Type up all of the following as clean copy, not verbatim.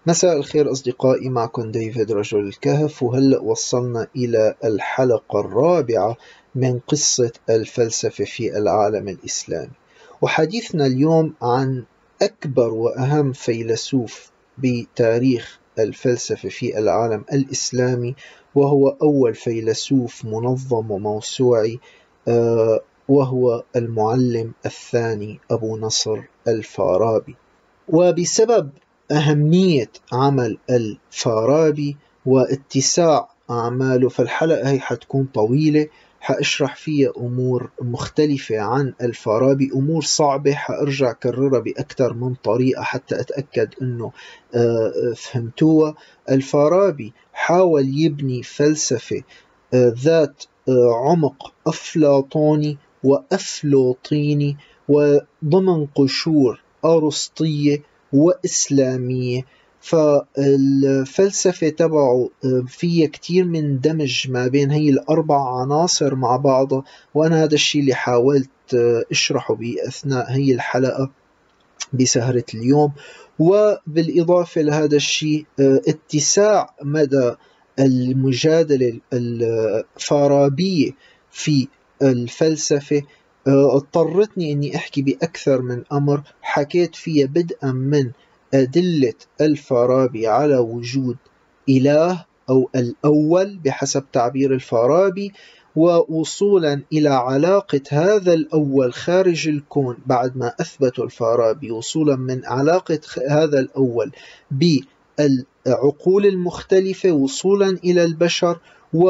مساء الخير أصدقائي، معكم ديفيد رجل الكهف، وهلأ وصلنا إلى الحلقة الرابعة من قصة الفلسفة في العالم الإسلامي. وحديثنا اليوم عن أكبر وأهم فيلسوف بتاريخ الفلسفة في العالم الإسلامي، وهو أول فيلسوف منظم وموسوعي، وهو المعلم الثاني أبو نصر الفارابي. وبسبب أهمية عمل الفارابي واتساع أعماله، فالحلقة هي حتكون طويلة، حأشرح فيها أمور مختلفة عن الفارابي، أمور صعبة حأرجع كررها بأكثر من طريقة حتى أتأكد أنه فهمتوها. الفارابي حاول يبني فلسفة ذات عمق أفلاطوني وأفلوطيني وضمن قشور أرسطية وإسلامية. فالفلسفة تبعه فيها كتير من دمج ما بين هي الأربع عناصر مع بعضها، وأنا هذا الشيء اللي حاولت أشرحه بأثناء هي الحلقة بسهرة اليوم. وبالإضافة لهذا الشيء اتساع مدى المجادلة الفارابية في الفلسفة اضطرتني أني أحكي بأكثر من أمر حكيت فيها، بدءا من أدلة الفارابي على وجود إله أو الأول بحسب تعبير الفارابي، ووصولا إلى علاقة هذا الأول خارج الكون بعد ما أثبت الفارابي، وصولا من علاقة هذا الأول بالعقول المختلفة، وصولا إلى البشر،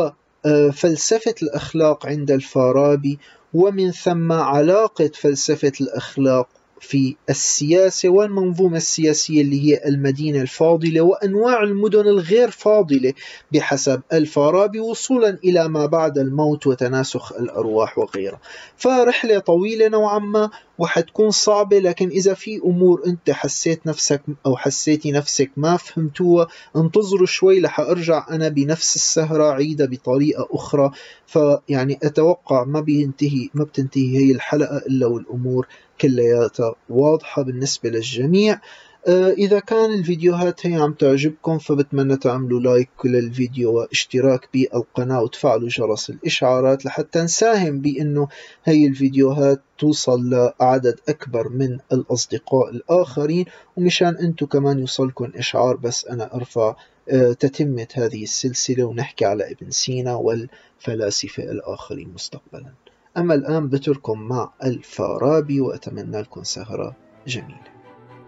وفلسفة الأخلاق عند الفارابي، ومن ثم علاقة فلسفة الأخلاق في السياسة والمنظومة السياسية اللي هي المدينة الفاضلة وأنواع المدن الغير فاضلة بحسب الفارابي، وصولا إلى ما بعد الموت وتناسخ الأرواح وغيرها. فرحلة طويلة نوعا ما وحتكون صعبة، لكن إذا في أمور أنت حسيت نفسك أو حسيتي نفسك ما فهمتوها، انتظروا شوي لح أرجع أنا بنفس السهرة عيدة بطريقة أخرى. فيعني أتوقع ما بتنتهي هي الحلقة إلا والأمور كلياتها واضحة بالنسبة للجميع. إذا كان الفيديوهات هي عم تعجبكم، فبتمنى تعملوا لايك للفيديو واشتراك بالقناة وتفعلوا جرس الإشعارات لحتى نساهم بأنه هي الفيديوهات توصل لعدد أكبر من الأصدقاء الآخرين، ومشان أنتم كمان يوصلكم إشعار بس أنا أرفع تتمة هذه السلسلة ونحكي على ابن سينا والفلاسفة الآخرين مستقبلا. أما الآن بترككم مع الفارابي، وأتمنى لكم سهرة جميلة.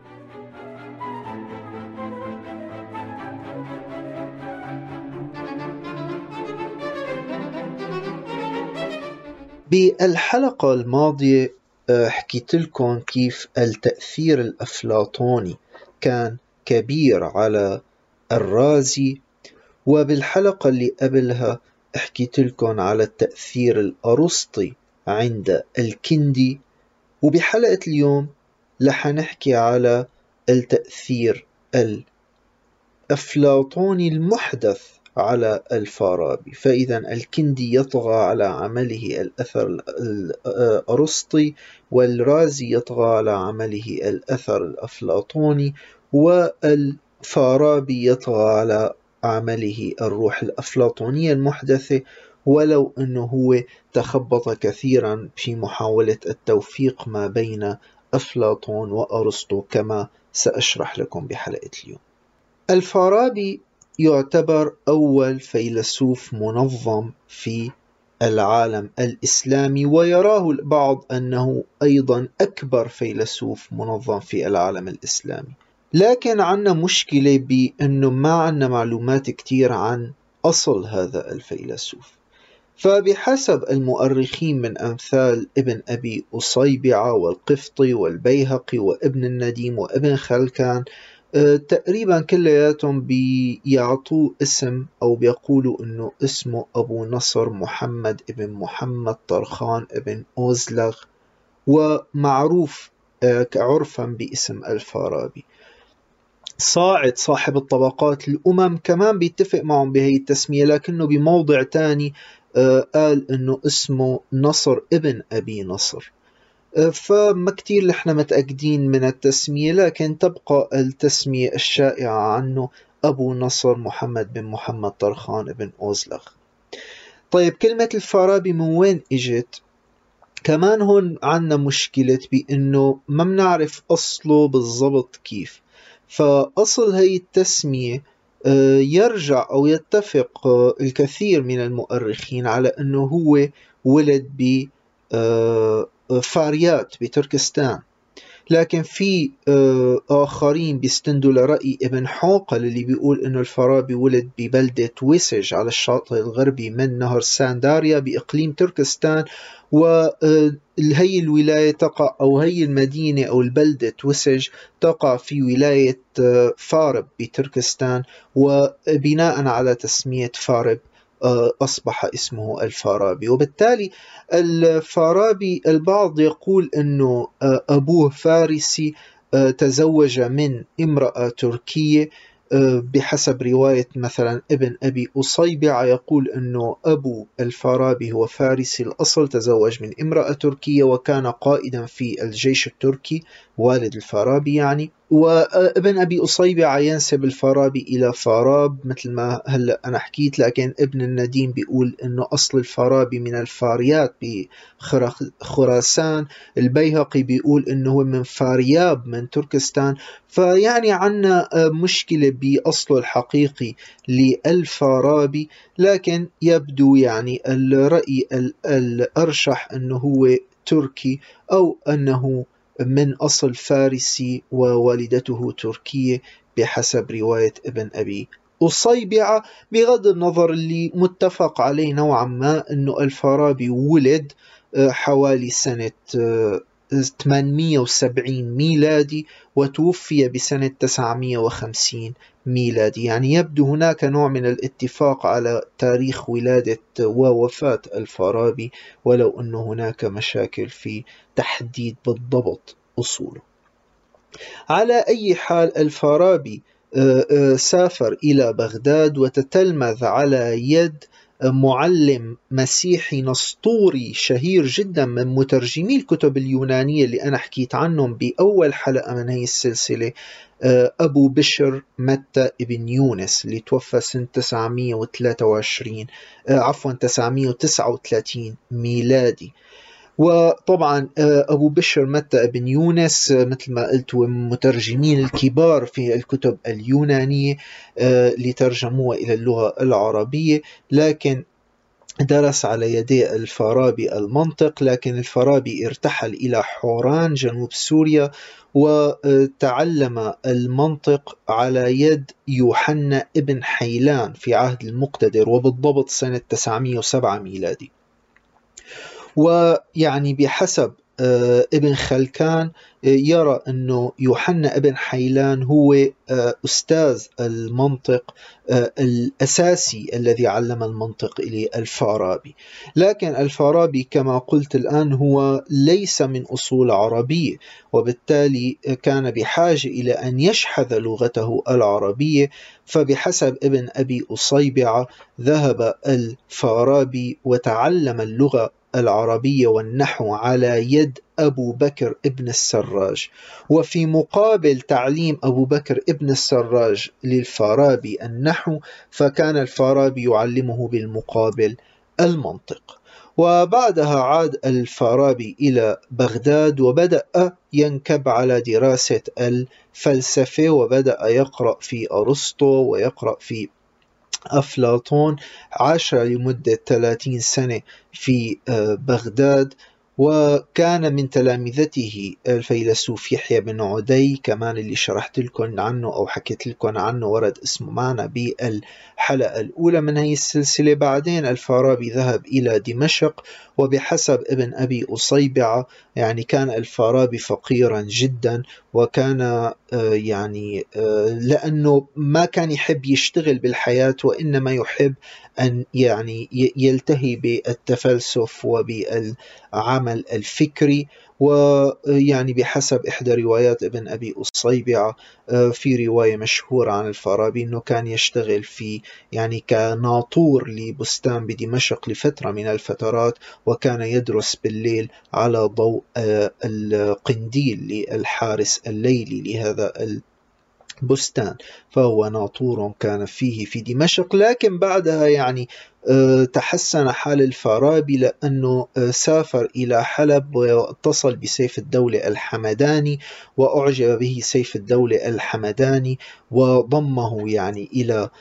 بالحلقة الماضية حكيت لكم كيف التأثير الأفلاطوني كان كبير على الرازي، وبالحلقة اللي قبلها حكيت لكم على التأثير الأرسطي عند الكندي، وبحلقة اليوم رح نحكي على التأثير الأفلاطوني المحدث على الفارابي. فإذا الكندي يطغى على عمله الأثر الأرسطي، والرازي يطغى على عمله الأثر الأفلاطوني، والفارابي يطغى على عمله الروح الأفلاطونية المحدثة، ولو أنه هو تخبط كثيرا في محاولة التوفيق ما بين أفلاطون وأرسطو كما سأشرح لكم بحلقة اليوم. الفارابي يعتبر أول فيلسوف منظم في العالم الإسلامي، ويراه البعض أنه أيضا أكبر فيلسوف منظم في العالم الإسلامي. لكن عنا مشكلة بأنه ما عنا معلومات كتير عن أصل هذا الفيلسوف. فبحسب المؤرخين من أمثال ابن أبي أصيبعة والقفطي والبيهقي وابن النديم وابن خلكان، تقريبا كلياتهم بيعطوه اسم أو بيقولوا أنه اسمه أبو نصر محمد ابن محمد طرخان ابن أوزلغ، ومعروف عرفا باسم الفارابي. صاعد صاحب الطبقات الأمم كمان بيتفق معهم بهي التسمية، لكنه بموضع تاني قال أنه اسمه نصر ابن أبي نصر. فما كتير نحن متأكدين من التسمية، لكن تبقى التسمية الشائعة عنه أبو نصر محمد بن محمد طرخان بن أوزلغ. طيب كلمة الفارابي من وين إجت؟ كمان هون عنا مشكلة بأنه ما بنعرف أصله بالضبط كيف. فأصل هي التسمية يرجع أو يتفق الكثير من المؤرخين على أنه هو ولد بفاريات بتركستان، لكن في آخرين بيستندوا لرأي ابن حوقل اللي بيقول إنه الفارابي ولد ببلدة ويسج على الشاطئ الغربي من نهر سانداريا بإقليم تركستان، وهي الولاية تقع أو هي المدينة أو البلدة ويسج تقع في ولاية فارب بتركستان، وبناء على تسمية فارب أصبح اسمه الفارابي. وبالتالي الفارابي البعض يقول أنه أبوه فارسي تزوج من امرأة تركية، بحسب رواية مثلا ابن أبي أصيبع يقول أنه أبو الفارابي هو فارسي الأصل تزوج من امرأة تركية وكان قائدا في الجيش التركي، والد الفارابي يعني. وابن أبي أصيبع ينسب الفارابي إلى فاراب مثل ما هلأ أنا حكيت، لكن ابن النديم بيقول أنه أصل الفارابي من الفاريات بخراسان، البيهقي بيقول أنه هو من فارياب من تركستان. فيعني عنا مشكلة بأصله الحقيقي للفارابي، لكن يبدو يعني الرأي الأرشح أنه هو تركي أو أنه من أصل فارسي ووالدته تركية بحسب رواية ابن أبي أصيبعة. بغض النظر اللي متفق عليه نوعا ما أنه الفارابي ولد حوالي سنة 870 ميلادي وتوفي بسنة 950 ميلادي، يعني يبدو هناك نوع من الاتفاق على تاريخ ولادة ووفاة الفارابي، ولو أن هناك مشاكل في تحديد بالضبط أصوله. على أي حال الفارابي سافر إلى بغداد وتتلمذ على يد معلم مسيحي نسطوري شهير جدا من مترجمي الكتب اليونانية اللي أنا حكيت عنهم بأول حلقة من هذه السلسلة، أبو بشر متى ابن يونس اللي توفى سنة 939 ميلادي. وطبعا أبو بشر متى ابن يونس مثل ما قلت هو من المترجمين الكبار في الكتب اليونانية اللي ترجموها إلى اللغة العربية، لكن درس على يدي الفارابي المنطق. لكن الفارابي ارتحل إلى حوران جنوب سوريا وتعلم المنطق على يد يوحنا ابن حيلان في عهد المقتدر، وبالضبط سنة 907 ميلادي. ويعني بحسب ابن خلكان يرى أنه يوحنا ابن حيلان هو أستاذ المنطق الأساسي الذي علم المنطق إلى الفارابي. لكن الفارابي كما قلت الآن هو ليس من أصول عربية، وبالتالي كان بحاجة إلى أن يشحذ لغته العربية. فبحسب ابن أبي أصيبعة ذهب الفارابي وتعلم اللغة العربية والنحو على يد أبو بكر ابن السراج. وفي مقابل تعليم أبو بكر ابن السراج للفارابي النحو، فكان الفارابي يعلمه بالمقابل المنطق. وبعدها عاد الفارابي إلى بغداد وبدأ ينكب على دراسة الفلسفة، وبدأ يقرأ في أرسطو ويقرأ في أفلاطون. عاش لمدة 30 سنة في بغداد، وكان من تلامذته الفيلسوف يحيى بن عدي كمان اللي شرحت لكم عنه أو حكيت لكم عنه، ورد اسمه معنا بالحلقة الأولى من هذه السلسلة. بعدين الفارابي ذهب إلى دمشق، وبحسب ابن أبي أصيبعة يعني كان الفارابي فقيرا جدا، وكان يعني لأنه ما كان يحب يشتغل بالحياة، وإنما يحب أن يعني يلتهي بالتفلسف وبالعمل الفكري. ويعني بحسب إحدى روايات ابن أبي أصيبعة في رواية مشهورة عن الفارابي أنه كان يشتغل في يعني كناطور لبستان بدمشق لفترة من الفترات، وكان يدرس بالليل على ضوء القنديل للحارس الليلي لهذا البستان، فهو ناطور كان فيه في دمشق. لكن بعدها يعني تحسن حال الفارابي لأنه سافر إلى حلب واتصل بسيف الدولة الحمداني، وأعجب به سيف الدولة الحمداني وضمه يعني إلى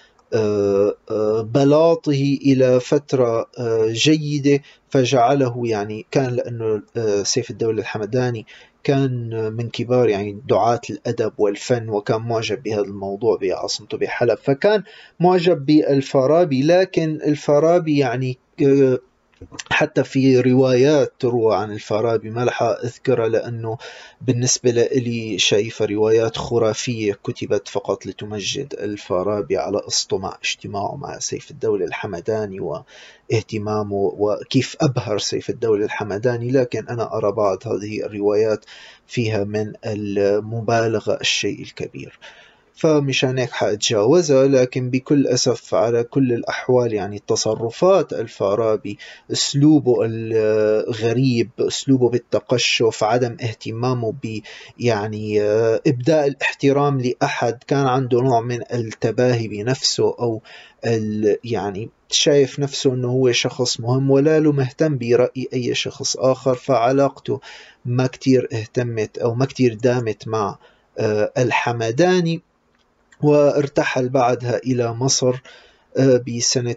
بلاطه إلى فترة جيدة، فجعله يعني كان لأنه سيف الدولة الحمداني كان من كبار يعني دعاة الأدب والفن، وكان معجب بهذا الموضوع بعاصمته بحلب، فكان معجب بالفارابي. لكن الفارابي يعني حتى في روايات تروى عن الفارابي ما رح أذكرها لأنه بالنسبة لي شايفة روايات خرافية كتبت فقط لتمجد الفارابي على قصته مع اجتماعه مع سيف الدولة الحمداني واهتمامه وكيف أبهر سيف الدولة الحمداني. لكن أنا أرى بعض هذه الروايات فيها من المبالغة الشيء الكبير، فمشان هيك حأتجاوزها. لكن بكل أسف على كل الأحوال يعني تصرفات الفارابي، أسلوبه الغريب، أسلوبه بالتقشف، عدم اهتمامه ب يعني إبداء الاحترام لأحد، كان عنده نوع من التباهي بنفسه أو يعني شايف نفسه أنه هو شخص مهم ولا له مهتم برأي أي شخص آخر، فعلاقته ما كتير اهتمت أو ما كتير دامت مع الحمداني، وارتحل بعدها إلى مصر بسنة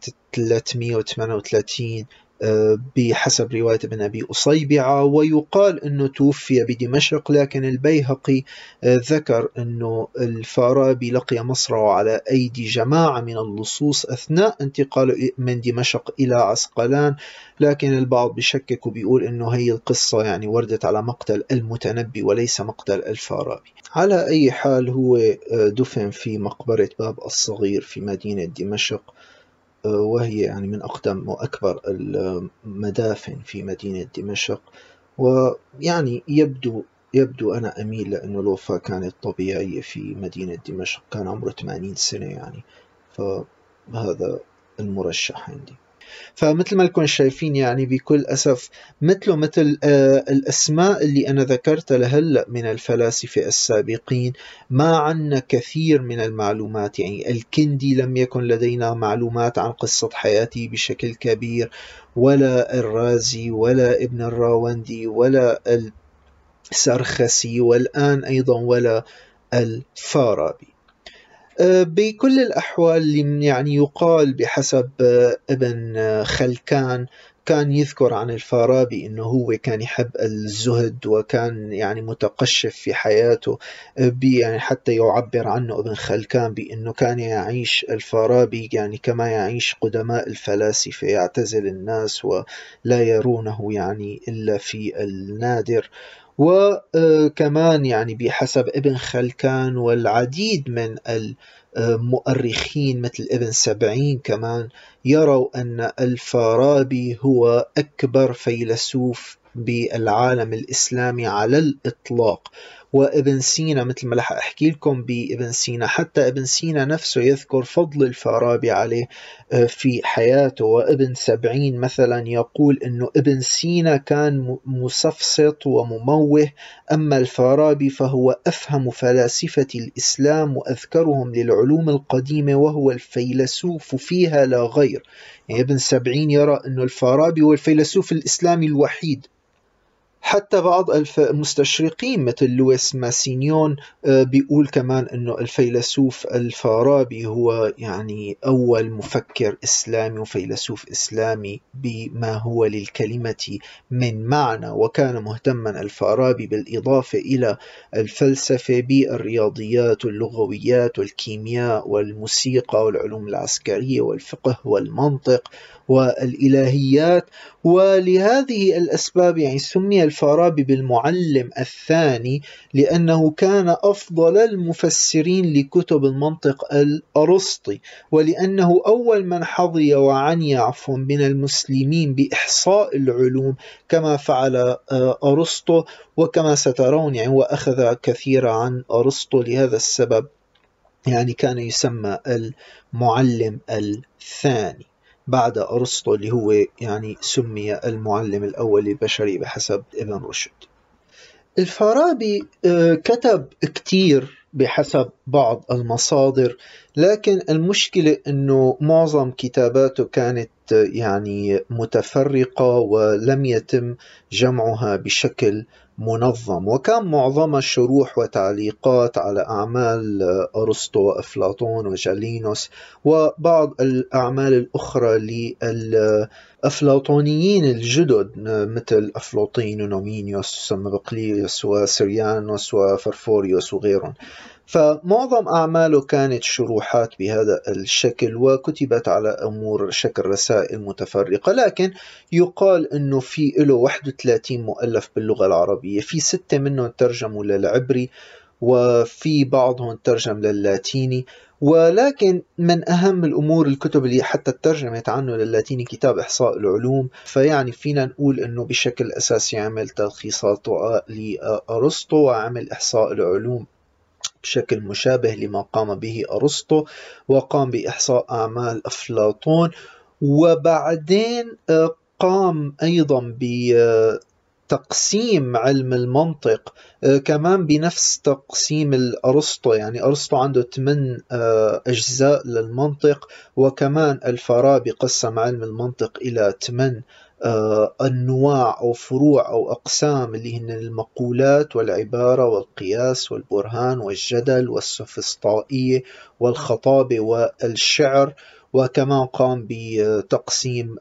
338 بحسب رواية ابن أبي أصيبعة، ويقال أنه توفي بدمشق. لكن البيهقي ذكر أنه الفارابي لقي مصر على أيدي جماعة من اللصوص أثناء انتقاله من دمشق إلى عسقلان، لكن البعض بيشكك وبيقول أنه هي القصة يعني وردت على مقتل المتنبي وليس مقتل الفارابي. على أي حال هو دفن في مقبرة باب الصغير في مدينة دمشق، وهي يعني من أقدم وأكبر المدافن في مدينة دمشق. ويعني يبدو أنا أميل لأنه الوفاة كانت طبيعية في مدينة دمشق، كان عمره 80 سنة يعني، فهذا المرشح عندي. فمثل ما لكم شايفين يعني بكل أسف مثل الأسماء اللي أنا ذكرتها لهلأ من الفلاسفة السابقين ما عنا كثير من المعلومات. يعني الكندي لم يكن لدينا معلومات عن قصة حياته بشكل كبير، ولا الرازي ولا ابن الراوندي ولا السرخسي، والآن أيضا ولا الفارابي. بكل الأحوال يعني يقال بحسب ابن خلكان كان يذكر عن الفارابي أنه هو كان يحب الزهد وكان يعني متقشف في حياته، يعني حتى يعبر عنه ابن خلكان بأنه كان يعيش الفارابي يعني كما يعيش قدماء الفلاسفة، يعتزل الناس ولا يرونه يعني إلا في النادر. وكمان يعني بحسب ابن خلكان والعديد من المؤرخين مثل ابن سبعين كمان يروا أن الفارابي هو أكبر فيلسوف بالعالم الإسلامي على الإطلاق. وابن سينا مثل ما رح أحكي لكم بابن سينا، حتى ابن سينا نفسه يذكر فضل الفارابي عليه في حياته. وابن سبعين مثلا يقول أنه ابن سينا كان مسفسط ومموه، أما الفارابي فهو أفهم فلاسفة الإسلام وأذكرهم للعلوم القديمة، وهو الفيلسوف فيها لا غير. يعني ابن سبعين يرى أن الفارابي هو الفيلسوف الإسلامي الوحيد. حتى بعض المستشرقين مثل لويس ماسينيون بيقول كمان أنه الفيلسوف الفارابي هو يعني أول مفكر إسلامي وفيلسوف إسلامي بما هو للكلمة من معنى. وكان مهتما الفارابي بالإضافة إلى الفلسفة بالرياضيات واللغويات والكيمياء والموسيقى والعلوم العسكرية والفقه والمنطق والإلهيات. ولهذه الأسباب يعني سمي الفارابي بالمعلم الثاني لأنه كان أفضل المفسرين لكتب المنطق الأرسطي، ولأنه أول من حظي وعني من المسلمين بإحصاء العلوم كما فعل أرسطو، وكما سترون يعني وأخذ كثيرا عن أرسطو. لهذا السبب يعني كان يسمى المعلم الثاني بعد أرسطو، اللي هو يعني سمي المعلم الأول البشري بحسب ابن رشد. الفارابي كتب كتير بحسب بعض المصادر، لكن المشكلة أنه معظم كتاباته كانت يعني متفرقة ولم يتم جمعها بشكل منظم، وكان معظمها شروح وتعليقات على أعمال أرسطو وأفلاطون وجالينوس وبعض الأعمال الأخرى للأفلاطونيين الجدد مثل أفلاطين ونومينيوس ومبقليوس وسريانوس وفرفوريوس وغيرهم. فمعظم أعماله كانت شروحات بهذا الشكل وكتبت على أمور شكل رسائل متفرقة، لكن يقال أنه في له 31 مؤلف باللغة العربية، في 6 منهم ترجموا للعبري وفي بعضهم ترجم لللاتيني. ولكن من أهم الأمور الكتب اللي حتى ترجمت عنه للاتيني كتاب إحصاء العلوم، فيعني فينا نقول أنه بشكل أساسي عمل تلخيصات لأرسطو وعمل إحصاء العلوم بشكل مشابه لما قام به أرسطو، وقام بإحصاء أعمال أفلاطون، وبعدين قام أيضا بتقسيم علم المنطق كمان بنفس تقسيم الأرسطو. يعني أرسطو عنده 8 أجزاء للمنطق، وكمان الفارابي قسم علم المنطق إلى 8 أنواع أو فروع أو أقسام، اللي هن المقولات والعبارة والقياس والبرهان والجدل والسوفسطائية والخطابة والشعر. وكمان قام بتقسيم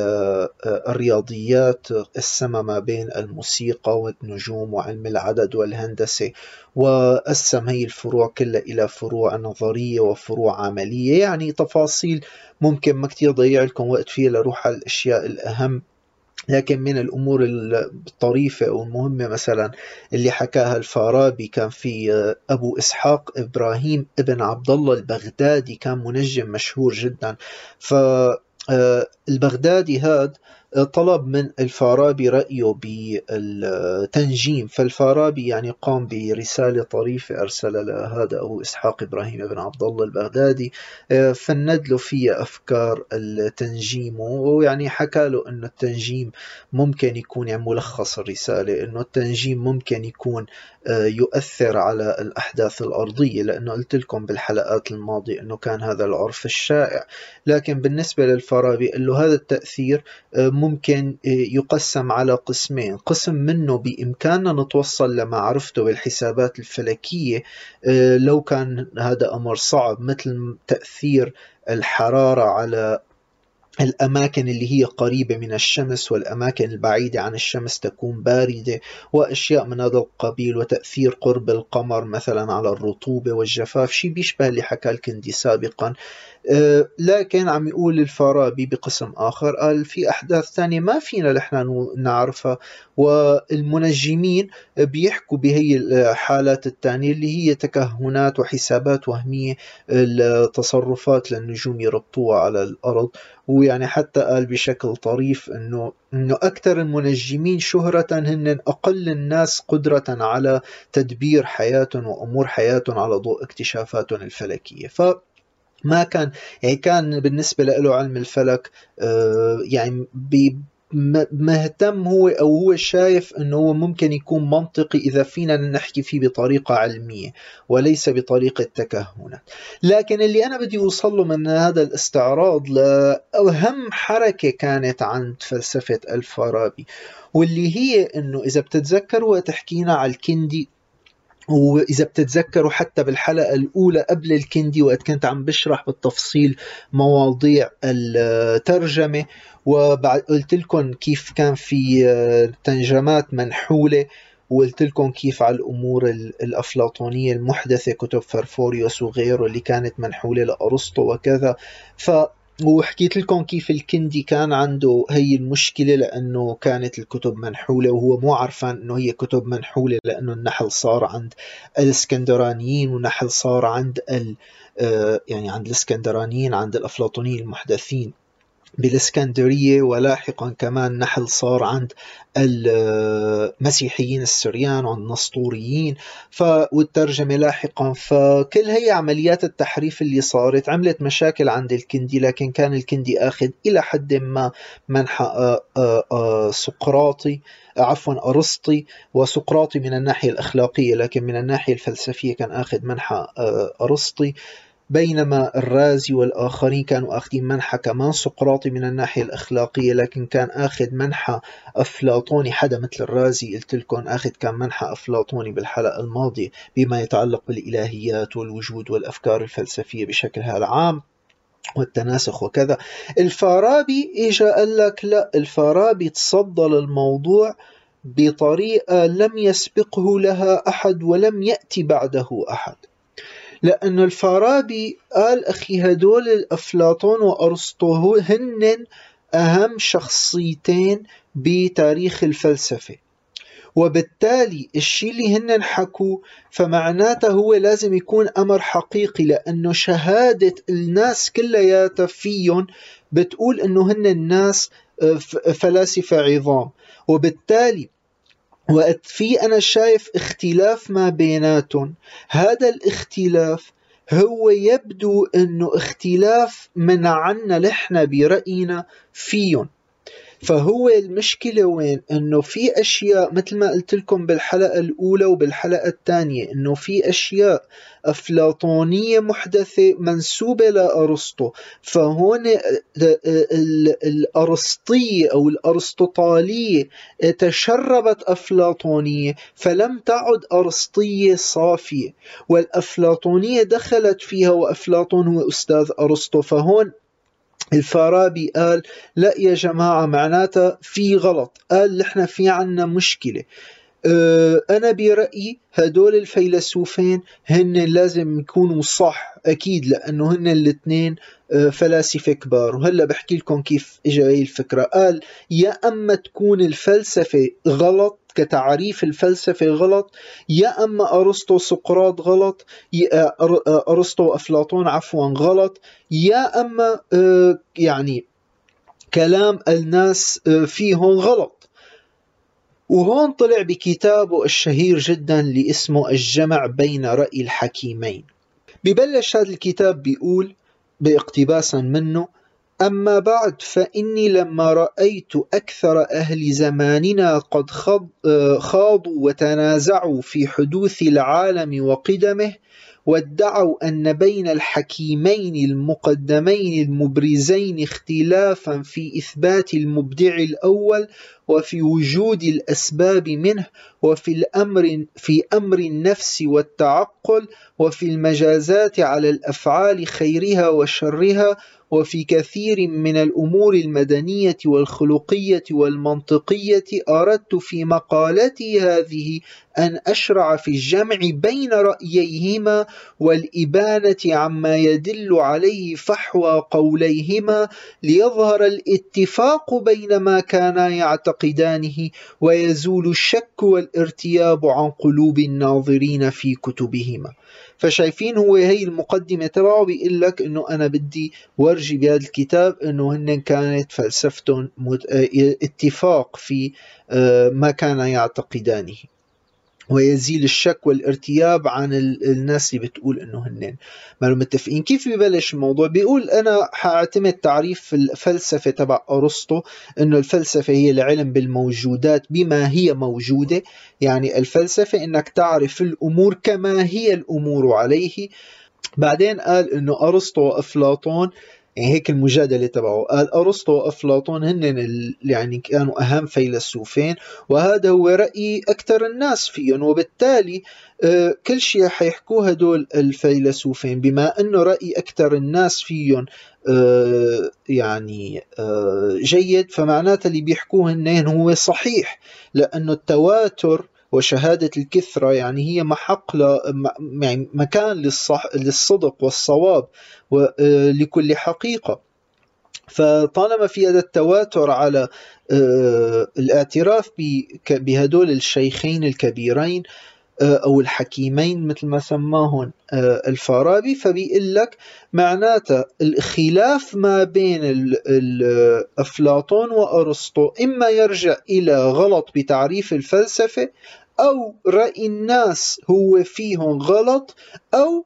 الرياضيات، قسم ما بين الموسيقى والنجوم وعلم العدد والهندسة، وقسم هي الفروع كلها إلى فروع نظرية وفروع عملية. يعني تفاصيل ممكن ما كتير ضيع لكم وقت فيها لروح على الأشياء الأهم، لكن من الأمور الطريفة أو المهمة مثلا اللي حكاها الفارابي، كان في أبو إسحاق إبراهيم ابن عبد الله البغدادي، كان منجم مشهور جدا. فالبغدادي هذا طلب من الفارابي رأيه بالتنجيم، فالفارابي يعني قام برسالة طريفة أرسل لهذا أبو إسحاق إبراهيم بن عبد الله البغدادي، فند له فيها أفكار التنجيم، ويعني حكى له أنه التنجيم ممكن يكون يعني ملخص الرسالة أنه التنجيم ممكن يكون يؤثر على الأحداث الأرضية، لأنه قلت لكم بالحلقات الماضية أنه كان هذا العرف الشائع. لكن بالنسبة للفارابي قال له هذا التأثير ممكن يقسم على قسمين، قسم منه بإمكاننا نتوصل لمعرفته بالحسابات الفلكية لو كان هذا أمر صعب، مثل تأثير الحرارة على الأماكن اللي هي قريبة من الشمس، والأماكن البعيدة عن الشمس تكون باردة، وأشياء من هذا القبيل، وتأثير قرب القمر مثلا على الرطوبة والجفاف، شيء بيشبه اللي حكى الكندي سابقا. لكن عم يقول الفارابي بقسم آخر، قال في أحداث ثانية ما فينا نحن نعرفها، والمنجمين بيحكوا بهي الحالات الثانية اللي هي تكهنات وحسابات وهمية، التصرفات للنجوم يربطوها على الأرض. ويعني حتى قال بشكل طريف إنه أكثر المنجمين شهرة هن أقل الناس قدرة على تدبير حياتهم وأمور حياتهم على ضوء اكتشافاتهم الفلكية. ما كان يعني كان بالنسبة له علم الفلك يعني مهتم هو أو هو شايف أنه هو ممكن يكون منطقي إذا فينا نحكي فيه بطريقة علمية وليس بطريقة تكهنات. لكن اللي أنا بدي أوصله من هذا الاستعراض لأهم حركة كانت عند فلسفة الفارابي، واللي هي أنه إذا بتتذكروا وتحكينا على الكندي، وإذا بتتذكروا حتى بالحلقة الأولى قبل الكندي وقت كنت عم بشرح بالتفصيل مواضيع الترجمة، وبعد قلت لكم كيف كان في تنجمات منحولة، وقلت لكم كيف على الأمور الأفلاطونية المحدثة كتب فرفوريوس وغيره اللي كانت منحولة لأرسطو وكذا. وحكيت لكم كيف الكندي كان عنده هي المشكلة لأنه كانت الكتب منحولة وهو مو عارفان أنه هي كتب منحولة، لأنه النحل صار عند الاسكندرانيين ونحل صار عند يعني عند الاسكندرانيين، عند الأفلاطونيين المحدثين بالإسكندرية، ولاحقا كمان نحل صار عند المسيحيين السريان وعند النسطوريين، والترجمة لاحقا. فكل هي عمليات التحريف اللي صارت عملت مشاكل عند الكندي، لكن كان الكندي أخذ إلى حد ما منحى سقراطي، عفوا أرسطي وسقراطي من الناحية الأخلاقية، لكن من الناحية الفلسفية كان أخذ منحى أرسطي، بينما الرازي والآخرين كانوا أخذين منحى كمان سقراطي من الناحية الأخلاقية، لكن كان أخذ منحى أفلاطوني. حدا مثل الرازي قلت لكم أخذ كان منحى أفلاطوني بالحلقة الماضية بما يتعلق بالإلهيات والوجود والأفكار الفلسفية بشكلها العام والتناسخ وكذا. الفارابي إجا قال لك لا، الفارابي تصدى للموضوع بطريقة لم يسبقه لها أحد ولم يأتي بعده أحد، لأن الفارابي قال أخي هدول أفلاطون وأرسطو هن أهم شخصيتين بتاريخ الفلسفة، وبالتالي الشيء اللي هن حكوا فمعناته هو لازم يكون أمر حقيقي، لأنه شهادة الناس كلياتها فيهم بتقول أنه هن الناس فلاسفة عظام. وبالتالي وقت في أنا شايف اختلاف ما بيناتهم، هذا الاختلاف هو يبدو أنه اختلاف منعنا لحنا برأينا فيهم. فهو المشكلة وين؟ أنه في أشياء مثل ما قلت لكم بالحلقة الأولى وبالحلقة الثانية، أنه في أشياء أفلاطونية محدثة منسوبة لأرسطو، فهون الأرسطية أو الأرسطوطالية تشربت أفلاطونية فلم تعد أرسطية صافية، والأفلاطونية دخلت فيها، وأفلاطون هو أستاذ أرسطو. فهون الفارابي قال لا يا جماعة معناتها في غلط، قال نحن في عنا مشكلة. أنا برأيي هدول الفيلسوفين هن لازم يكونوا صح أكيد، لأنه هن الاثنين فلاسفة كبار. وهلأ بحكي لكم كيف إجا هي الفكرة. قال يا أما تكون الفلسفة غلط كتعريف الفلسفة غلط، يا أما أرسطو سقراط غلط، أرسطو أفلاطون عفوا غلط، يا أما يعني كلام الناس فيهم غلط. وهون طلع بكتابه الشهير جدا اللي اسمه الجمع بين رأي الحكيمين. ببلش هذا الكتاب بيقول باقتباسا منه: أما بعد فإني لما رأيت أكثر أهل زماننا قد خاضوا وتنازعوا في حدوث العالم وقدمه، وادعوا أن بين الحكيمين المقدمين المبرزين اختلافا في إثبات المبدع الأول وفي وجود الأسباب منه، وفي أمر النفس والتعقل، وفي المجازات على الأفعال خيرها وشرها، وفي كثير من الأمور المدنية والخلقية والمنطقية. أردت في مقالتي هذه أن أشرع في الجمع بين رأييهما والإبانة عما يدل عليه فحوى قوليهما، ليظهر الاتفاق بين ما كانا يعتقدانه، ويزول الشك والارتياب عن قلوب الناظرين في كتبهما. فشايفين هو هي المقدمة تبعه، بيقول لك انه انا بدي ورجي بهذا الكتاب انه هن كانت فلسفتهم اتفاق في ما كان يعتقدانه، ويزيل الشك والارتياب عن الناس اللي بتقول انه هن ما متفقين. كيف ببلش الموضوع؟ بيقول انا حاعتمد تعريف الفلسفة تبع ارسطو انه الفلسفة هي العلم بالموجودات بما هي موجودة، يعني الفلسفة انك تعرف الامور كما هي الامور عليه. بعدين قال انه ارسطو وافلاطون، يعني هيك المجادلة تبعه، قال أرسطو وأفلاطون هن يعني كانوا أهم فيلسوفين، وهذا هو رأي أكثر الناس فيهم، وبالتالي كل شيء حيحكوه هدول الفيلسوفين بما أنه رأي أكثر الناس فيهم يعني جيد، فمعناته اللي بيحكوه هن هو صحيح، لأنه التواتر وشهادة الكثرة يعني هي يعني مكان للصدق والصواب ولكل حقيقة. فطالما في هذا التواتر على الاعتراف بهدول الشيخين الكبيرين أو الحكيمين مثل ما سماهن الفارابي، فبيقول لك معناته الخلاف ما بين أفلاطون وأرسطو إما يرجع إلى غلط بتعريف الفلسفة، أو رأي الناس هو فيهم غلط، أو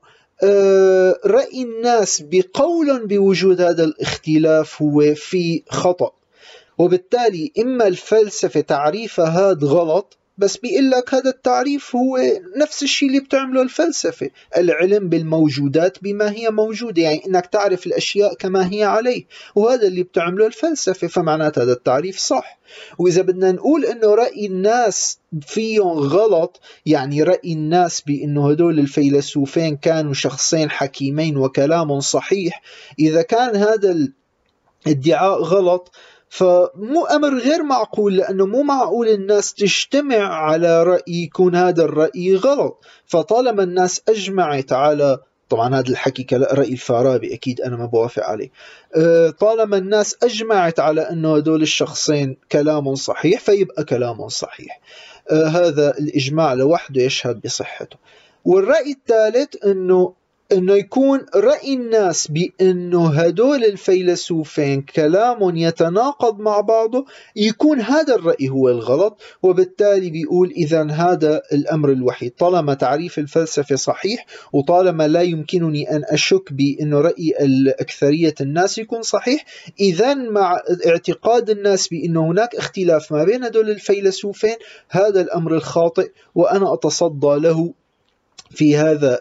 رأي الناس بقول بوجود هذا الاختلاف هو في خطأ. وبالتالي إما الفلسفة تعريفها هذا غلط، بس بيقول لك هذا التعريف هو نفس الشيء اللي بتعمله الفلسفة، العلم بالموجودات بما هي موجودة، يعني إنك تعرف الأشياء كما هي عليه، وهذا اللي بتعمله الفلسفة، فمعنات هذا التعريف صح. وإذا بدنا نقول إنه رأي الناس فيهم غلط، يعني رأي الناس بأنه هدول الفيلسوفين كانوا شخصين حكيمين وكلام صحيح، إذا كان هذا الادعاء غلط فمو أمر غير معقول، لأنه مو معقول الناس تجتمع على رأي يكون هذا الرأي غلط. فطالما الناس أجمعت على، طبعا هذا الحكي رأي الفارابي أكيد أنا ما بوافق عليه، طالما الناس أجمعت على أنه هدول الشخصين كلام صحيح فيبقى كلام صحيح. هذا الإجماع لوحده يشهد بصحته. والرأي الثالث انه يكون رأي الناس بانه هدول الفيلسوفين كلام يتناقض مع بعضه، يكون هذا الرأي هو الغلط. وبالتالي بيقول اذا هذا الامر الوحيد، طالما تعريف الفلسفة صحيح، وطالما لا يمكنني ان اشك بانه رأي الاكثرية الناس يكون صحيح، اذا مع اعتقاد الناس بانه هناك اختلاف ما بين هدول الفيلسوفين، هذا الامر الخاطئ وانا اتصدى له في هذا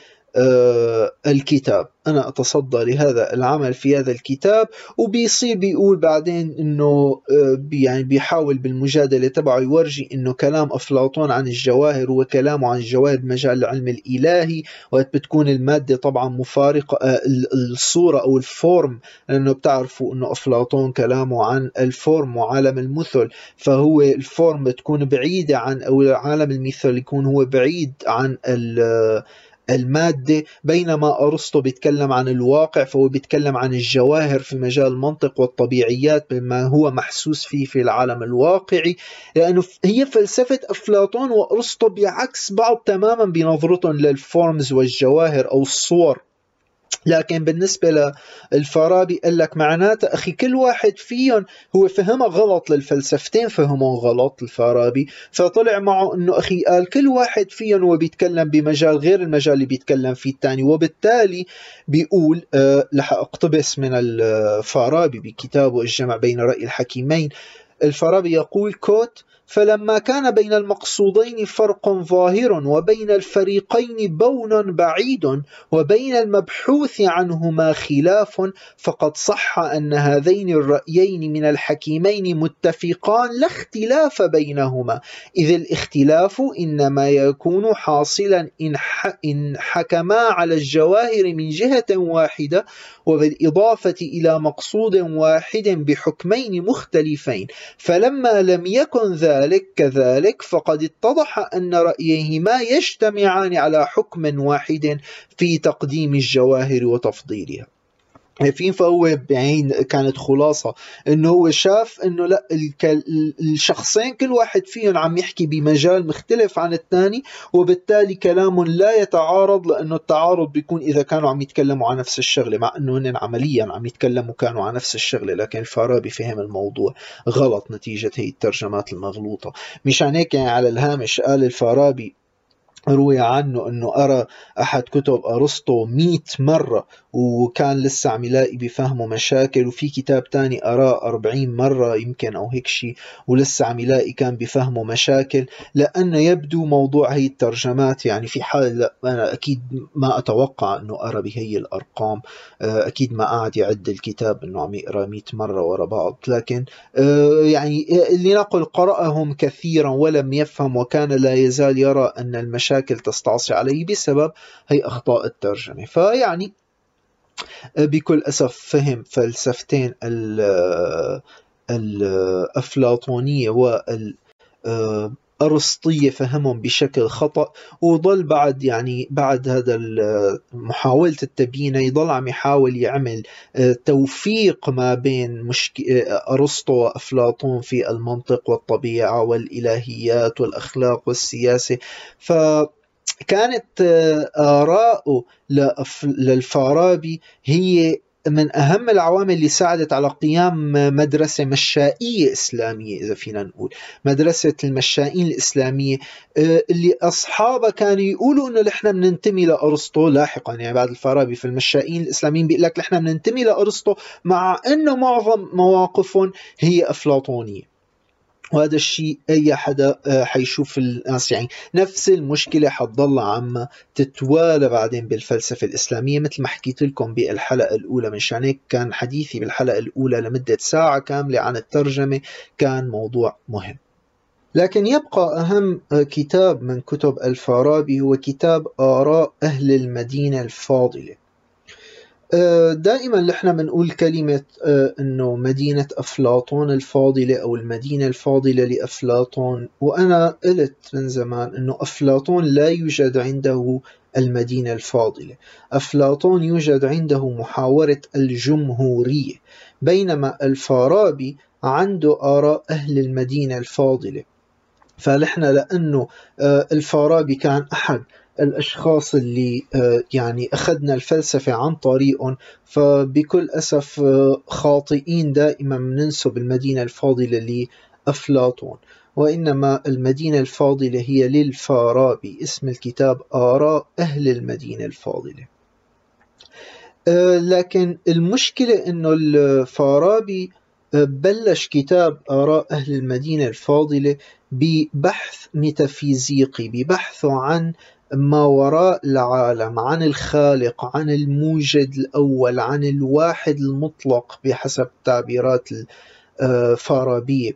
الكتاب. أنا أتصدى لهذا العمل في هذا الكتاب. وبيصير بيقول بعدين إنه يعني بيحاول بالمجادلة تبعه يورجي إنه كلام أفلاطون عن الجواهر هو كلامه عن الجواهر بمجال العلم الإلهي، وبتكون المادة طبعا مفارقة الصورة أو الفورم، لأنه بتعرفوا إنه أفلاطون كلامه عن الفورم وعالم المثل، فهو الفورم بتكون بعيدة عن، أو عالم المثل يكون هو بعيد عن المادة، بينما أرسطو بيتكلم عن الواقع، فهو بيتكلم عن الجواهر في مجال المنطق والطبيعيات بما هو محسوس فيه في العالم الواقعي. لأنه هي فلسفة أفلاطون وأرسطو بعكس بعض تماما بنظرتهم للفورمز والجواهر أو الصور. لكن بالنسبة للفارابي قال لك معناته أخي كل واحد فيهم هو فهمها غلط، للفلسفتين فهمهم غلط الفارابي، فطلع معه أنه أخي قال كل واحد فيهم هو بيتكلم بمجال غير المجال اللي بيتكلم فيه الثاني. وبالتالي بيقول لح أقتبس من الفارابي بكتابه الجمع بين رأي الحكيمين، الفارابي يقول كوت: فلما كان بين المقصودين فرق ظاهر، وبين الفريقين بون بعيد، وبين المبحوث عنهما خلاف، فقد صح أن هذين الرأيين من الحكيمين متفقان لا اختلاف بينهما، إذ الاختلاف إنما يكون حاصلا إن حكما على الجواهر من جهة واحدة، وبالإضافة إلى مقصود واحد بحكمين مختلفين. فلما لم يكن ذلك كذلك، فقد اتضح أن رأيهما يجتمعان على حكم واحد في تقديم الجواهر وتفضيلها. فهو بعين كانت خلاصة انه هو شاف انه لا، الشخصين كل واحد فيهم عم يحكي بمجال مختلف عن الثاني، وبالتالي كلام لا يتعارض، لانه التعارض بيكون اذا كانوا عم يتكلموا عن نفس الشغلة، مع انه هن عمليا عم يتكلموا كانوا عن نفس الشغلة، لكن الفارابي فهم الموضوع غلط نتيجة هي الترجمات المغلوطة. مشان هيك يعني على الهامش قال الفارابي روي عنه أنه قرأ أحد كتب أرسطو 100 مرة وكان لسه عم يلاقي بفهمه مشاكل، وفي كتاب تاني قرأ 40 مرة يمكن أو هيك شيء ولسه عم يلاقي كان بفهمه مشاكل، لأنه يبدو موضوع هي الترجمات يعني في حال، لا أنا أكيد ما أتوقع أنه قرأ بهي الأرقام، أكيد ما قاعد يعد الكتاب أنه عم يقرأ 100 مرة ورا بعض، لكن يعني لنقل قرأهم كثيرا ولم يفهم، وكان لا يزال يرى أن المشاكل تستعصي عليه بسبب هي أخطاء الترجمة. فيعني بكل أسف فهم فلسفتين الأفلاطونية الأرسطية فهمهم بشكل خطأ، وظل بعد هذا محاولة التبيين يظل عم يحاول يعمل توفيق ما بين أرسطو وأفلاطون في المنطق والطبيعة والإلهيات والأخلاق والسياسة. فكانت آراءه للفارابي هي من أهم العوامل اللي ساعدت على قيام مدرسة مشائية إسلامية، إذا فينا نقول مدرسة المشائين الإسلامية، اللي أصحابها كانوا يقولوا إنه نحن بننتمي لأرسطو لاحقا، يعني بعد الفارابي في المشائين الإسلاميين بيقول لك نحن بننتمي لأرسطو، مع إنه معظم مواقفهم هي أفلاطونية. وهذا الشيء أي حدا حيشوف الناس، يعني نفس المشكلة حتضل عم تتوالى بعدين بالفلسفة الإسلامية، مثل ما حكيت لكم بالحلقة الأولى. من شان هيك كان حديثي بالحلقة الأولى لمدة ساعة كاملة عن الترجمة، كان موضوع مهم. لكن يبقى أهم كتاب من كتب الفارابي هو كتاب آراء أهل المدينة الفاضلة. دائما نحن بنقول كلمة انه مدينة أفلاطون الفاضلة او المدينة الفاضلة لأفلاطون، وانا قلت من زمان انه أفلاطون لا يوجد عنده المدينة الفاضلة. أفلاطون يوجد عنده محاورة الجمهورية، بينما الفارابي عنده آراء أهل المدينة الفاضلة. فنحن لأنه الفارابي كان أحد الأشخاص اللي يعني أخذنا الفلسفة عن طريقهم، فبكل أسف خاطئين دائما ننسب المدينة الفاضلة لأفلاطون، وإنما المدينة الفاضلة هي للفارابي. اسم الكتاب آراء أهل المدينة الفاضلة. لكن المشكلة إنه الفارابي بلش كتاب آراء أهل المدينة الفاضلة ببحث ميتافيزيقي، ببحثه عن ما وراء العالم، عن الخالق، عن الموجد الأول، عن الواحد المطلق بحسب تعبيرات الفارابية.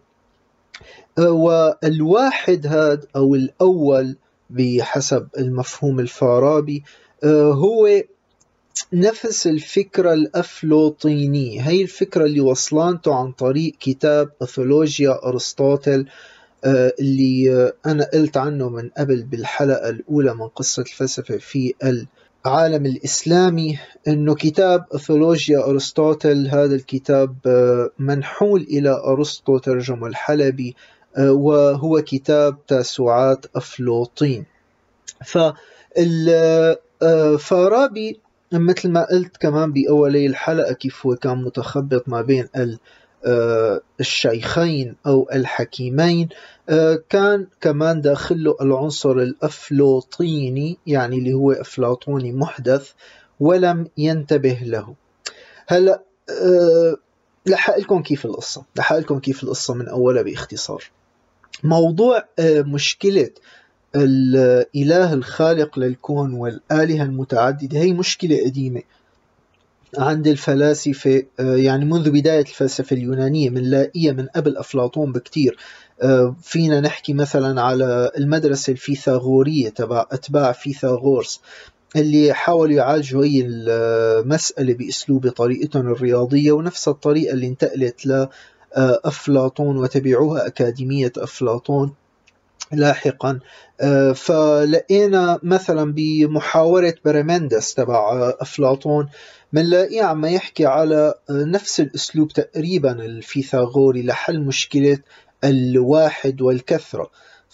والواحد هذا أو الأول بحسب المفهوم الفارابي هو نفس الفكرة الأفلاطينية. هي الفكرة اللي وصلانته عن طريق كتاب أثولوجيا أرسطاطل، اللي أنا قلت عنه من قبل بالحلقة الأولى من قصة الفلسفة في العالم الإسلامي، أنه كتاب أثولوجيا أرسطاطل هذا الكتاب منحول إلى أرسطو ترجمه الحلبي، وهو كتاب تاسوعات أفلاطين. فالفارابي مثل ما قلت كمان بأولي الحلقة كيف هو كان متخبط ما بين الشيخين أو الحكيمين، كان كمان داخله العنصر الأفلاطيني، يعني اللي هو أفلاطوني محدث ولم ينتبه له. هلأ لحقلكم كيف القصة من أولها باختصار. موضوع مشكلة الإله الخالق للكون والآلهة المتعددة هي مشكلة قديمة عند الفلاسفة، يعني منذ بداية الفلسفة اليونانية، منلاقيها من قبل أفلاطون بكتير. فينا نحكي مثلا على المدرسة الفيثاغورية تبع أتباع فيثاغورس، اللي حاولوا يعالجوا هي المسألة بأسلوب طريقتهم الرياضية، ونفس الطريقة اللي انتقلت لأفلاطون وتبعوها أكاديمية أفلاطون لاحقا. فلقينا مثلا بمحاورة بريمندس تبع أفلاطون منلاقيه عم يحكي على نفس الأسلوب تقريبا الفيثاغوري لحل مشكلة الواحد والكثرة.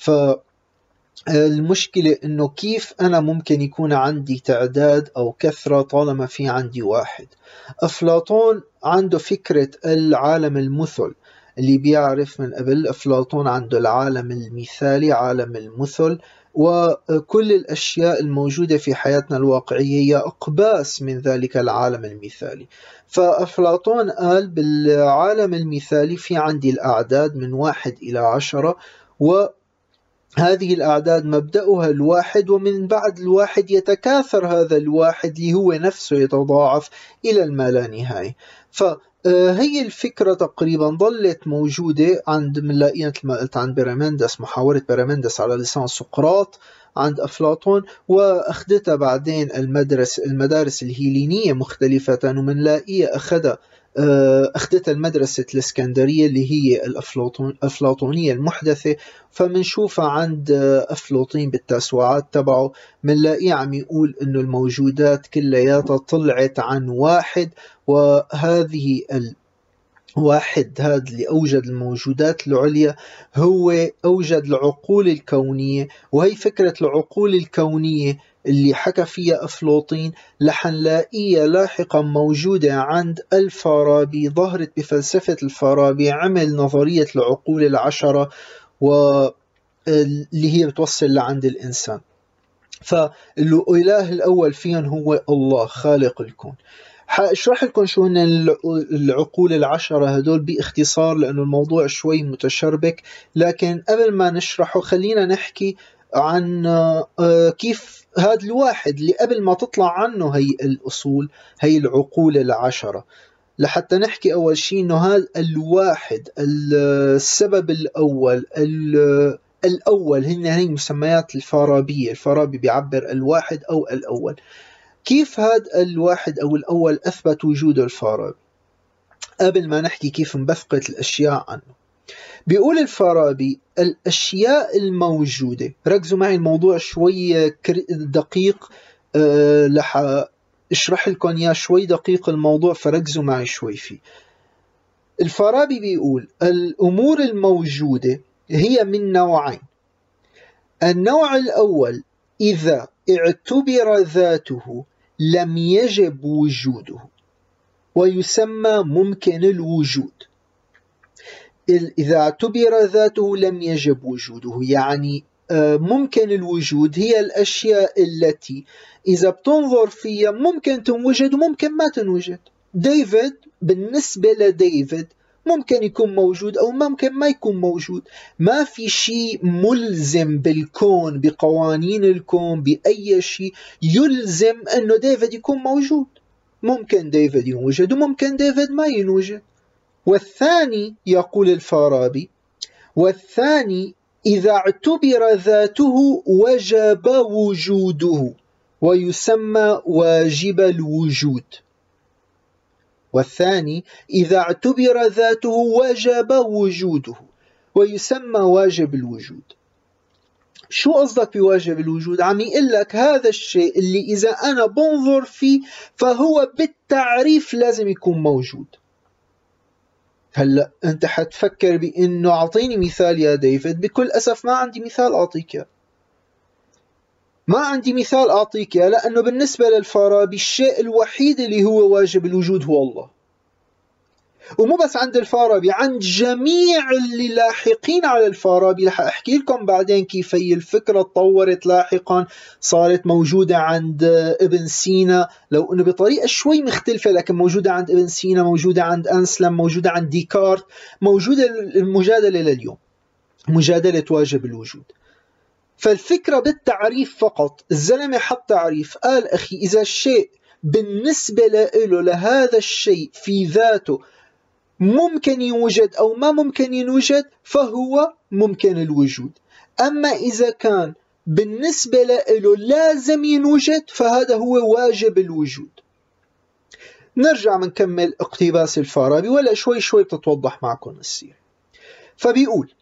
فالمشكلة إنه كيف أنا ممكن يكون عندي تعداد أو كثرة طالما في عندي واحد. أفلاطون عنده فكرة العالم المثل، اللي بيعرف من قبل أفلاطون عنده العالم المثالي، عالم المثل، وكل الأشياء الموجودة في حياتنا الواقعية هي أقباس من ذلك العالم المثالي. فأفلاطون قال بالعالم المثالي في عندي الأعداد من 1 إلى 10، وهذه الأعداد مبدأها الواحد، ومن بعد الواحد يتكاثر هذا الواحد اللي هو نفسه يتضاعف إلى اللانهاية. فهي الفكرة تقريبا ظلت موجودة عند منلاقيها مثل ما قلت عند بريمندس، محاورة بريمندس على لسان سقراط، عند أفلاطون، وأخذتها بعدين المدارس الهيلينية مختلفة، ومنلاقيها أخذتها المدرسة الإسكندرية اللي هي الأفلاطونية المحدثة. فمنشوفها عند أفلاطين بالتاسوعات تبعه، منلاقيه عم يقول إنه الموجودات كلياتها طلعت عن واحد، وهذه واحد هذا اللي أوجد الموجودات العليا هو أوجد العقول الكونية. وهي فكرة العقول الكونية اللي حكى فيها أفلاطين لحنلاقيها لاحقا موجودة عند الفارابي، ظهرت بفلسفة الفارابي، عمل نظرية العقول العشرة واللي هي بتوصل لعند الإنسان. فالإله الأول فيهم هو الله خالق الكون. حاشرح لكم شو هن العقول العشرة هدول باختصار لأنه الموضوع شوي متشربك، لكن قبل ما نشرحه خلينا نحكي عن كيف هذا الواحد اللي قبل ما تطلع عنه هي الأصول، هي العقول العشرة. لحتى نحكي أول شيء إنه هذا الواحد السبب الأول هي مسميات الفارابية. الفارابي بيعبر الواحد أو الأول. كيف هذا الواحد أو الأول أثبت وجوده الفارابي؟ قبل ما نحكي كيف انبثقت الأشياء عنه، بيقول الفارابي الأشياء الموجودة، ركزوا معي الموضوع شوي دقيق، لح اشرح لكم يا شوي دقيق الموضوع، فركزوا معي شوي فيه. الفارابي بيقول الأمور الموجودة هي من نوعين. النوع الأول إذا اعتبر ذاته لم يجب وجوده ويسمى ممكن الوجود. إذا اعتبر ذاته لم يجب وجوده يعني ممكن الوجود هي الأشياء التي إذا بتنظر فيها ممكن تنوجد وممكن ما تنوجد. ديفيد بالنسبة لديفيد ممكن يكون موجود أو ممكن ما يكون موجود. ما في شيء ملزم بالكون بقوانين الكون بأي شيء يلزم أنه ديفيد يكون موجود. ممكن ديفيد ينوجد وممكن ديفيد ما ينوجد. والثاني يقول الفارابي، والثاني إذا اعتبر ذاته وجب وجوده ويسمى واجب الوجود. والثاني إذا اعتبر ذاته وجب وجوده ويسمى واجب الوجود. شو قصدك بواجب الوجود؟ عم يقول لك هذا الشيء اللي إذا أنا بنظر فيه فهو بالتعريف لازم يكون موجود. هلأ أنت حتفكر بأنه أعطيني مثال يا ديفيد. بكل أسف ما عندي مثال أعطيك، ما عندي مثال أعطيك، لأنه بالنسبة للفارابي الشيء الوحيد اللي هو واجب الوجود هو الله. ومو بس عند الفارابي، عند جميع اللي لاحقين على الفارابي. رح أحكي لكم بعدين كيف هي الفكرة تطورت لاحقا، صارت موجودة عند ابن سينا، لو أنه بطريقة شوي مختلفة، لكن موجودة عند ابن سينا، موجودة عند أنسلم، موجودة عند ديكارت، موجودة المجادلة لليوم، مجادلة واجب الوجود. فالفكرة بالتعريف فقط. الزلمة حط تعريف، قال أخي إذا الشيء بالنسبة له لهذا الشيء في ذاته ممكن يوجد أو ما ممكن يوجد فهو ممكن الوجود. أما إذا كان بالنسبة له لازم يوجد فهذا هو واجب الوجود. نرجع منكمل اقتباس الفارابي ولا شوي شوي بتتوضح معكم السير. فبيقول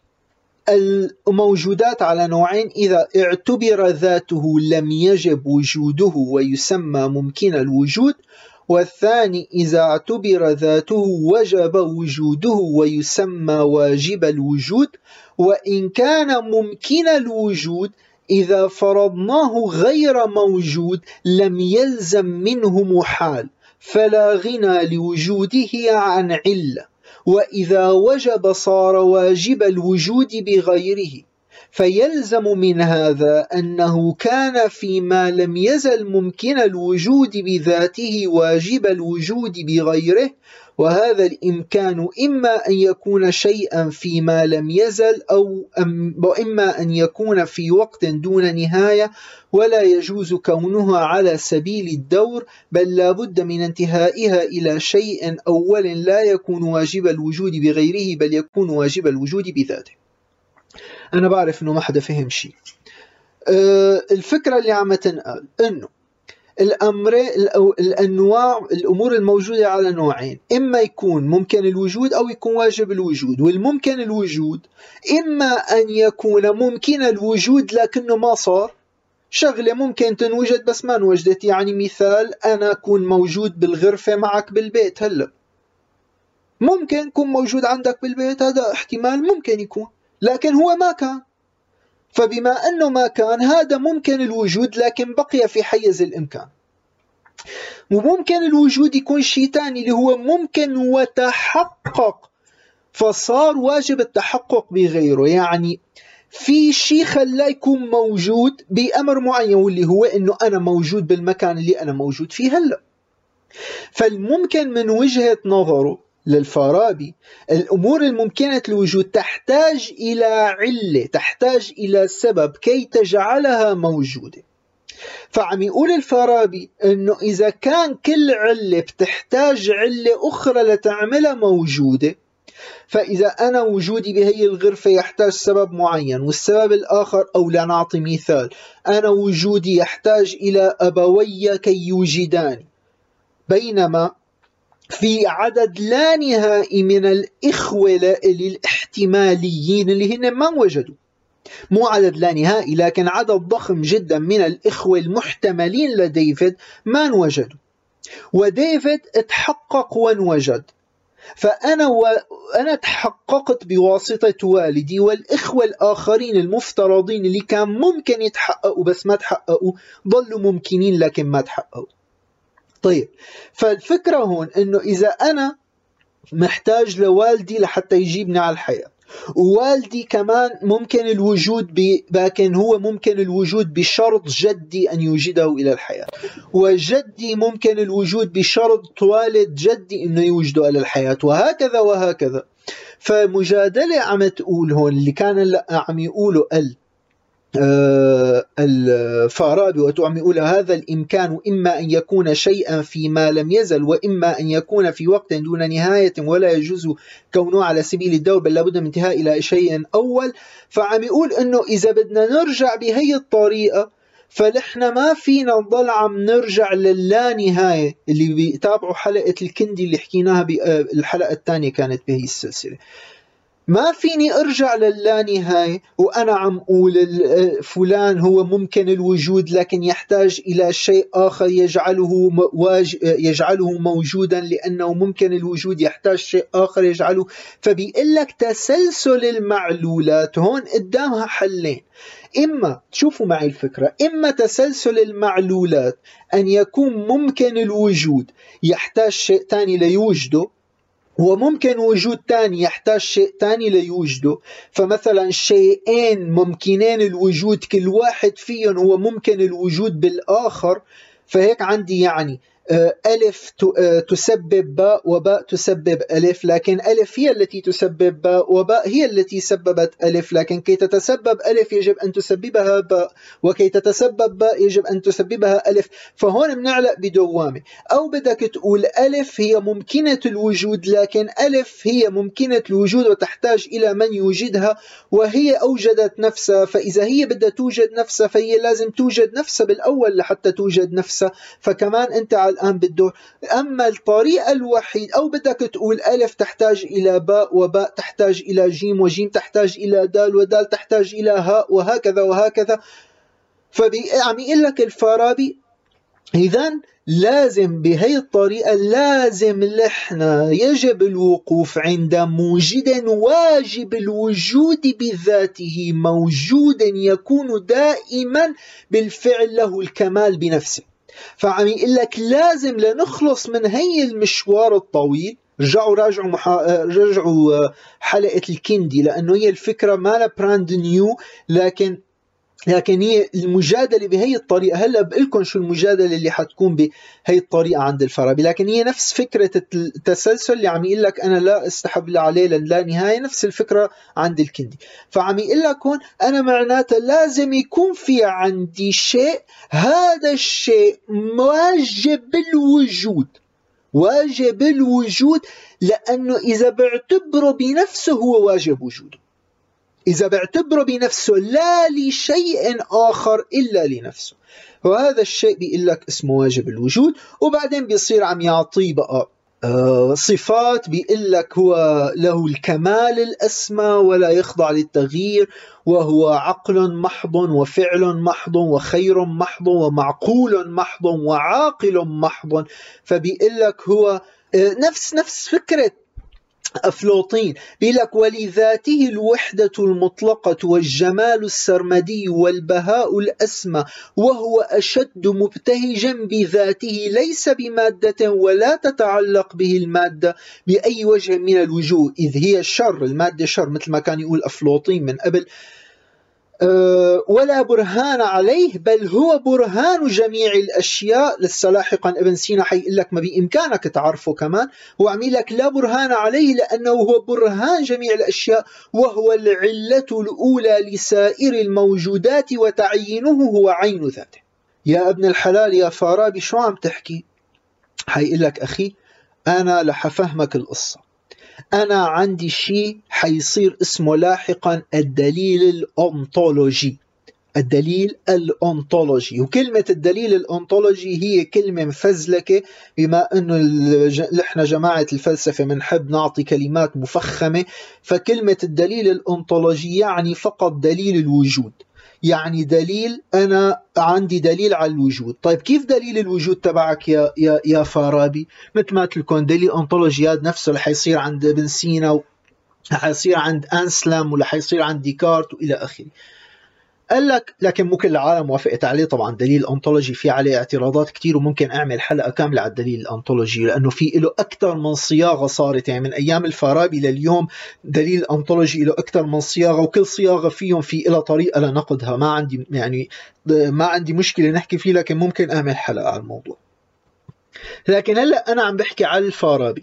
الموجودات على نوعين: إذا اعتبر ذاته لم يجب وجوده ويسمى ممكن الوجود، والثاني إذا اعتبر ذاته وجب وجوده ويسمى واجب الوجود. وإن كان ممكن الوجود إذا فرضناه غير موجود لم يلزم منه محال، فلا غنى لوجوده عن علة. وإذا وجب صار واجب الوجود بغيره، فيلزم من هذا أنه كان فيما لم يزل ممكن الوجود بذاته واجب الوجود بغيره. وهذا الإمكان إما أن يكون شيئا فيما لم يزل وإما أن يكون في وقت دون نهاية، ولا يجوز كونها على سبيل الدور، بل لا بد من انتهائها إلى شيء أول لا يكون واجب الوجود بغيره بل يكون واجب الوجود بذاته. أنا بعرف أنه ما حدا فهم شيء. الفكرة اللي عم تنقال إنه الأمور الموجودة على نوعين، إما يكون ممكن الوجود أو يكون واجب الوجود. والممكن الوجود إما أن يكون ممكن الوجود لكنه ما صار، شغلة ممكن تنوجد بس ما انوجدت. يعني مثال، أنا أكون موجود بالغرفة معك بالبيت هلأ، ممكن يكون موجود عندك بالبيت، هذا احتمال ممكن يكون، لكن هو ما كان. فبما أنه ما كان، هذا ممكن الوجود لكن بقي في حيز الإمكان. وممكن الوجود يكون شيء ثاني اللي هو ممكن وتحقق، فصار واجب التحقق بغيره. يعني في شيء خلاه يكون موجود بأمر معين، واللي هو إنه أنا موجود بالمكان اللي أنا موجود فيه هلأ. فالممكن من وجهة نظره للفارابي، الأمور الممكنة الوجود تحتاج إلى علة، تحتاج إلى سبب كي تجعلها موجودة. فعم يقول الفارابي إنه إذا كان كل علة بتحتاج علة أخرى لتعملها موجودة، فإذا أنا وجودي بهي الغرفة يحتاج سبب معين، والسبب الآخر، أو لنعطي مثال، أنا وجودي يحتاج إلى أبوي كي يوجداني، بينما في عدد لا نهائي من الإخوة الاحتماليين اللي هن ما وجدوا، مو عدد لا نهائي لكن عدد ضخم جدا من الإخوة المحتملين لديفيد ما انوجدوا، وديفيد اتحقق وانوجد. فأنا تحققت بواسطة والدي، والإخوة الآخرين المفترضين اللي كان ممكن يتحققوا بس ما تحققوا ظلوا ممكنين لكن ما تحققوا. طيب، فالفكرة هون إنه إذا أنا محتاج لوالدي لحتى يجيبني على الحياة، ووالدي كمان ممكن الوجود لكن هو ممكن الوجود بشرط جدي أن يوجده إلى الحياة، وجدي ممكن الوجود بشرط والد جدي أنه يوجده إلى الحياة، وهكذا وهكذا. فمجادلة عم تقول هون اللي كان عم يقوله الفارابي، وعم يقول هذا الإمكان إما أن يكون شيئا فيما لم يزل، وإما أن يكون في وقت دون نهاية ولا يجوز كونه على سبيل الدور، بل لابد من انتهاء إلى شيء أول. فعم يقول إنه إذا بدنا نرجع بهي الطريقة، فنحن ما فينا نضل عم نرجع للا نهاية. اللي بيتابعوا حلقة الكندي اللي حكيناها بالحلقة الثانية كانت بهي السلسلة، ما فيني ارجع للا نهاية وانا عم اقول فلان هو ممكن الوجود لكن يحتاج الى شيء اخر يجعله موجودا، لانه ممكن الوجود يحتاج شيء اخر يجعله. فبيقول لك تسلسل المعلولات هون قدامها حلين، اما تشوفوا معي الفكرة، اما تسلسل المعلولات ان يكون ممكن الوجود يحتاج شيء ثاني ليوجده، وممكن وجود تاني يحتاج شيء تاني ليوجده. فمثلا شيئين ممكنين الوجود كل واحد فيهم هو ممكن الوجود بالآخر. فهيك عندي يعني ألف تسبب باء وباء تسبب ألف، لكن ألف هي التي تسبب باء وباء هي التي سببت ألف، لكن كي تتسبب ألف يجب أن تسببها باء، وكي تتسبب باء يجب أن تسببها ألف. فهون بنعلق بدوامة. أو بدك تقول ألف هي ممكنة الوجود، لكن ألف هي ممكنة الوجود وتحتاج إلى من يوجدها، وهي أوجدت نفسها. فإذا هي بدها توجد نفسها فهي لازم توجد نفسها بالأول لحتى توجد نفسها، فكمان أنت على الآن بالدور. أما الطريقة الوحيد، أو بدك تقول ألف تحتاج إلى باء، وباء تحتاج إلى جيم، وجيم تحتاج إلى دال، ودال تحتاج إلى هاء، وهكذا وهكذا. فعم يقول لك الفارابي إذن لازم بهي الطريقة، لازم لحنا يجب الوقوف عند موجد واجب الوجود بذاته، موجود يكون دائما بالفعل له الكمال بنفسه. فعم يقول لك لازم لنخلص من هي المشوار الطويل. رجعوا حلقة الكندي، لأنه هي الفكرة ما لا براند نيو، لكن هي المجادلة بهي الطريقة. هلأ بقلكم شو المجادلة اللي حتكون بهي الطريقة عند الفارابي، لكن هي نفس فكرة التسلسل اللي عم يقول لك أنا لا استحب عليه لا نهاية، نفس الفكرة عند الكندي. فعم يقول لك هون أنا معناته لازم يكون في عندي شيء، هذا الشيء واجب الوجود، واجب الوجود، لأنه إذا بعتبره بنفسه هو واجب وجوده. إذا بعتبره بنفسه لا لشيء آخر إلا لنفسه، وهذا الشيء بيقول لك اسمه واجب الوجود. وبعدين بيصير عم يعطيه بقى صفات، بيقول لك هو له الكمال الأسمى ولا يخضع للتغيير، وهو عقل محض وفعل محض وخير محض ومعقول محض وعاقل محض. فبيقول لك هو نفس فكرة أفلاطين، بيقول لك ولذاته الوحدة المطلقة والجمال السرمدي والبهاء الأسمى، وهو أشد مبتهجا بذاته ليس بمادة ولا تتعلق به المادة بأي وجه من الوجوه، إذ هي الشر، المادة شر مثل ما كان يقول أفلاطين من قبل. ولا برهان عليه، بل هو برهان جميع الأشياء. لسه لاحقا ابن سينا حيقول لك ما بإمكانك تعرفه كمان، هو عم يقول لك لا برهان عليه لأنه هو برهان جميع الأشياء، وهو العلة الأولى لسائر الموجودات، وتعيينه هو عين ذاته. يا ابن الحلال يا فارابي شو عم تحكي؟ حيقول لك أخي أنا لحفهمك القصة، أنا عندي شيء حيصير اسمه لاحقا الدليل الأنطولوجي. الدليل الأنطولوجي، وكلمة الدليل الأنطولوجي هي كلمة مفزلكة، بما أنه نحن جماعة الفلسفة منحب نعطي كلمات مفخمة. فكلمة الدليل الأنطولوجي يعني فقط دليل الوجود، يعني دليل، أنا عندي دليل على الوجود. طيب كيف دليل الوجود تبعك يا فارابي؟ مثل ما قلت لكم دليل أنطولوجيات نفسه اللي حيصير عند ابن سينا، وحيصير عند أنسلم، ولا حيصير عند ديكارت وإلى آخره. قال لك لكن مو كل العالم وافقت عليه. طبعا دليل الأنطولوجي في عليه اعتراضات كتير، وممكن أعمل حلقة كاملة على الدليل الأنطولوجي، لأنه في له أكثر من صياغة صارت، يعني من أيام الفارابي لليوم دليل الأنطولوجي له أكثر من صياغة، وكل صياغة فيهم في له طريقة لنقدها. ما عندي مشكلة نحكي فيه، لكن ممكن أعمل حلقة على الموضوع. لكن هلأ أنا عم بحكي على الفارابي.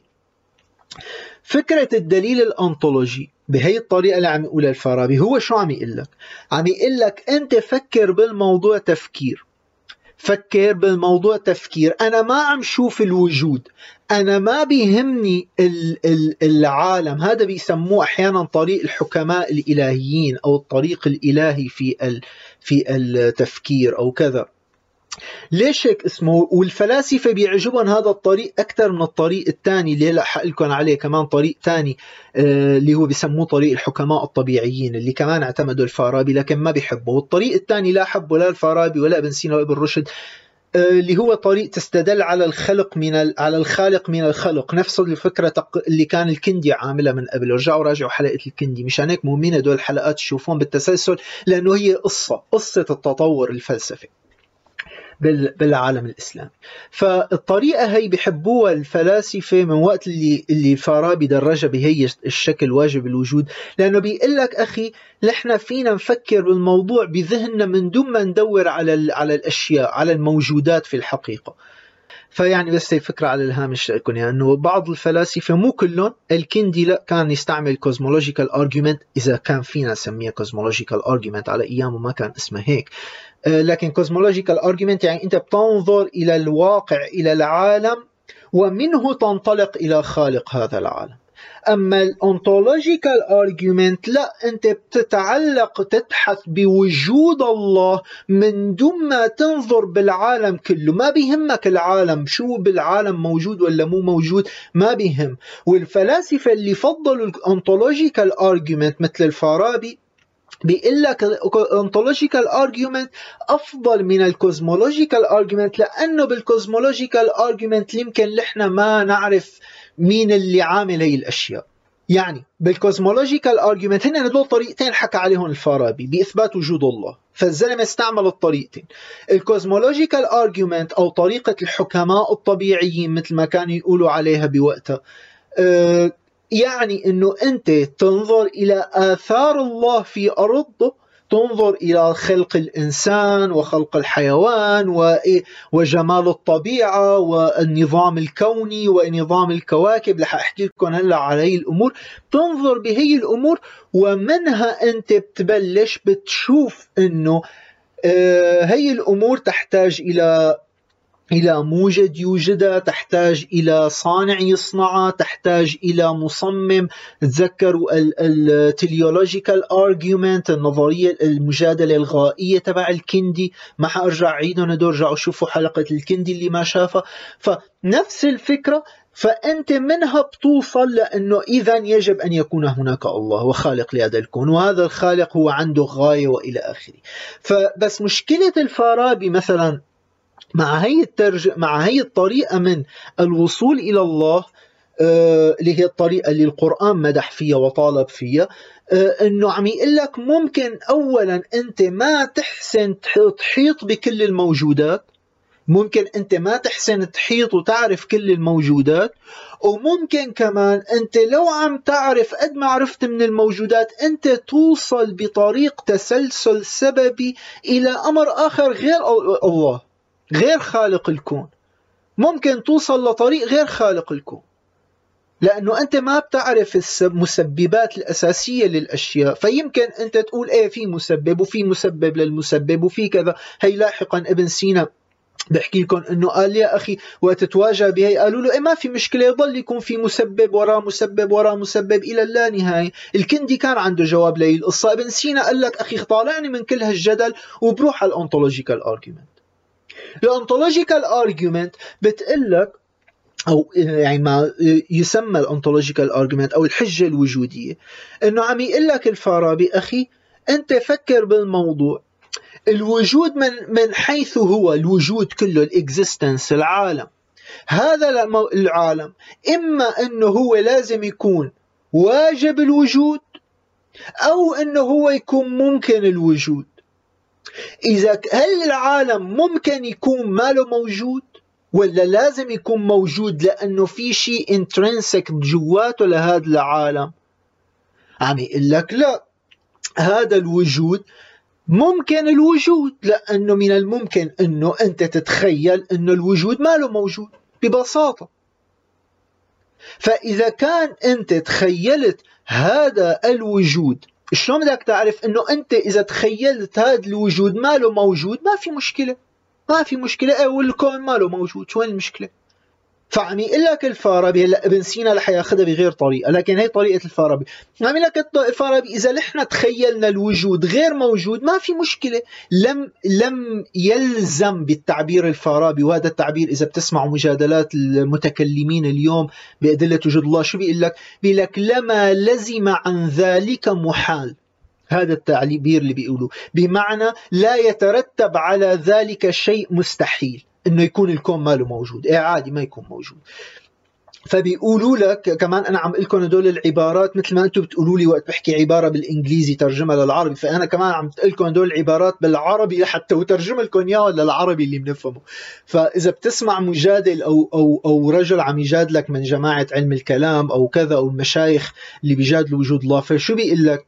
فكرة الدليل الأنطولوجي بهي الطريقة اللي عم يقولها الفارابي، هو شو عم يقول لك؟ عم يقول لك أنت فكر بالموضوع تفكير، فكر بالموضوع تفكير. أنا ما عم شوف الوجود، أنا ما بيهمني العالم. هذا بيسموه أحيانا طريق الحكماء الإلهيين، أو الطريق الإلهي في التفكير أو كذا. ليش هيك اسمه؟ والفلاسفة بيعجبهم هذا الطريق أكثر من الطريق الثاني اللي هلا حقلكم عليه كمان، طريق ثاني اللي هو بيسموه طريق الحكماء الطبيعيين، اللي كمان اعتمدوا الفارابي لكن ما بيحبه. والطريق الثاني لا حبه لا الفارابي ولا ابن سينا وابن رشد، اللي هو طريق تستدل على الخالق من الخلق. نفس الفكرة اللي كان الكندي عاملها من قبل. رجعوا راجعوا حلقة الكندي، مشان هيك مهمين هدول الحلقات تشوفون بالتسلسل، لأنه هي قصة التطور الفلسفي بالعالم الإسلامي. فالطريقة هي بيحبوها الفلاسفة من وقت اللي فارابي درجها بهي الشكل واجب الوجود، لأنه بيقول لك أخي نحن فينا نفكر بالموضوع بذهننا من دون ما ندور على الأشياء، على الموجودات في الحقيقة. فيعني بس هي فكرة على الهامش لكم، يعني أنه بعض الفلاسفة مو كلهم، الكندي لا كان يستعمل cosmological argument، إذا كان فينا نسميها cosmological argument، على أيامه ما كان اسمه هيك. لكن cosmological argument يعني أنت بتنظر إلى الواقع، إلى العالم، ومنه تنطلق إلى خالق هذا العالم. أما الأونتولوجيكال argument لا، أنت بتتعلق تبحث بوجود الله من دون ما تنظر بالعالم كله. ما بيهمك العالم شو بالعالم موجود ولا مو موجود، ما بيهم. والفلاسفة اللي فضلوا الأونتولوجيكال argument مثل الفارابي بيقول لك الأونتولوجيكال argument أفضل من الكوزمولوجيكال argument، لأنه بالكوزمولوجيكال argument يمكن نحن ما نعرف مين اللي عامل هي الأشياء. يعني بالكوزمولوجيكال argument هن هدول طريقتين حكى عليهم الفارابي بإثبات وجود الله، فالزلمة استعمل الطريقتين. الكوزمولوجيكال argument أو طريقة الحكماء الطبيعيين مثل ما كانوا يقولوا عليها بوقتها، يعني أنه أنت تنظر إلى آثار الله في أرضه، تنظر إلى خلق الإنسان وخلق الحيوان وجمال الطبيعة والنظام الكوني ونظام الكواكب. رح أحكي لكم هلا على هي الأمور. تنظر بهي الأمور، ومنها أنت بتبلش بتشوف أنه هي الأمور تحتاج إلى إلى موجد يوجدها، تحتاج إلى صانع يصنعها، تحتاج إلى مصمم. تذكروا التليولوجيكال argument، النظرية المجادلة الغائية تبع الكندي، ما حأرجع عيدهم هدول، رجعوا شوفوا حلقة الكندي اللي ما شافها. فنفس الفكرة، فأنت منها بتوصل لأنه إذا يجب أن يكون هناك الله وخالق لهذا الكون، وهذا الخالق هو عنده غاية وإلى آخره. فبس مشكلة الفارابي مثلا مع هي الطريقة من الوصول إلى الله، اللي هي الطريقة اللي القرآن مدح فيها وطالب فيها، انه عم يقول لك ممكن اولا انت ما تحسن تحيط بكل الموجودات، ممكن انت ما تحسن تحيط وتعرف كل الموجودات، وممكن كمان انت لو عم تعرف قد ما عرفت من الموجودات انت توصل بطريق تسلسل سببي الى امر اخر غير الله، غير خالق الكون. ممكن توصل لطريق غير خالق الكون، لأنه أنت ما بتعرف المسببات الأساسية للأشياء. فيمكن أنت تقول إيه في مسبب وفي مسبب للمسبب وفي كذا. هي لاحقا ابن سينا بحكي لكم انه قال يا اخي وقت تواجه بهي قالوا له إيه ما في مشكله، يضل يكون في مسبب وراء مسبب وراء مسبب الى اللانهايه. الكندي كان عنده جواب لهي القصه، ابن سينا قال لك اخي طالعني من كل هالجدل وبروح على الأونتولوجيكال ارجيومنت. الأونتولوجيكال ارجيومنت بتقول لك، او يعني ما يسمى الأونتولوجيكال ارجيومنت او الحجه الوجوديه، انه عم يقول لك الفارابي اخي انت فكر بالموضوع، الوجود من حيث هو الوجود كله، الاكزيستنس، العالم، هذا العالم إما أنه هو لازم يكون واجب الوجود أو أنه هو يكون ممكن الوجود. إذا هل العالم ممكن يكون ما له موجود ولا لازم يكون موجود لأنه في شيء انترنسك جواته لهذا العالم؟ عم يقول لك لا، هذا الوجود ممكن الوجود، لأنه من الممكن أنه أنت تتخيل أنه الوجود ما له موجود ببساطة. فإذا كان أنت تخيلت هذا الوجود، شلون بدك تعرف أنه أنت إذا تخيلت هذا الوجود ما له موجود ما في مشكلة، ما في مشكلة، والكون ما له موجود، شو المشكلة؟ فعم يقول لك الفارابي، هلا ابن سينا رح ياخذها بغير طريقه، لكن هي طريقه الفارابي. عم يقول لك الفارابي اذا نحن تخيلنا الوجود غير موجود ما في مشكله، لم يلزم بالتعبير الفارابي، وهذا التعبير اذا بتسمعوا مجادلات المتكلمين اليوم بادله وجود الله شو بيقول لك؟ بيقول لك لما لزم عن ذلك محال. هذا التعبير اللي بيقولوه بمعنى لا يترتب على ذلك شيء مستحيل، انه يكون الكون ماله موجود، عادي ما يكون موجود. فبيقولوا لك كمان، انا عم اقول لكم هدول العبارات مثل ما انتم بتقولوا لي وقت بحكي عباره بالانجليزي ترجمها للعربي، فانا كمان عم اقول لكم هدول العبارات بالعربي حتى وترجم لكم اياها للعربي اللي بنفهمه. فاذا بتسمع مجادل او رجل عم يجادلك من جماعه علم الكلام او كذا، او المشايخ اللي بيجادلوا وجود الله، فشو بيقول لك؟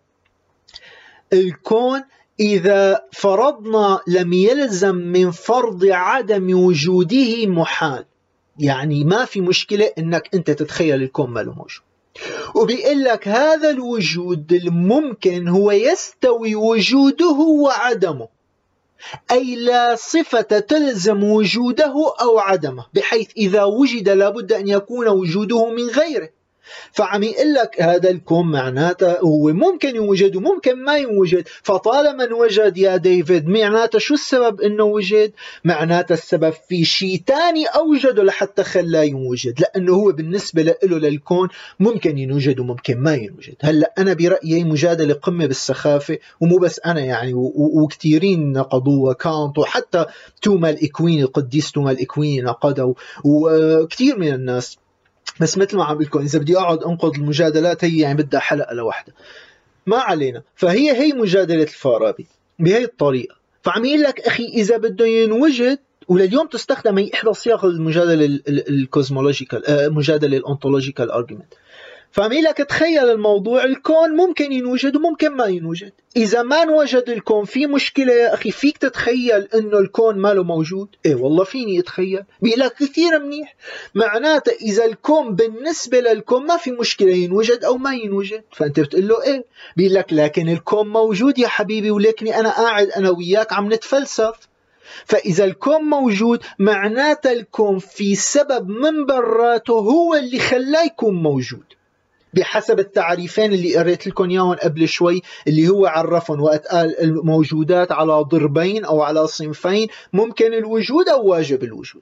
الكون إذا فرضنا لم يلزم من فرض عدم وجوده محال، يعني ما في مشكلة إنك أنت تتخيل الكون ما له موجود. وبيقول لك هذا الوجود الممكن هو يستوي وجوده وعدمه، أي لا صفة تلزم وجوده أو عدمه، بحيث إذا وجد لابد أن يكون وجوده من غيره. فعم يقول لك هذا الكون معناته هو ممكن يوجد وممكن ما يوجد، فطالما انوجد يا ديفيد معناته شو السبب انه وجد؟ معناته السبب في شيء ثاني اوجده لحتى خلاه يوجد، لانه هو بالنسبه له للكون ممكن ينوجد وممكن ما ينوجد. هلا انا برايي مجادله قمه بالسخافه، ومو بس انا يعني، وكثيرين نقضوها، كانت وحتى توما الإكويني، القديس توما الإكويني نقضوا، وكثير من الناس. بس مثل ما عم بقول لكم اذا بدي اقعد انقض المجادلات هي يعني بدها حلقه لوحدها، ما علينا. فهي مجادله الفارابي بهي الطريقه. فعم يقول لك اخي اذا بده ينوجد، ولليوم تستخدم هي احدى صيغ المجادله الكوزمولوجيكال، مجادله الأونتولوجيكال ارجيومنت. فعم يقول لك تخيل الموضوع، الكون ممكن ينوجد وممكن ما ينوجد. إذا ما انوجد الكون في مشكلة يا أخي، فيك تتخيل إنه الكون ما له موجود؟ إيه والله فيني أتخيل. بيقول لك كثير منيح، معناته إذا الكون بالنسبة للكون ما في مشكلة ينوجد أو ما ينوجد، فأنت بتقول له إيه؟ بيقول لك لكن الكون موجود يا حبيبي، ولكني أنا قاعد أنا وياك عم نتفلسف. فإذا الكون موجود معناته الكون في سبب من براته هو اللي خلاه يكون موجود، بحسب التعريفين اللي قريت لكم اياهم قبل شوي، اللي هو عرفهم وقت قال الموجودات على ضربين أو على صنفين، ممكن الوجود أو واجب الوجود.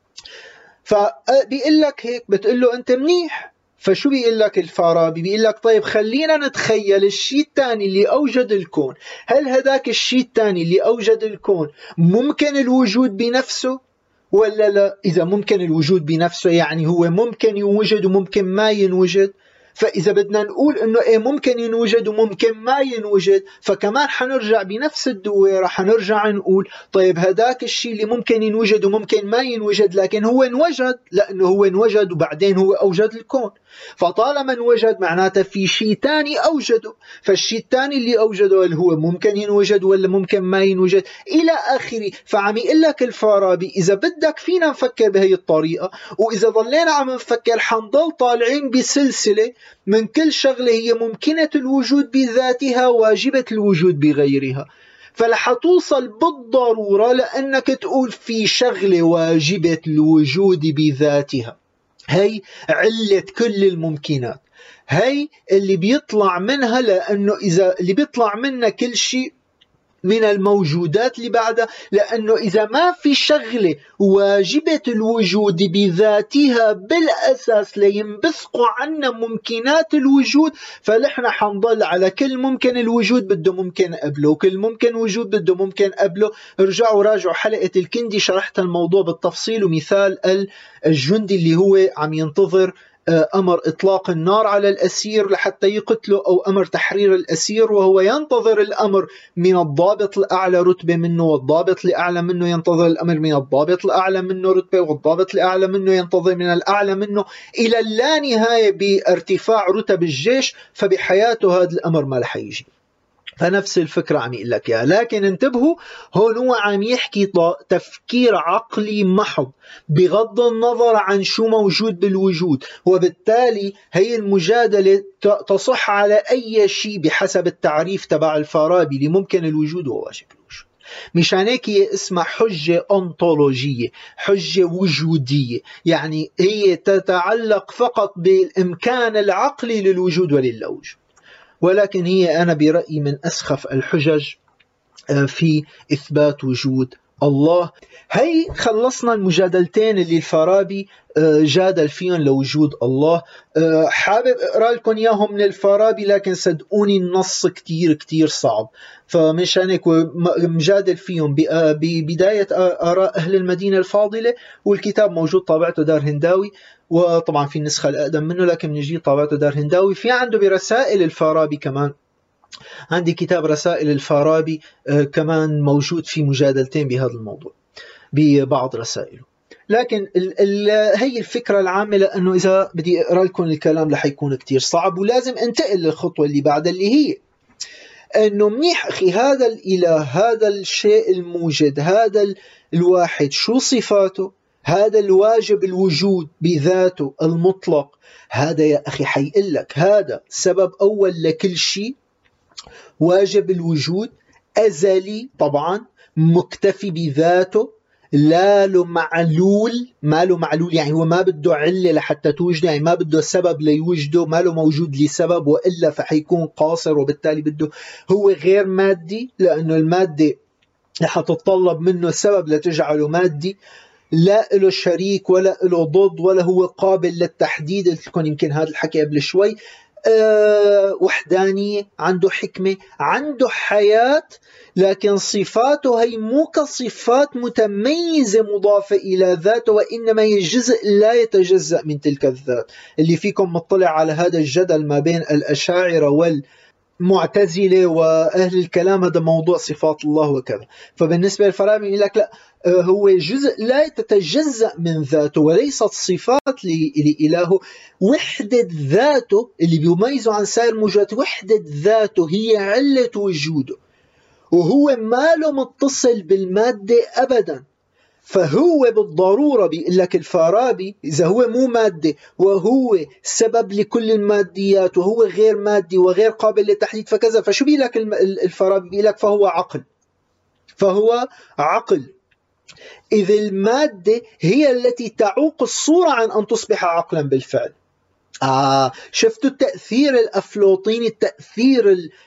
فبيقول لك هيك، بتقول له أنت منيح. فشو بيقول لك الفارابي؟ بيقول لك طيب خلينا نتخيل الشيء الثاني اللي أوجد الكون، هل هذاك الشيء الثاني اللي أوجد الكون ممكن الوجود بنفسه ولا لا؟ إذا ممكن الوجود بنفسه يعني هو ممكن يوجد وممكن ما ينوجد. فإذا بدنا نقول إنه إيه ممكن ينوجد وممكن ما ينوجد، فكمان حنرجع بنفس الدويرة، حنرجع نقول طيب هذاك الشيء اللي ممكن ينوجد وممكن ما ينوجد لكن هو انوجد، لأنه هو انوجد وبعدين هو أوجد الكون. فطالما انوجد معناته في شيء ثاني أوجده، فالشيء الثاني اللي أوجده اللي هو ممكن ينوجد ولا ممكن ما ينوجد إلى آخره. فعم يقول لك الفارابي إذا بدك فينا نفكر بهي الطريقة، وإذا ضلينا عم نفكر حنضل طالعين بسلسلة من كل شغلة هي ممكنة الوجود بذاتها واجبة الوجود بغيرها. فلح توصل بالضرورة لأنك تقول في شغلة واجبة الوجود بذاتها، هي علة كل الممكنات، هي اللي بيطلع منها، لأنه إذا اللي بيطلع منها كل شيء من الموجودات اللي بعدها، لأنه إذا ما في شغلة واجبة الوجود بذاتها بالأساس لينبثقوا عنا ممكنات الوجود، فنحن حنضل على كل ممكن الوجود بده ممكن قبله، وكل ممكن وجود بده ممكن قبله. ارجعوا راجعوا حلقة الكندي، شرحت الموضوع بالتفصيل، ومثال الجندي اللي هو عم ينتظر أمر إطلاق النار على الأسير لحتى يقتله، أو أمر تحرير الأسير، وهو ينتظر الأمر من الضابط الأعلى رتبة منه، والضابط الأعلى منه ينتظر الأمر من الضابط الأعلى منه رتبة، والضابط الأعلى منه ينتظر من الأعلى منه، إلى اللانهاية بارتفاع رتب الجيش. فبحياته هذا الأمر ما رح يجي. فنفس الفكرة عم يقول لك اياها، لكن انتبهوا هون هو عم يحكي تفكير عقلي محض بغض النظر عن شو موجود بالوجود، وبالتالي هي المجادلة تصح على أي شيء بحسب التعريف تبع الفارابي اللي ممكن الوجود وواجب الوجود. مشان هيك هي اسمها حجة أنطولوجية، حجة وجودية، يعني هي تتعلق فقط بالإمكان العقلي للوجود وللا وجود، ولكن هي أنا برأيي من أسخف الحجج في إثبات وجود الله. هي خلصنا المجادلتين اللي الفارابي جادل فيهم لوجود الله. حابب أقرأ لكم إياهم من الفارابي، لكن صدقوني النص كتير كتير صعب، فمشان هيك مجادل فيهم ببداية آراء أهل المدينة الفاضلة. والكتاب موجود، طابعته دار هنداوي، وطبعا في النسخة الأقدم منه لكن نجي طابعته دار هنداوي. في عنده برسائل الفارابي كمان، عندي كتاب رسائل الفارابي كمان موجود في مجادلتين بهذا الموضوع ببعض رسائله. لكن هي الفكرة العامة، لأنه إذا بدي أقرأ لكم الكلام رح يكون كتير صعب، ولازم انتقل للخطوة اللي بعدها اللي هي أنه منيح أخي هذا الإله، هذا الشيء الموجد، هذا الواحد، شو صفاته؟ هذا الواجب الوجود بذاته المطلق، هذا يا أخي حيقول لك هذا سبب أول لكل شيء، واجب الوجود، أزلي طبعا، مكتفي بذاته، لا له معلول، ما له معلول يعني هو ما بده علة لحتى توجده، يعني ما بده سبب ليوجده، ما له موجود لسبب وإلا فحيكون قاصر، وبالتالي بده هو غير مادي، لأنه المادة حتتطلب منه سبب لتجعله مادي، لا له شريك ولا له ضد ولا هو قابل للتحديد. قلت لكم يمكن هذا الحكي قبل شوي. وحدانية، عنده حكمة، عنده حياة، لكن صفاته هي مو كصفات متميزة مضافة إلى ذاته، وإنما هي جزء لا يتجزأ من تلك الذات. اللي فيكم مطلع على هذا الجدل ما بين الأشاعرة والمعتزلة وأهل الكلام، هذا موضوع صفات الله وكذا. فبالنسبة للفارابي يقول لك لا، هو جزء لا تتجزأ من ذاته وليست صفات لإلهه. وحدة ذاته اللي بيميزه عن سائر الموجودات، وحدة ذاته هي علة وجوده، وهو ما له متصل بالمادة أبدا. فهو بالضرورة بيقول لك الفارابي إذا هو مو مادة وهو سبب لكل الماديات وهو غير مادي وغير قابل للتحديد فكذا، فشو بيقول لك الفارابي؟ بيقول لك فهو عقل، فهو عقل. إذ المادة هي التي تعوق الصورة عن أن تصبح عقلا بالفعل. شفتوا التأثير الأفلاطيني، التأثير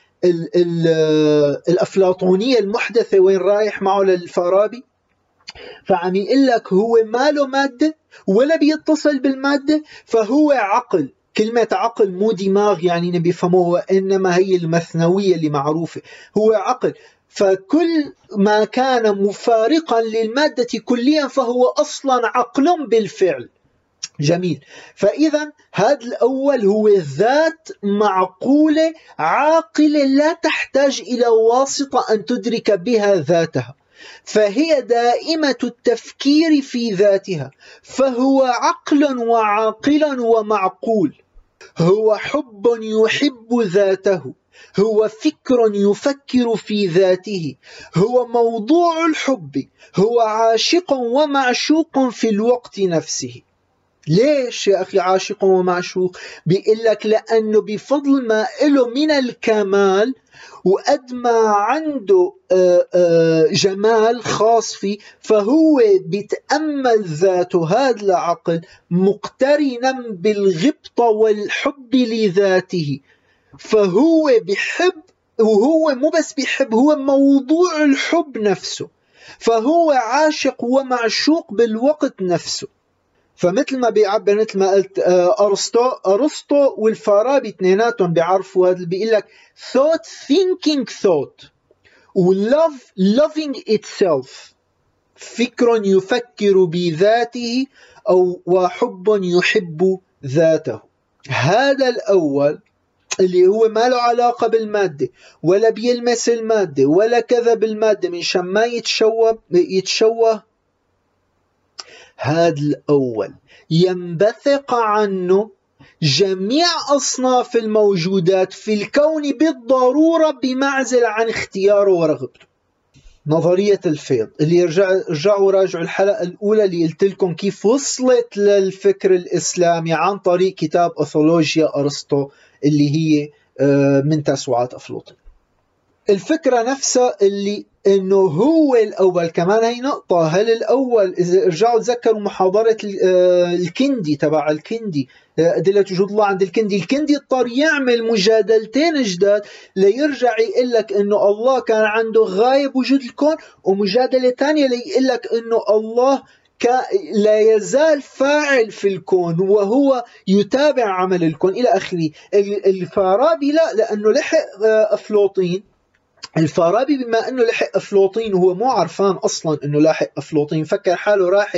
الأفلاطونية المحدثة وين رايح معه للفارابي؟ فعم يقول لك هو ما له مادة ولا بيتصل بالمادة، فهو عقل. كلمة عقل مو دماغ يعني نبي يفهموها، إنما هي المثنوية اللي معروفة، هو عقل. فكل ما كان مفارقا للمادة كليا فهو أصلا عقل بالفعل. جميل. فإذا هذا الأول هو ذات معقولة عاقلة لا تحتاج إلى واسطة أن تدرك بها ذاتها، فهي دائمة التفكير في ذاتها، فهو عقل وعاقل ومعقول. هو حب يحب ذاته، هو فكر يفكر في ذاته، هو موضوع الحب، هو عاشق ومعشوق في الوقت نفسه. ليش يا أخي عاشق ومعشوق؟ بيقول لك لأنه بفضل ما له من الكمال وقد ما عنده جمال خاص فيه، فهو بيتأمل ذاته هذا العقل مقترنا بالغبطة والحب لذاته، فهو بيحب، وهو مو بس بيحب، هو موضوع الحب نفسه، فهو عاشق ومعشوق بالوقت نفسه. فمثل ما بيعبر، مثل ما قلت، أرسطو والفارابي اثنيناتهم بيعرفوا هذا، بيقول لك thought thinking thought و love loving itself، فكر يفكر بذاته أو وحب يحب ذاته. هذا الأول اللي هو ما له علاقة بالمادة ولا بيلمس المادة ولا كذا بالمادة من شان ما يتشوه، هذا الأول ينبثق عنه جميع أصناف الموجودات في الكون بالضرورة بمعزل عن اختياره ورغبته. نظرية الفيض اللي رجعوا راجعوا الحلقة الأولى اللي قلت لكم كيف وصلت للفكر الإسلامي عن طريق كتاب أثولوجيا أرسطو اللي هي من توسعات أفلاطون. الفكرة نفسها اللي انه هو الاول، كمان هي نقطة، هل الاول اذا رجعوا تذكروا محاضرة الكندي تبع الكندي، أدلة وجود الله عند الكندي اضطر يعمل مجادلتين جداد ليرجع يقول لك انه الله كان عنده غاية بوجود الكون، ومجادلة ثانية ليقول لك انه الله لا يزال فاعل في الكون وهو يتابع عمل الكون الى اخره. الفارابي لا، لانه لحق أفلاطين. الفارابي بما انه لحق أفلاطين وهو مو عرفان اصلا انه لاحق أفلاطين، فكر حاله راحق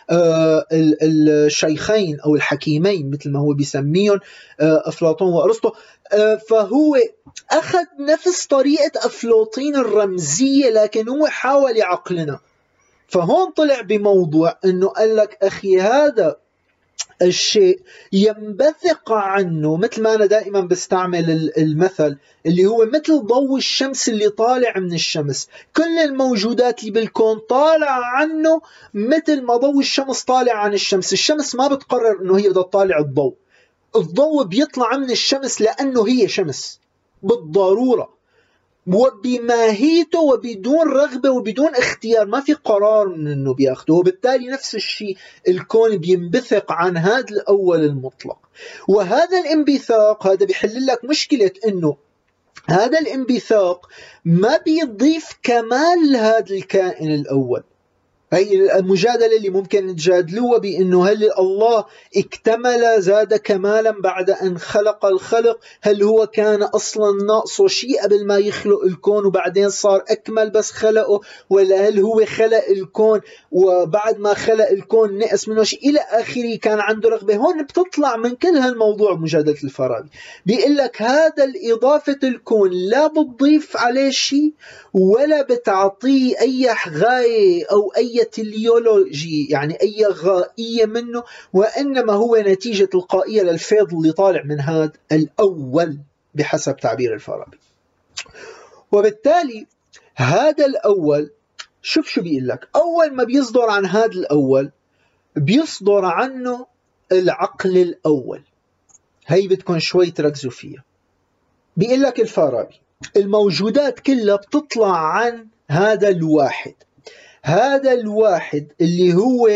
الشيخين او الحكيمين مثل ما هو بيسميهم أفلاطون وأرسطو، فهو اخذ نفس طريقة أفلاطين الرمزية لكن هو حاول يعقلنا. فهون طلع بموضوع انه قال لك اخي هذا الشيء ينبثق عنه، مثل ما أنا دائما بستعمل المثل اللي هو مثل ضوء الشمس اللي طالع من الشمس، كل الموجودات اللي بالكون طالع عنه مثل ما ضوء الشمس طالع عن الشمس. الشمس ما بتقرر انه هي بدها تطالع الضوء بيطلع من الشمس لأنه هي شمس بالضرورة وبماهيته وبدون رغبة وبدون اختيار، ما في قرار من انه بياخده. وبالتالي نفس الشيء الكون بينبثق عن هذا الأول المطلق، وهذا الانبثاق هذا بيحل لك مشكلة انه هذا الانبثاق ما بيضيف كمال لهذا الكائن الأول. هي المجادلة اللي ممكن نتجادلوها بأنه هل الله اكتمل زاد كمالا بعد أن خلق الخلق؟ هل هو كان أصلا ناقصه شيء قبل ما يخلق الكون وبعدين صار أكمل بس خلقه؟ ولا هل هو خلق الكون وبعد ما خلق الكون نقص منه شيء إلى آخره، كان عنده رغبة؟ هون بتطلع من كل هالموضوع مجادلة الفارابي. بيقول لك هذا الإضافة الكون لا بتضيف عليه شيء ولا بتعطيه أي غاية أو أي تليولوجي، يعني أي غائية منه، وإنما هو نتيجة تلقائية للفيض اللي طالع من هذا الأول بحسب تعبير الفارابي. وبالتالي هذا الأول شوف شو بيقول لك، أول ما بيصدر عن هذا الأول بيصدر عنه العقل الأول. هي بدكم شوي تركزوا فيها. بيقول لك الفارابي الموجودات كلها بتطلع عن هذا الواحد، هذا الواحد اللي هو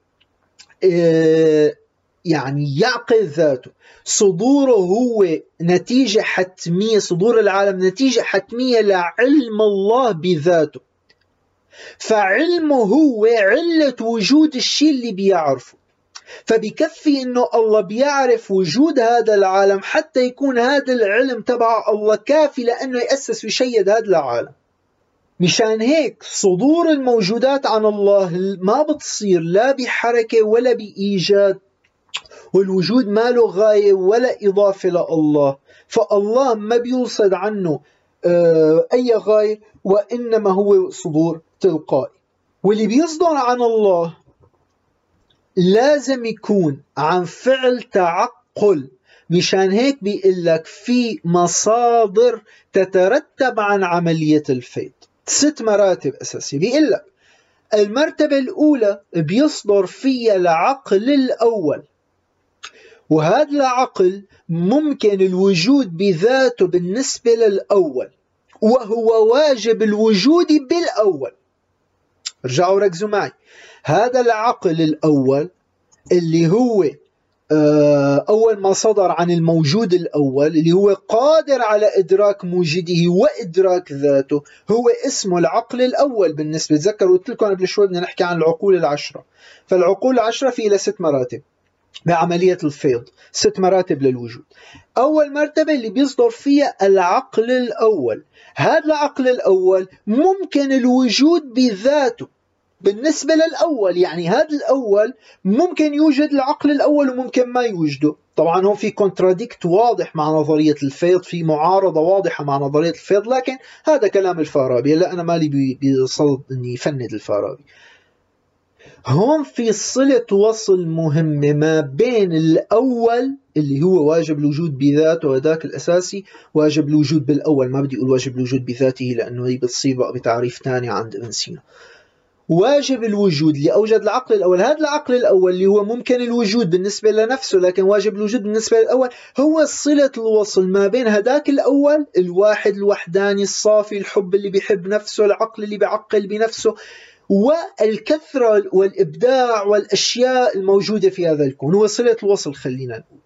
يعني يعقل ذاته، صدوره هو نتيجة حتمية، صدور العالم نتيجة حتمية لعلم الله بذاته، فعلمه هو علة وجود الشيء اللي بيعرفه، فبكفي انه الله بيعرف وجود هذا العالم حتى يكون هذا العلم تبع الله كافي لانه يأسس ويشيد هذا العالم. مشان هيك صدور الموجودات عن الله ما بتصير لا بحركة ولا بإيجاد، والوجود ما له غاية ولا إضافة لله، فالله ما بيوصد عنه أي غاية، وإنما هو صدور تلقائي. واللي بيصدر عن الله لازم يكون عن فعل تعقل. مشان هيك بيقول لك في مصادر تترتب عن عملية الفيض، 6 مراتب أساسية. بيقول لك المرتبة الأولى بيصدر فيها العقل الأول، وهذا العقل ممكن الوجود بذاته بالنسبة للأول، وهو واجب الوجود بالأول. رجعوا ركزوا معي، هذا العقل الأول اللي هو أول ما صدر عن الموجود الأول، اللي هو قادر على إدراك موجده وإدراك ذاته، هو اسمه العقل الأول. بالنسبة تذكروا قلت لكم قبل شوي بدنا نحكي عن العقول العشرة، فالعقول العشرة في لها 6 مراتب بعملية الفيض، 6 مراتب للوجود. أول مرتبة اللي بيصدر فيها العقل الأول، هذا العقل الأول ممكن الوجود بذاته بالنسبة للأول، يعني هذا الأول ممكن يوجد العقل الأول وممكن ما يوجده. طبعا هون في كونتراديكت واضح مع نظرية الفيض، في معارضة واضحة مع نظرية الفيض، لكن هذا كلام الفارابي، لا أنا مالي بصدد أني يفند الفارابي. هون في صلة وصل مهمة ما بين الأول اللي هو واجب الوجود بذاته، وذاك الأساسي واجب الوجود بالأول. ما بدي أقول واجب الوجود بذاته لأنه هي بتصير بقى بتعريف ثاني عند ابن سينا. واجب الوجود اللي أوجد العقل الأول، هذا العقل الأول اللي هو ممكن الوجود بالنسبة لنفسه لكن واجب الوجود بالنسبة للأول، هو صلة الوصل ما بين هذاك الأول الواحد الوحداني الصافي، الحب اللي بيحب نفسه، العقل اللي بيعقل بنفسه، والكثرة والإبداع والأشياء الموجودة في هذا الكون. هو صلة الوصل خلينا نقول.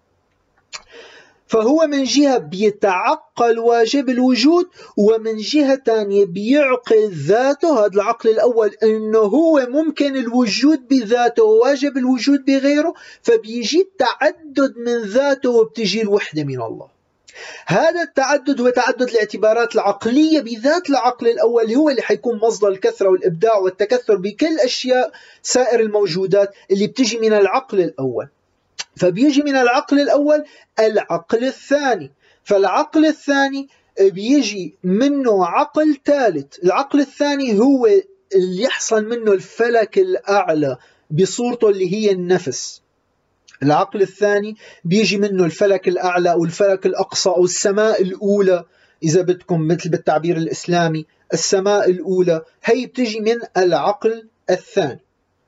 فهو من جهة بيتعقل واجب الوجود، ومن جهة تانية بيعقل ذاته، هذا العقل الأول أنه هو ممكن الوجود بذاته وواجب الوجود بغيره، فبيجي التعدد من ذاته وبتجي الوحدة من الله. هذا التعدد هو تعدد الاعتبارات العقلية بذات العقل الأول، هو اللي حيكون مصدر الكثرة والإبداع والتكثر بكل أشياء سائر الموجودات اللي بتجي من العقل الأول. فبيجي من العقل الأول العقل الثاني، فالعقل الثاني بيجي منه عقل ثالث. العقل الثاني هو اللي يحصل منه الفلك الأعلى بصورته اللي هي النفس. العقل الثاني بيجي منه الفلك الأعلى أو الفلك الأقصى أو السماء الأولى إذا بدكم، مثل بالتعبير الإسلامي السماء الأولى، هي بتجي من العقل الثاني.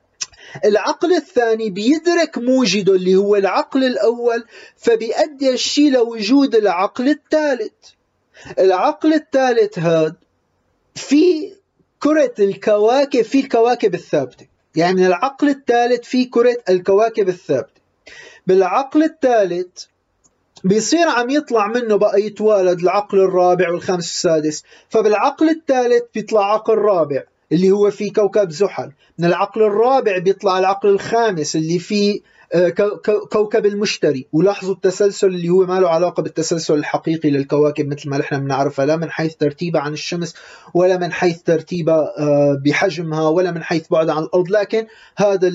العقل الثاني بيدرك موجده اللي هو العقل الأول، فبيؤدي الشيء لوجود العقل الثالث. العقل الثالث هذا في كرة الكواكب، في الكواكب الثابتة، يعني من العقل الثالث في كرة الكواكب الثابتة. بالعقل الثالث بيصير عم يطلع منه بقى يتوالد العقل الرابع والخامس والسادس، فبالعقل الثالث بيطلع عقل رابع اللي هو في كوكب زحل، من العقل الرابع بيطلع العقل الخامس اللي في كوكب المشتري. ولاحظوا التسلسل اللي هو ما له علاقة بالتسلسل الحقيقي للكواكب مثل ما نحن بنعرفها، لا من حيث ترتيبها عن الشمس ولا من حيث ترتيبها بحجمها ولا من حيث بعدها عن الأرض، لكن هذا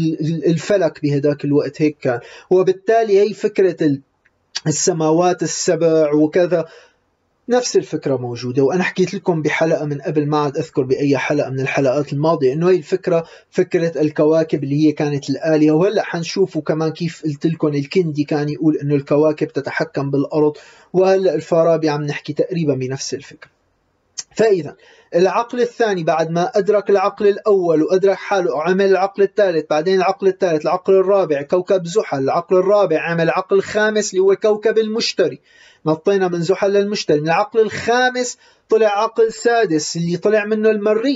الفلك بهذاك الوقت هيك كان. وبالتالي هي فكرة السماوات السبع وكذا نفس الفكرة موجودة. وأنا حكيت لكم بحلقة من قبل، ما عاد أذكر بأي حلقة من الحلقات الماضية، إنه هي الفكرة فكرة الكواكب اللي هي كانت الآلهة. وهلأ حنشوفوا كمان كيف قلت لكم الكندي كان يقول إنه الكواكب تتحكم بالأرض، وهلأ الفارابي عم نحكي تقريبا بنفس الفكرة. فإذا العقل الثاني بعد ما أدرك العقل الأول وأدرك حاله وعمل العقل الثالث، بعدين العقل الثالث العقل الرابع كوكب زحل، العقل الرابع عمل العقل الخامس اللي هو كوكب المشتري، نطينا من زحل للمشتري. من العقل الخامس طلع عقل سادس اللي طلع منه المريخ،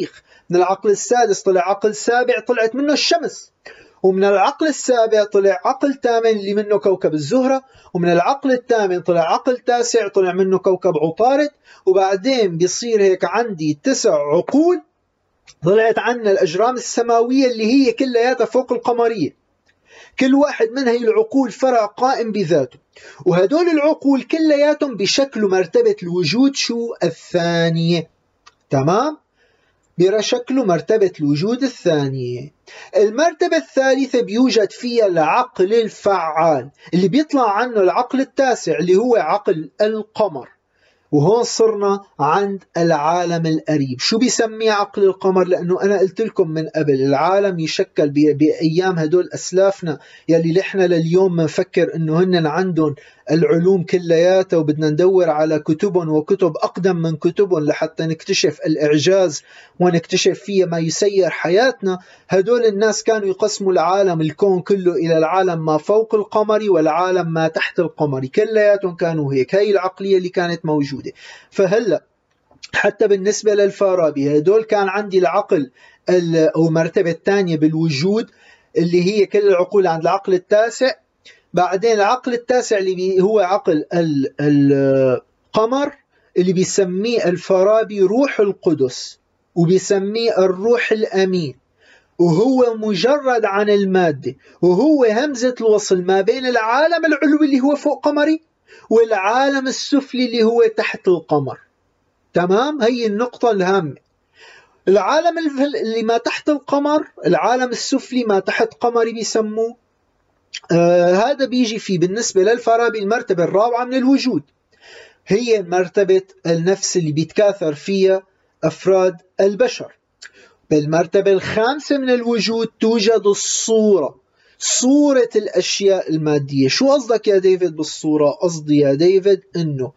من العقل السادس طلع عقل سابع طلعت منه الشمس، ومن العقل السابع طلع عقل ثامن اللي منه كوكب الزهرة، ومن العقل الثامن طلع عقل تاسع طلع منه كوكب عطارد، وبعدين بيصير هيك عندي 9 عقول طلعت عنا الأجرام السماوية اللي هي كلياتها فوق القمرية. كل واحد من هي العقول فرع قائم بذاته، وهدول العقول كلياتهم بشكل مرتبة الوجود شو الثانية. تمام؟ بشكل مرتبة الوجود الثانية. المرتبة الثالثة بيوجد فيها العقل الفعال اللي بيطلع عنه العقل التاسع اللي هو عقل القمر. وهون صرنا عند العالم القريب. شو بيسميه عقل القمر؟ لأنه أنا قلت لكم من قبل العالم يشكل بأيام هدول أسلافنا يلي نحن لليوم منفكر أنه هن عندهم العلوم كلياتها وبدنا ندور على كتبهم وكتب أقدم من كتبهم لحتى نكتشف الإعجاز ونكتشف فيه ما يسير حياتنا. هدول الناس كانوا يقسموا العالم الكون كله إلى العالم ما فوق القمري والعالم ما تحت القمري، كلياتهم كانوا هيك. هاي العقلية اللي كانت موجودة. فهلأ حتى بالنسبة للفارابي هدول كان عندي العقل أو المرتبة الثانية بالوجود اللي هي كل العقول عند العقل التاسع. بعدين العقل التاسع اللي هو عقل القمر اللي بيسميه الفارابي روح القدس، وبيسميه الروح الأمين، وهو مجرد عن المادة، وهو همزة الوصل ما بين العالم العلوي اللي هو فوق قمري والعالم السفلي اللي هو تحت القمر. تمام؟ هي النقطة الهامة. العالم اللي ما تحت القمر، العالم السفلي ما تحت قمري بيسموه. هذا بيجي فيه بالنسبة للفارابي المرتبة الرابعة من الوجود، هي مرتبة النفس اللي بيتكاثر فيها أفراد البشر. بالمرتبة الخامسة من الوجود توجد الصورة، صورة الأشياء المادية. شو قصدك يا ديفيد بالصورة؟ قصدي يا ديفيد أنه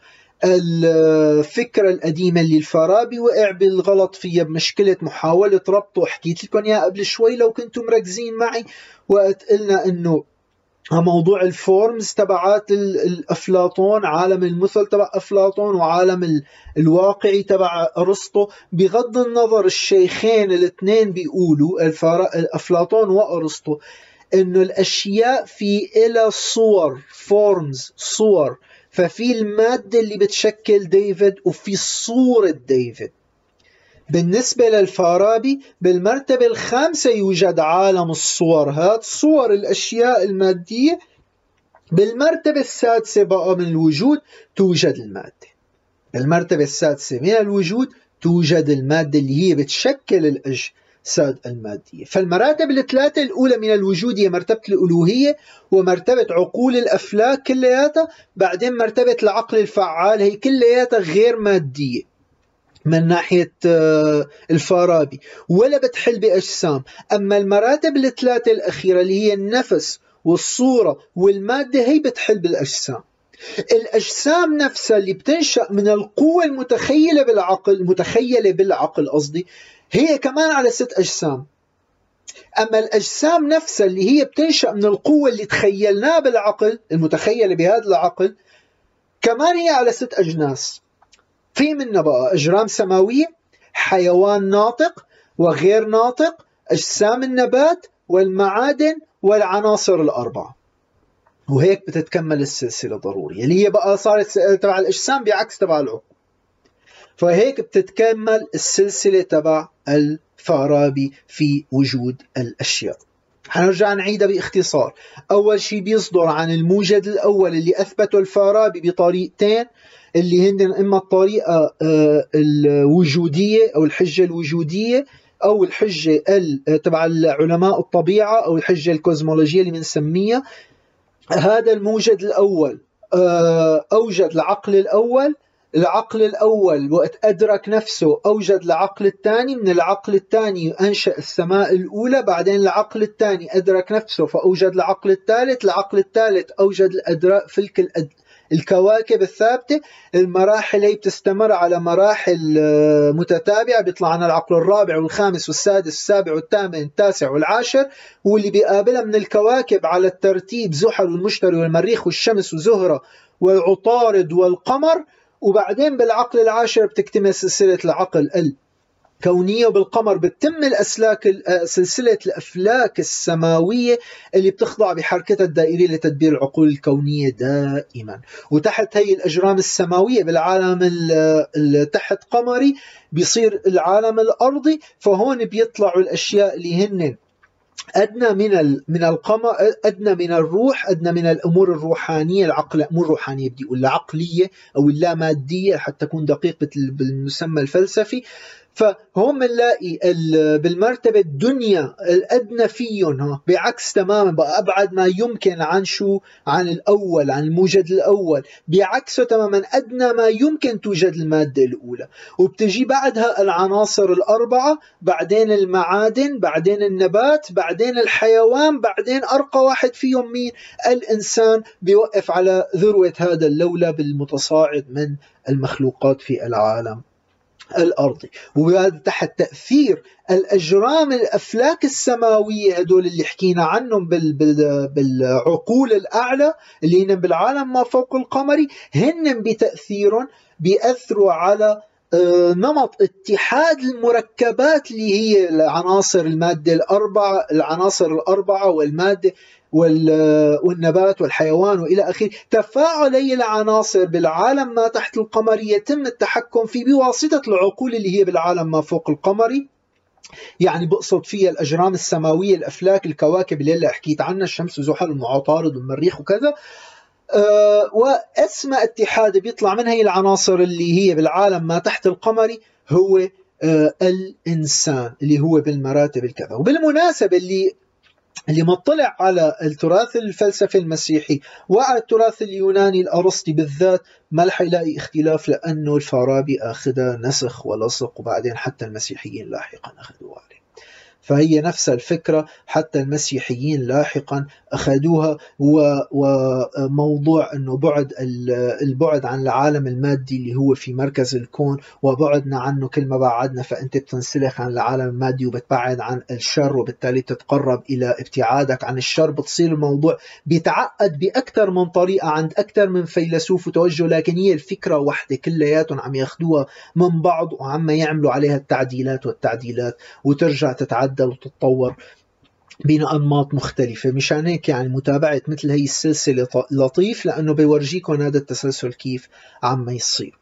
الفكرة القديمة اللي الفارابي وقع بالغلط فيها بمشكلة محاولة ربطه، حكيت لكم يا قبل شوي لو كنتم مركزين معي، وقت قلنا أنه موضوع الفورمز تبعات الأفلاطون، عالم المثل تبع أفلاطون وعالم الواقعي تبع أرسطو. بغض النظر الشيخين الاثنين بيقولوا أفلاطون وأرسطو إنه الأشياء في إلى صور، فورمز، صور. ففي المادة اللي بتشكل ديفيد وفي صورة ديفيد. بالنسبة للفارابي بالمرتبة الخامسة يوجد عالم الصور، هات صور الأشياء المادية. بالمرتبة السادسة بقى من الوجود توجد المادة. بالمرتبة السادسة من الوجود توجد المادة اللي هي بتشكل الأجساد المادية. فالمراتب الثلاثة الأولى من الوجود هي مرتبة الألوهية ومرتبة عقول الأفلاك كلياتها، بعدين مرتبة العقل الفعال هي كلياتها غير مادية من ناحية الفارابي ولا بتحل بأجسام. أما المراتب الثلاثة الأخيرة اللي هي النفس والصورة والمادة هي بتحل بالأجسام. الأجسام نفسها اللي بتنشأ من القوة المتخيلة بالعقل قصدي هي كمان على 6 أجسام. أما الأجسام نفسها اللي هي بتنشأ من القوة اللي تخيلناها بالعقل المتخيلة بهذا العقل كمان هي على 6 أجناس. في منها بقى أجرام سماوية، حيوان ناطق وغير ناطق، أجسام النبات والمعادن والعناصر الأربعة. وهيك بتتكمل السلسلة ضروري اللي هي بقى صارت تبع الأجسام بعكس تبع العقول. فهيك بتتكمل السلسلة تبع الفارابي في وجود الأشياء. حنرجع نعيدها باختصار. أول شيء بيصدر عن الموجد الأول اللي أثبته الفارابي بطريقتين، اللي هن إما الطريقة الوجودية أو الحجة الوجودية أو الحجة تبع علماء الطبيعة أو الحجة الكوزمولوجية اللي بنسميها. هذا الموجد الأول أوجد العقل الأول، العقل الأول وقت أدرك نفسه أوجد العقل الثاني، من العقل الثاني أنشأ السماء الأولى، بعدين العقل الثاني أدرك نفسه فأوجد العقل الثالث، العقل الثالث أوجد فلك الكواكب الثابتة. المراحل هي بتستمر على مراحل متتابعة، بيطلع عنا العقل الرابع والخامس والسادس والسابع والثامن والتاسع والعاشر، واللي بيقابلها من الكواكب على الترتيب زحل والمشتري والمريخ والشمس وزهرة والعطارد والقمر. وبعدين بالعقل العاشر بتكتمل سلسلة العقل كونية، وبالقمر بتتم سلسلة الأفلاك السماوية اللي بتخضع بحركتها الدائرية لتدبير العقول الكونية دائما. وتحت هي الأجرام السماوية بالعالم تحت قمري بيصير العالم الأرضي، فهون بيطلعوا الأشياء اللي هن أدنى من القمر، أدنى من الروح، أدنى من الأمور الروحانية، أمور روحانية بدي أقول العقلية أو اللامادية حتى تكون دقيق بالمسمى الفلسفي. فهم بنلاقي بالمرتبة الدنيا الأدنى فيهم بعكس تماما بقى أبعد ما يمكن عن الأول، عن الموجد الأول، بعكسه تماما أدنى ما يمكن توجد المادة الأولى. وبتجي بعدها العناصر الأربعة، بعدين المعادن، بعدين النبات، بعدين الحيوان، بعدين أرقى واحد فيهم مين؟ الإنسان، بيوقف على ذروة هذا اللولب المتصاعد من المخلوقات في العالم الأرضي. وهذا تحت تأثير الأجرام الأفلاك السماوية هدول اللي حكينا عنهم بالعقول الأعلى اللي هن بالعالم ما فوق القمري، هن بتأثيرهم بيأثروا على نمط اتحاد المركبات اللي هي العناصر المادة الأربعة، العناصر الأربعة والمادة والنبات والحيوان وإلى آخره. تفاعلي العناصر بالعالم ما تحت القمري يتم التحكم فيه بواسطة العقول اللي هي بالعالم ما فوق القمري. يعني بقصد فيها الأجرام السماوية، الأفلاك، الكواكب اللي هلا حكيت عنها، الشمس وزحل والعطارد والمريخ وكذا. واسمى اتحاد بيطلع من هي العناصر اللي هي بالعالم ما تحت القمري هو الإنسان اللي هو بالمراتب الكذا. وبالمناسبة اللي مطلع على التراث الفلسفي المسيحي وعلى التراث اليوناني الأرسطي بالذات ما رح يلاقي اختلاف، لأنه الفارابي أخذها نسخ ولصق، وبعدين حتى المسيحيين لاحقا أخذوها عليه. فهي نفس الفكرة، حتى المسيحيين لاحقا أخذوها. وموضوع أنه البعد عن العالم المادي اللي هو في مركز الكون، وبعدنا عنه كل ما بعدنا فأنت بتنسلخ عن العالم المادي وبتبعد عن الشر، وبالتالي تتقرب إلى ابتعادك عن الشر. بتصير الموضوع بيتعقد بأكثر من طريقة عند أكثر من فيلسوف وتوجه، لكن هي الفكرة واحدة، كلياتهم عم ياخدوها من بعض وعم يعملوا عليها التعديلات وترجع تتعدل وتتطور بين أنماط مختلفة. مشان هيك يعني متابعة مثل هي السلسلة لطيف، لأنه بيورجيكم هذا التسلسل كيف عم يصير.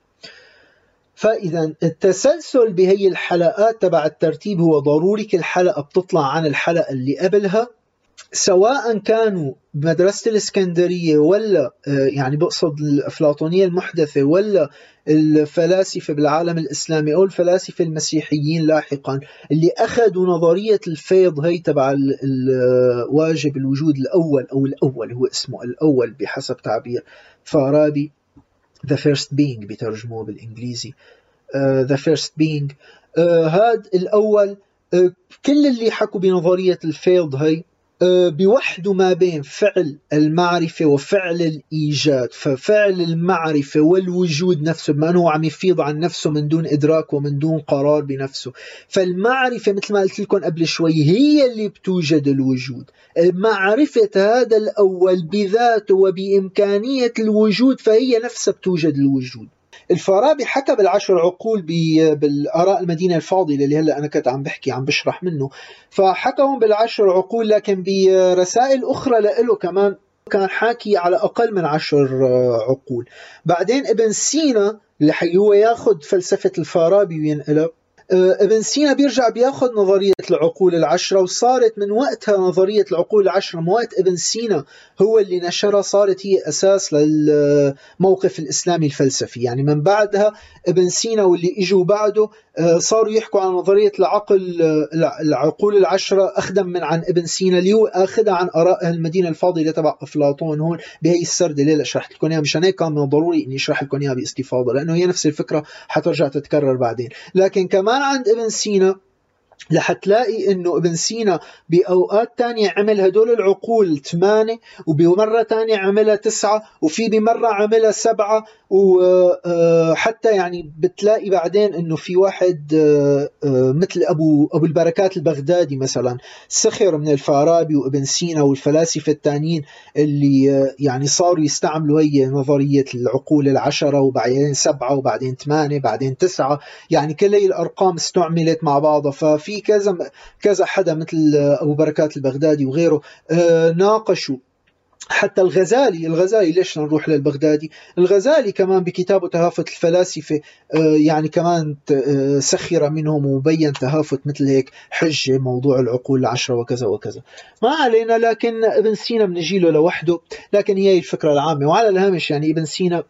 فإذا التسلسل بهي الحلقات تبع الترتيب هو ضروري. كل حلقة بتطلع عن الحلقة اللي قبلها، سواء كانوا بمدرسة الإسكندرية ولا يعني بقصد الأفلاطونية المحدثة، ولا الفلاسفة بالعالم الإسلامي أو الفلاسفة المسيحيين لاحقا اللي أخذوا نظرية الفيض هي تبع واجب الوجود الأول، أو الأول هو اسمه الأول بحسب تعبير فارابي، the first being بترجموه بالإنجليزي the first being. هذا الأول. كل اللي حكوا بنظرية الفيض هي بيوحدوا ما بين فعل المعرفة وفعل الإيجاد. ففعل المعرفة والوجود نفسه، بما أنه عم يفيض عن نفسه من دون إدراك ومن دون قرار بنفسه، فالمعرفة مثل ما قلت لكم قبل شوي هي اللي بتوجد الوجود. معرفة هذا الأول بذاته وبإمكانية الوجود فهي نفسها بتوجد الوجود. الفارابي حكى بالعشر عقول بالآراء المدينة الفاضلة اللي هلأ أنا كنت عم بشرح منه، فحكاهم بالعشر عقول، لكن برسائل أخرى له كمان كان حاكي على أقل من 10 عقول. بعدين ابن سينا اللي هو ياخد فلسفة الفارابي وينقلها، ابن سينا بيرجع بياخد نظرية العقول العشرة، وصارت من وقتها نظرية العقول العشرة من وقت ابن سينا هو اللي نشرها، صارت هي أساس للموقف الإسلامي الفلسفي. يعني من بعدها ابن سينا واللي إجوا بعده صاروا يحكوا عن نظرية العقول العشرة أخدم من عن ابن سينا اللي هو أخذها عن آراء المدينة الفاضلة تبع أفلاطون. هون بهي السردة اللي شرحت لكم إياها، مشان هيك كان من ضروري إني أشرح لكم إياها باستفاضة، لأنه هي نفس الفكرة حترجع تتكرر بعدين. لكن كمان عند ابن سينا لحتلاقي انه ابن سينا باوقات تانية عمل هدول العقول 8، وبمرة تانية عملها 9، وفي بمرة عملها 7، وحتى يعني بتلاقي بعدين انه في واحد مثل ابو البركات البغدادي مثلا سخر من الفارابي وابن سينا والفلاسفة التانيين اللي يعني صاروا يستعملوا هي نظرية العقول 10، وبعدين 7، وبعدين 8، بعدين 9، يعني كل هي الارقام استعملت مع بعضها. ففي كذا حدا مثل ابو بركات البغدادي وغيره ناقشوا. حتى الغزالي ليش نروح للبغدادي؟ الغزالي كمان بكتابه تهافت الفلاسفة يعني كمان سخر منهم وبين تهافت مثل هيك حجة موضوع العقول 10 وكذا وكذا. ما علينا، لكن ابن سينا بنجيله لوحده. لكن هي الفكرة العامة. وعلى الهامش يعني ابن سينا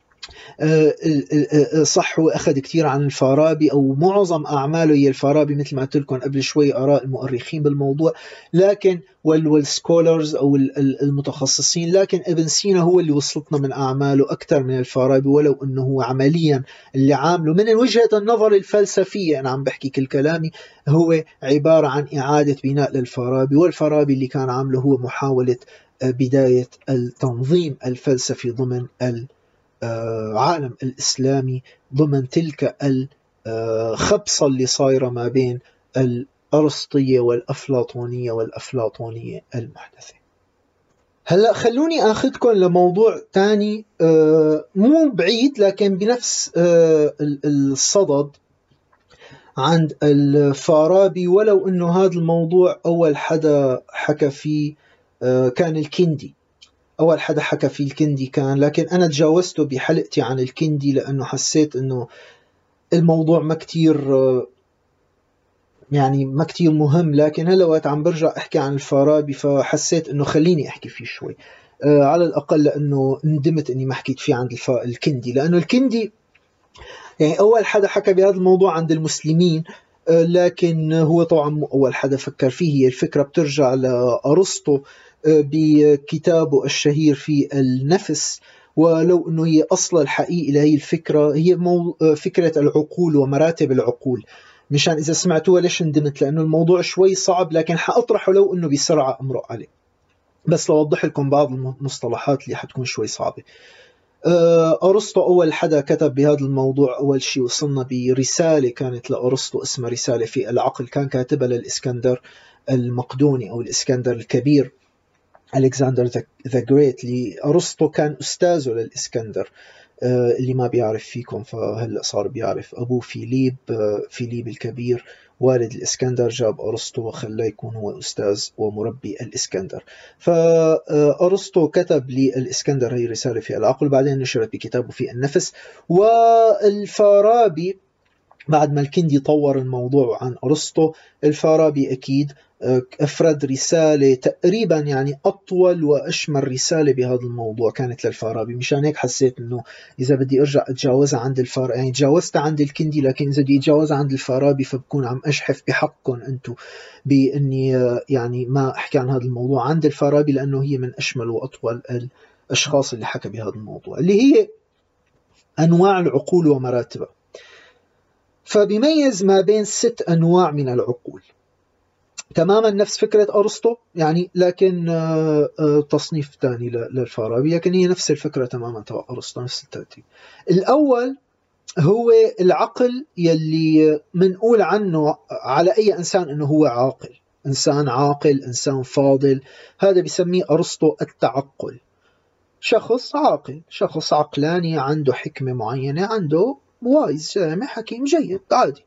صح هو أخذ كثير عن الفارابي، أو معظم أعماله هي الفارابي مثل ما قلت لكم قبل شوي، آراء المؤرخين بالموضوع لكن والسكولرز أو المتخصصين. لكن ابن سينا هو اللي وصلتنا من أعماله أكثر من الفارابي، ولو أنه هو عمليا اللي عامله من وجهة النظر الفلسفية، أنا عم بحكي كل كلامي، هو عبارة عن إعادة بناء للفارابي. والفارابي اللي كان عامله هو محاولة بداية التنظيم الفلسفي ضمن العالم الإسلامي، ضمن تلك الخبصة اللي صايرة ما بين الأرسطية والأفلاطونية والأفلاطونية المحدثة. هلأ خلوني أخذكم لموضوع تاني مو بعيد لكن بنفس الصدد عند الفارابي، ولو أنه هذا الموضوع أول حدا حكى فيه كان الكندي. أول حدا حكى فيه الكندي كان، لكن أنا تجاوزته بحلقتي عن الكندي لأنه حسيت أنه الموضوع ما كتير يعني ما كتير مهم. لكن هلا وقت عم برجع أحكي عن الفارابي فحسيت أنه خليني أحكي فيه شوي على الأقل، لأنه ندمت أني ما حكيت فيه عند الكندي. لأنه الكندي يعني أول حدا حكى بهذا الموضوع عند المسلمين، لكن هو طبعا مو أول حدا فكر فيه. هي الفكرة بترجع لأرسطو بكتابه الشهير في النفس. ولو أنه هي أصل الحقيقي لهي الفكرة هي فكرة العقول ومراتب العقول. مشان إذا سمعتوها ليش ندمت، لأنه الموضوع شوي صعب، لكن حأطرحه لو أنه بسرعة أمرق عليه، بس لأوضح لكم بعض المصطلحات اللي حتكون شوي صعبة. أرسطو أول حدا كتب بهذا الموضوع. أول شيء وصلنا برسالة كانت لأرسطو اسمها رسالة في العقل، كان كاتبها للإسكندر المقدوني أو الإسكندر الكبير، ألكسندر ذا جريت. أرسطو كان أستاذه للإسكندر. اللي ما بيعرف فيكم فهلأ صار بيعرف. أبوه فيليب الكبير والد الإسكندر جاب أرسطو وخلاه يكون هو أستاذ ومربي الإسكندر. فأرسطو كتب للإسكندر هي رسالة في العقل، بعدين نشرت بكتابه في النفس. والفارابي بعد ما الكندي طور الموضوع عن أرسطو، الفارابي أكيد أفرد رسالة تقريبا يعني أطول وأشمل رسالة بهذا الموضوع كانت للفارابي. مشان هيك حسيت أنه إذا بدي أرجع أتجاوزها عند الفارابي، يعني تجاوزتها عند الكندي، لكن إذا بدي أتجاوزها عند الفارابي فبكون عم أشحف بحقكم أنتم بأني يعني ما أحكي عن هذا الموضوع عند الفارابي، لأنه هي من أشمل وأطول الأشخاص اللي حكى بهذا الموضوع، اللي هي أنواع العقول ومراتبها. فبيميز ما بين 6 أنواع من العقول، تماما نفس فكرة أرسطو يعني، لكن تصنيف ثاني للفارابي، لكن هي نفس الفكرة تماما تبع أرسطو، نفس الترتيب. الأول هو العقل يلي منقول عنه على أي إنسان أنه هو عاقل، إنسان عاقل، إنسان فاضل. هذا بيسميه أرسطو التعقل. شخص عاقل، شخص عقلاني عنده حكمة معينة، عنده وايز، سامع، حكيم، جيد، عادي.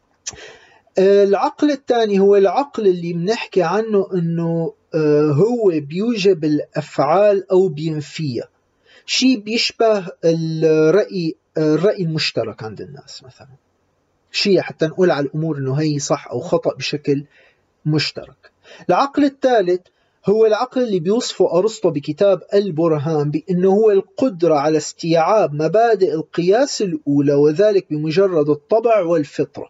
العقل الثاني هو العقل اللي بنحكي عنه انه هو بيوجب الافعال او بينفيها، شيء بيشبه الرأي المشترك عند الناس مثلا، شيء حتى نقول على الامور انه هي صح او خطأ بشكل مشترك. العقل الثالث هو العقل اللي بيوصفه أرسطو بكتاب البرهان بأنه هو القدرة على استيعاب مبادئ القياس الأولى، وذلك بمجرد الطبع والفطرة.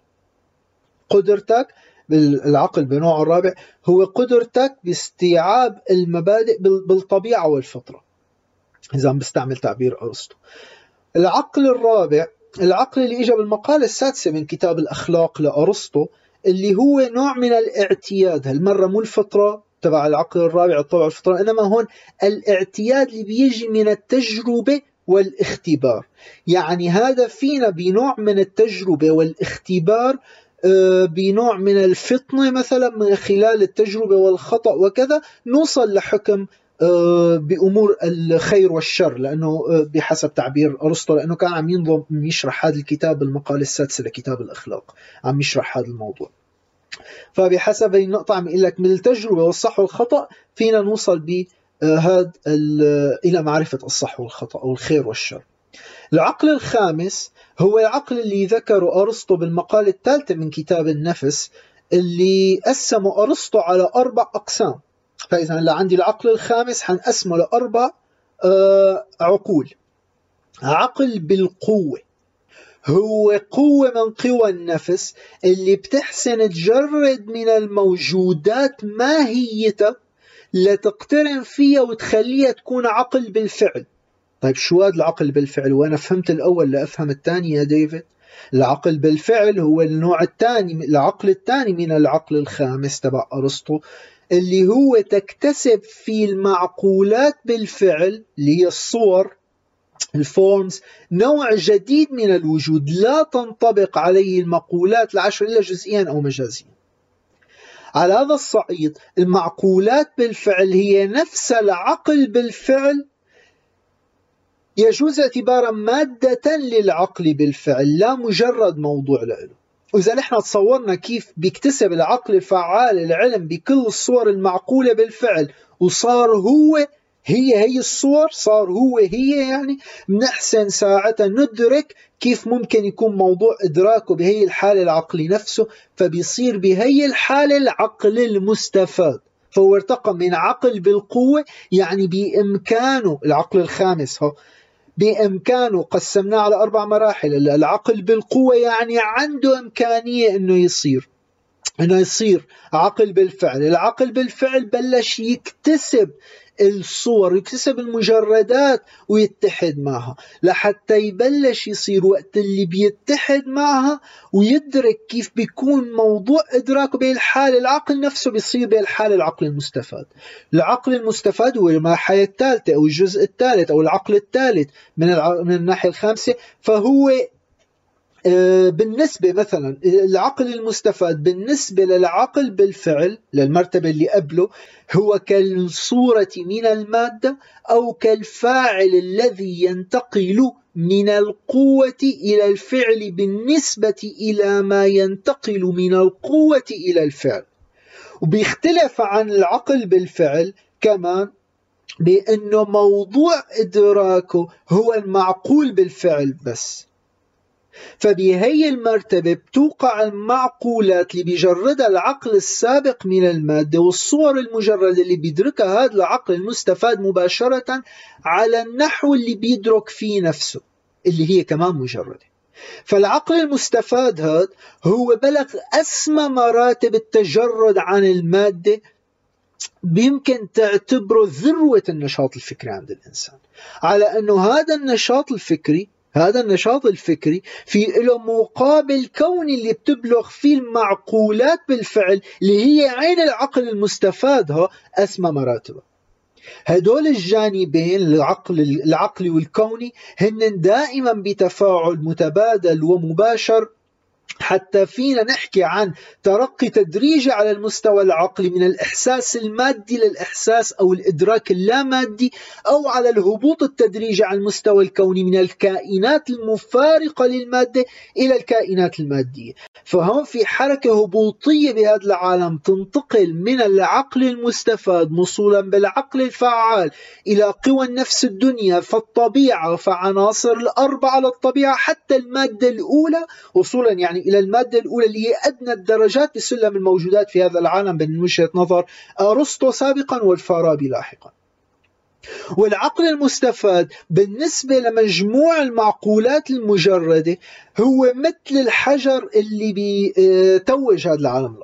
قدرتك بالعقل بنوع الرابع هو قدرتك باستيعاب المبادئ بالطبيعة والفطرة، إذا عم بستعمل تعبير أرسطو. العقل الرابع، العقل اللي إجا بالمقالة السادسة من كتاب الأخلاق لأرسطو، اللي هو نوع من الاعتياد، هالمرة مو الفطرة تبع العقل الرابع الطبع الفطرة، إنما هون الاعتياد اللي بيجي من التجربة والاختبار. يعني هذا فينا بنوع من التجربة والاختبار، بنوع من الفطنة مثلا من خلال التجربة والخطأ وكذا نوصل لحكم بأمور الخير والشر، لأنه بحسب تعبير أرسطو، لأنه كان عم ينظم يشرح هذا الكتاب بالمقالة السادسة لكتاب الأخلاق، عم يشرح هذا الموضوع. فبحسب هي النقطة عم يقول لك من التجربة والصح والخطأ فينا نوصل بهذا إلى معرفة الصح والخطأ أو الخير والشر. العقل الخامس هو العقل اللي ذكره أرسطو بالمقالة الثالثة من كتاب النفس، اللي قسمه أرسطو على 4 أقسام. فإذا هلا عندي العقل الخامس حنقسمه ل4 عقول. عقل بالقوة، هو قوة من قوى النفس اللي بتحسن تجرد من الموجودات ماهيتها لتقترن فيها وتخليها تكون عقل بالفعل. طيب شو هذا العقل بالفعل؟ وأنا فهمت الأول لأفهم الثاني يا ديفيد. العقل بالفعل هو النوع الثاني، العقل الثاني من العقل الخامس تبع أرسطو، اللي هو تكتسب في المعقولات بالفعل اللي هي الصور الفورمز نوع جديد من الوجود لا تنطبق عليه المقولات العشر إلا جزئيا أو مجازيا. على هذا الصعيد المعقولات بالفعل هي نفس العقل بالفعل، يجوز اعتبارا مادة للعقل بالفعل لا مجرد موضوع له. وإذا نحن تصورنا كيف بيكتسب العقل الفعال العلم بكل الصور المعقولة بالفعل وصار هو هي الصور، صار هو يعني بنحسن ساعتها ندرك كيف ممكن يكون موضوع إدراكه بهي الحالة العقلي نفسه، فبيصير بهي الحالة العقل المستفاد. فهو ارتقى من عقل بالقوة، يعني بإمكانه العقل الخامس بإمكانه، قسمناه على 4 مراحل. العقل بالقوة يعني عنده إمكانية إنه يصير عقل بالفعل. العقل بالفعل بلش يكتسب الصور، يكتسب المجردات ويتحد معها لحتى يبلش يصير وقت اللي بيتحد معها ويدرك كيف بيكون موضوع إدراكه بالحالة العقل نفسه بيصير بالحالة العقل المستفاد. العقل المستفاد هو المرحلة الثالثة أو الجزء الثالث أو العقل الثالث من الناحية الخامسة. فهو بالنسبة مثلا العقل المستفاد بالنسبة للعقل بالفعل للمرتبة اللي قبله هو كالصورة من المادة أو كالفاعل الذي ينتقل من القوة إلى الفعل بالنسبة إلى ما ينتقل من القوة إلى الفعل. وبيختلف عن العقل بالفعل كمان بأنه موضوع إدراكه هو المعقول بالفعل بس. فبهي المرتبة بتوقع المعقولات اللي بيجردها العقل السابق من المادة والصور المجردة اللي بيدركها هذا العقل المستفاد مباشرة على النحو اللي بيدرك فيه نفسه اللي هي كمان مجردة. فالعقل المستفاد هذا هو بلغ أسمى مراتب التجرد عن المادة، بيمكن تعتبره ذروة النشاط الفكري عند الإنسان، على أنه هذا النشاط الفكري في له مقابل كوني اللي بتبلغ فيه المعقولات بالفعل اللي هي عين العقل المستفاد أسمى مراتبه. هدول الجانبين العقلي والكوني هن دائما بتفاعل متبادل ومباشر، حتى فينا نحكي عن ترقي تدريجي على المستوى العقلي من الإحساس المادي للإحساس أو الإدراك اللامادي، أو على الهبوط التدريجي على المستوى الكوني من الكائنات المفارقة للمادة إلى الكائنات المادية. فهم في حركة هبوطية بهذا العالم تنتقل من العقل المستفاد موصولا بالعقل الفعال إلى قوى النفس الدنيا فالطبيعة فعناصر الأربعة للطبيعة حتى المادة الأولى، وصولا يعني إلى المادة الأولى اللي هي أدنى الدرجات بسلم الموجودات في هذا العالم من وجهة نظر أرسطو سابقا والفارابي لاحقا. والعقل المستفاد بالنسبة لمجموع المعقولات المجردة هو مثل الحجر اللي بيتوج هذا العالم الأرضي.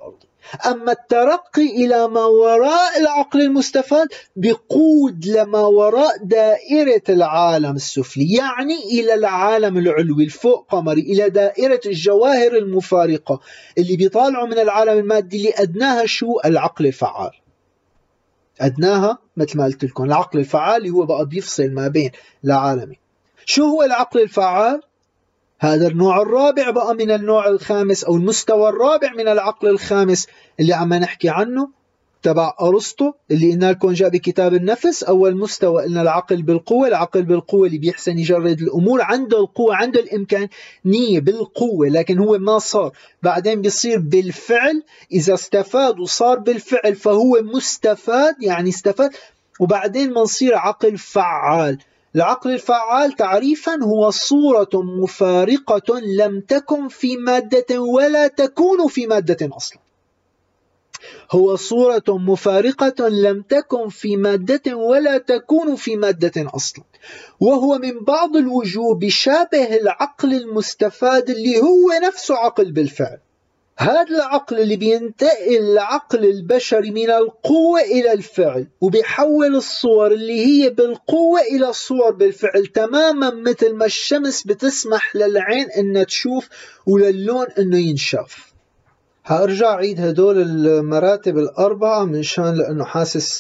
أما الترقي إلى ما وراء العقل المستفاد بقود لما وراء دائرة العالم السفلي، يعني إلى العالم العلوي الفوق قمري، إلى دائرة الجواهر المفارقة اللي بيطالعوا من العالم المادي اللي أدناها شو؟ العقل الفعال. أدناها مثل ما قلت لكم العقل الفعال هو بقى بيفصل ما بين العالمين. شو هو العقل الفعال؟ هذا النوع الرابع بقى من النوع الخامس أو المستوى الرابع من العقل الخامس اللي عم نحكي عنه تبع أرسطو، اللي قلنا لكم جاء بكتاب النفس. أول مستوى قلنا العقل بالقوة. العقل بالقوة اللي بيحسن يجرد الأمور، عنده القوة، عنده الإمكانية بالقوة، لكن هو ما صار. بعدين بيصير بالفعل، إذا استفاد وصار بالفعل فهو مستفاد، يعني استفاد. وبعدين بنصير عقل فعال. العقل الفعال تعريفا هو صورة مفارقة لم تكن في مادة ولا تكون في مادة أصلا. هو صورة مفارقة لم تكن في مادة ولا تكون في مادة أصلا، وهو من بعض الوجوه بشابه العقل المستفاد اللي هو نفسه عقل بالفعل. هذا العقل اللي بينتقل العقل البشري من القوة إلى الفعل، وبيحول الصور اللي هي بالقوة إلى صور بالفعل، تماما مثل ما الشمس بتسمح للعين إنها تشوف وللون إنه ينشاف. هأرجع عيد هدول المراتب الأربعة منشان لأنه حاسس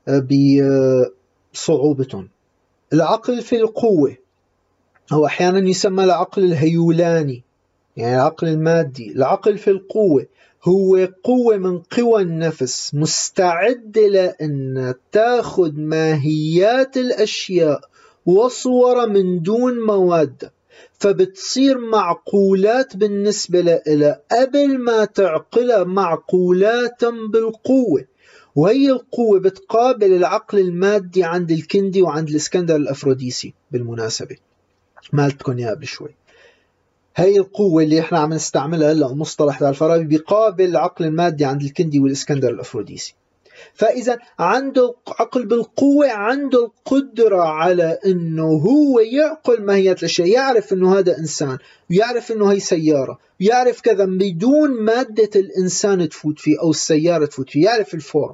بصعوبتهم. العقل في القوة هو أحيانا يسمى العقل الهيولاني، يعني العقل المادي. العقل في القوة هو قوة من قوى النفس مستعدة لأن تأخذ ماهيات الأشياء وصورها من دون مواد، فبتصير معقولات بالنسبة لها قبل ما تعقلها معقولات بالقوة. وهي القوة بتقابل العقل المادي عند الكندي وعند الإسكندر الأفروديسي بالمناسبة، مالتكم يا قبل شوي. هي القوة اللي احنا عم نستعملها هلا مصطلح الفارابي بيقابل العقل المادي عند الكندي والإسكندر الأفروديسي. فإذا عنده عقل بالقوة، عنده القدرة على أنه هو يعقل ماهيات الأشياء، يعرف أنه هذا إنسان، ويعرف أنه هي سيارة، ويعرف كذا بدون مادة الإنسان تفوت فيه أو السيارة تفوت فيه، يعرف الفورم.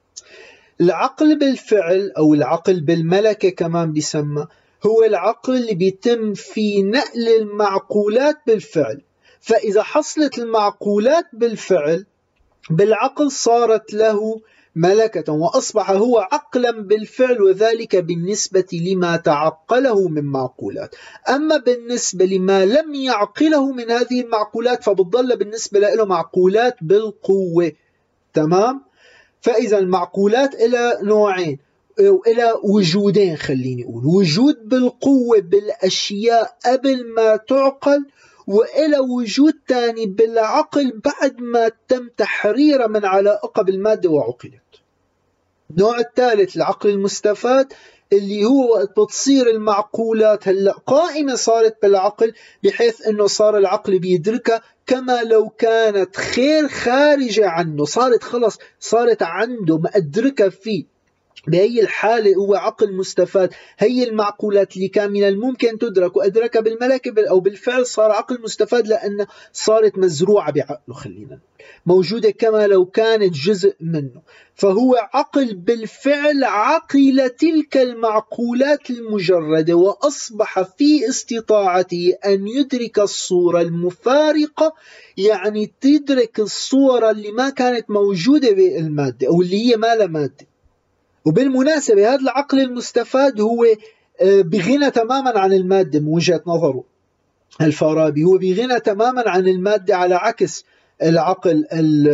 العقل بالفعل أو العقل بالملكة كمان بيسمى، هو العقل اللي بيتم في نقل المعقولات بالفعل. فإذا حصلت المعقولات بالفعل بالعقل صارت له ملكة، وأصبح هو عقلا بالفعل، وذلك بالنسبة لما تعقله من معقولات. أما بالنسبة لما لم يعقله من هذه المعقولات فبتظل بالنسبة له معقولات بالقوة. تمام؟ فإذا المعقولات إلى نوعين وإلى وجودين، خليني أقول وجود بالقوة بالأشياء قبل ما تعقل، وإلى وجود تاني بالعقل بعد ما تم تحريرها من علاقة بالمادة وعقلت. النوع الثالث العقل المستفاد، اللي هو وقت بتصير المعقولات هلأ قائمة صارت بالعقل، بحيث أنه صار العقل بيدركها كما لو كانت خير خارجة عنه، صارت خلص صارت عنده مأدركها فيه. بهي الحالة هو عقل مستفاد. هي المعقولات اللي كان من الممكن تدرك وأدركها بالملكة أو بالفعل صار عقل مستفاد، لأنه صارت مزروعة بعقله، خلينا موجودة كما لو كانت جزء منه. فهو عقل بالفعل عقل تلك المعقولات المجردة، وأصبح في استطاعته أن يدرك الصورة المفارقة، يعني تدرك الصورة اللي ما كانت موجودة بالمادة أو اللي هي ما لا مادة. وبالمناسبة هذا العقل المستفاد هو بغنى تماما عن المادة من وجهة نظره الفارابي، هو بغنى تماما عن المادة، على عكس العقل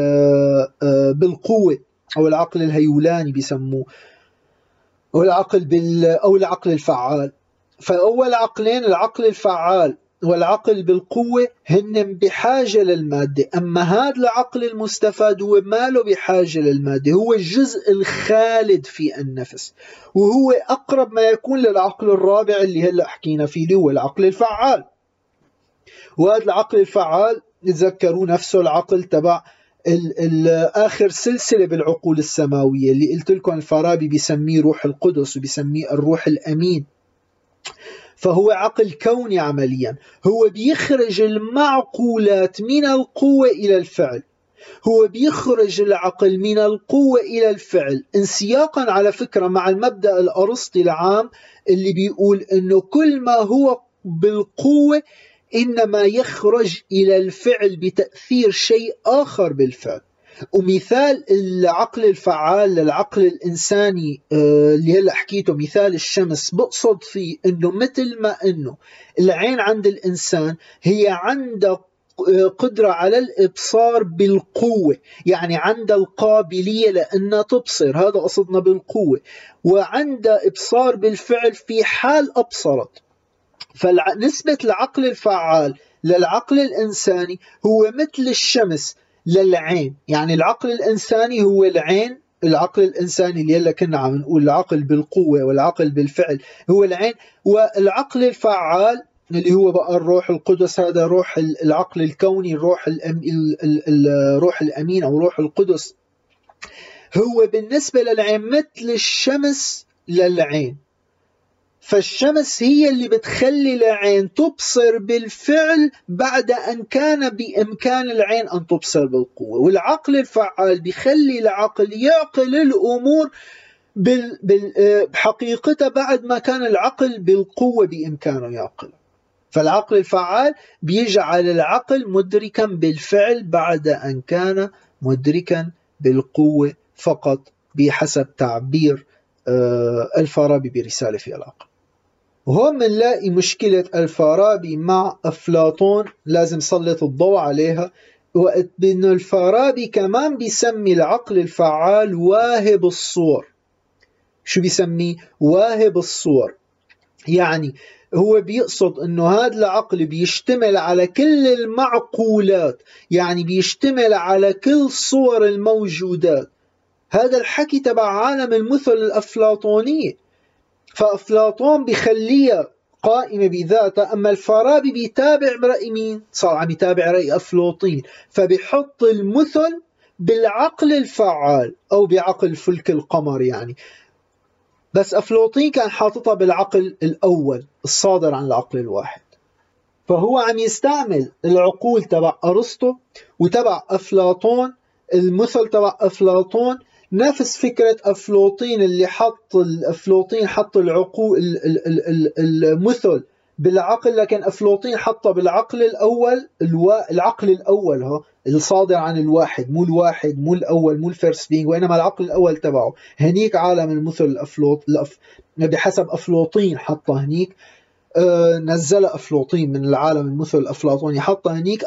بالقوة أو العقل الهيولاني بيسموه، أو العقل الفعال. فأول عقلين العقل الفعال والعقل بالقوة هن بحاجة للمادة، أما هذا العقل المستفاد هو ما له بحاجة للمادة، هو الجزء الخالد في النفس، وهو أقرب ما يكون للعقل الرابع اللي هلأ حكينا فيه اللي هو العقل الفعال. وهذا العقل الفعال تذكروا نفسه العقل تبع آخر سلسلة بالعقول السماوية اللي قلت لكم الفارابي بيسميه روح القدس وبيسميه الروح الأمين. فهو عقل كوني عمليا، هو بيخرج المعقولات من القوة إلى الفعل. هو بيخرج العقل من القوة إلى الفعل، انسياقا على فكرة مع المبدأ الأرسطي العام اللي بيقول إنه كل ما هو بالقوة إنما يخرج إلى الفعل بتأثير شيء آخر بالفعل. ومثال العقل الفعال للعقل الإنساني اللي هلأ حكيته، مثال الشمس، بقصد فيه إنه مثل ما إنه العين عند الإنسان هي عندها قدرة على الإبصار بالقوة، يعني عندها القابلية لأنها تبصر، هذا قصدنا بالقوة، وعندها إبصار بالفعل في حال أبصرت. فنسبة العقل الفعال للعقل الإنساني هو مثل الشمس للعين، يعني العقل الإنساني هو العين، العقل الإنساني اللي هلا كنا عم نقول العقل بالقوة والعقل بالفعل هو العين، والعقل الفعال اللي هو بقى الروح القدس، هذا روح العقل الكوني، الروح الأمين أو روح القدس، هو بالنسبة للعين مثل الشمس للعين. فالشمس هي اللي بتخلي العين تبصر بالفعل بعد أن كان بإمكان العين أن تبصر بالقوة، والعقل الفعال بيخلي العقل يعقل الأمور بحقيقتها بعد ما كان العقل بالقوة بإمكانه يعقل. فالعقل الفعال بيجعل العقل مدركا بالفعل بعد أن كان مدركا بالقوة فقط، بحسب تعبير الفارابي برسالة في العقل. وهون منلاقي مشكلة الفارابي مع أفلاطون لازم سلط الضوء عليها، وقت بأن الفارابي كمان بيسمي العقل الفعال واهب الصور. شو بيسميه؟ واهب الصور، يعني هو بيقصد أنه هذا العقل بيشتمل على كل المعقولات، يعني بيشتمل على كل صور الموجودات. هذا الحكي تبع عالم المثل الأفلاطونية، فأفلاطون بيخليها قائمة بذاتها، أما الفارابي بيتابع رأي مين؟ صار عم يتابع رأي أفلاطين، فبيحط المثل بالعقل الفعال أو بعقل فلك القمر يعني، بس أفلاطين كان حاططها بالعقل الأول الصادر عن العقل الواحد. فهو عم يستعمل العقول تبع أرسطو وتبع أفلاطون، المثل تبع أفلاطون نفس فكرة أفلاطين اللي أفلاطين حط العقول المثل بالعقل، لكن أفلاطين حطه بالعقل الأول، العقل الأول الصادر عن الواحد، مو الواحد مو الأول مو الفيرست بينج، وإنما العقل الأول تبعه. هنيك عالم المثل بحسب أفلاطين حطه هنيك، نزل أفلاطين من العالم المثل الأفلاطوني حطه هنيك،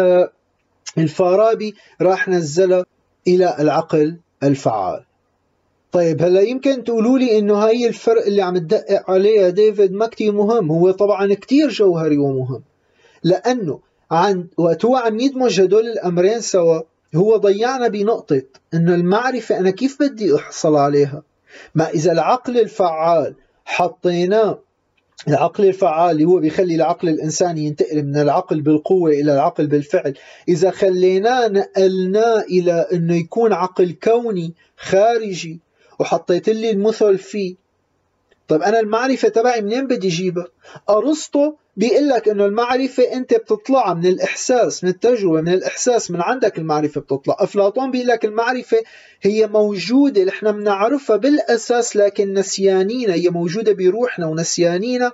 الفارابي راح نزله إلى العقل الفعال. طيب هلا يمكن تقولوا لي إنه هاي الفرق اللي عم تدقق عليه ديفيد ما كتير مهم. هو طبعا كتير جوهري ومهم، لأنه وقت هو عم يدمج هدول الأمرين سوا هو ضيعنا بنقطة إنه المعرفة أنا كيف بدي أحصل عليها؟ ما إذا العقل الفعال حطيناه، العقل الفعال اللي هو بيخلي العقل الإنساني ينتقل من العقل بالقوة إلى العقل بالفعل، إذا خليناه نقلناه إلى أنه يكون عقل كوني خارجي وحطيت لي المثل فيه، طيب أنا المعرفة تبعي منين بدي جيبها؟ أرسطو بيقول لك أنه المعرفة أنت بتطلع من الإحساس، من التجربة، من الإحساس، من عندك المعرفة بتطلع. أفلاطون بيقول لك المعرفة هي موجودة، نحن بنعرفها بالأساس لكن نسيانينا، هي موجودة بروحنا ونسيانينا،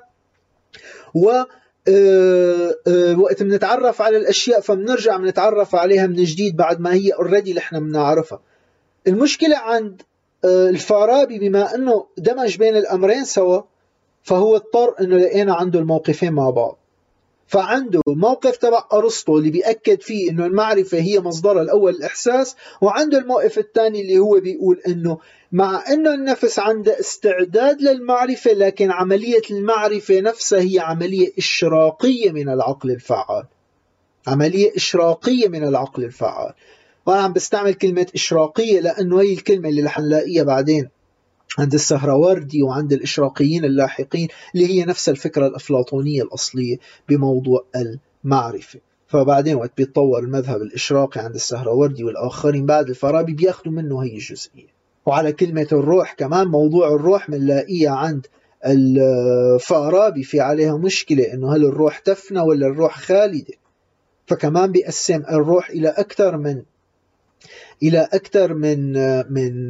وقت بنتعرف على الأشياء فبنرجع بنتعرف عليها من جديد بعد ما هي already نحن بنعرفها. المشكلة عند الفارابي بما أنه دمج بين الأمرين سوا، فهو اضطر أنه لقينا عنده الموقفين مع بعض. فعنده الموقف تبع أرسطو اللي بيأكد فيه أنه المعرفة هي مصدرها الأول الإحساس، وعنده الموقف الثاني اللي هو بيقول أنه مع أنه النفس عنده استعداد للمعرفة لكن عملية المعرفة نفسها هي عملية إشراقية من العقل الفعال، عملية إشراقية من العقل الفعال. وأنا عم بستعمل كلمة إشراقية لأنه هي الكلمة اللي رح نلاقيها بعدين عند السهروردي وعند الإشراقيين اللاحقين، اللي هي نفس الفكرة الأفلاطونية الأصلية بموضوع المعرفة. فبعدين وقت بيتطور المذهب الإشراقي عند السهروردي والآخرين بعد الفارابي بياخدوا منه هي الجزئية. وعلى كلمة الروح كمان، موضوع الروح منلاقيها عند الفارابي في عليها مشكلة، إنه هل الروح تفنى ولا الروح خالدة؟ فكمان بيقسم الروح إلى أكثر من إلى أكثر من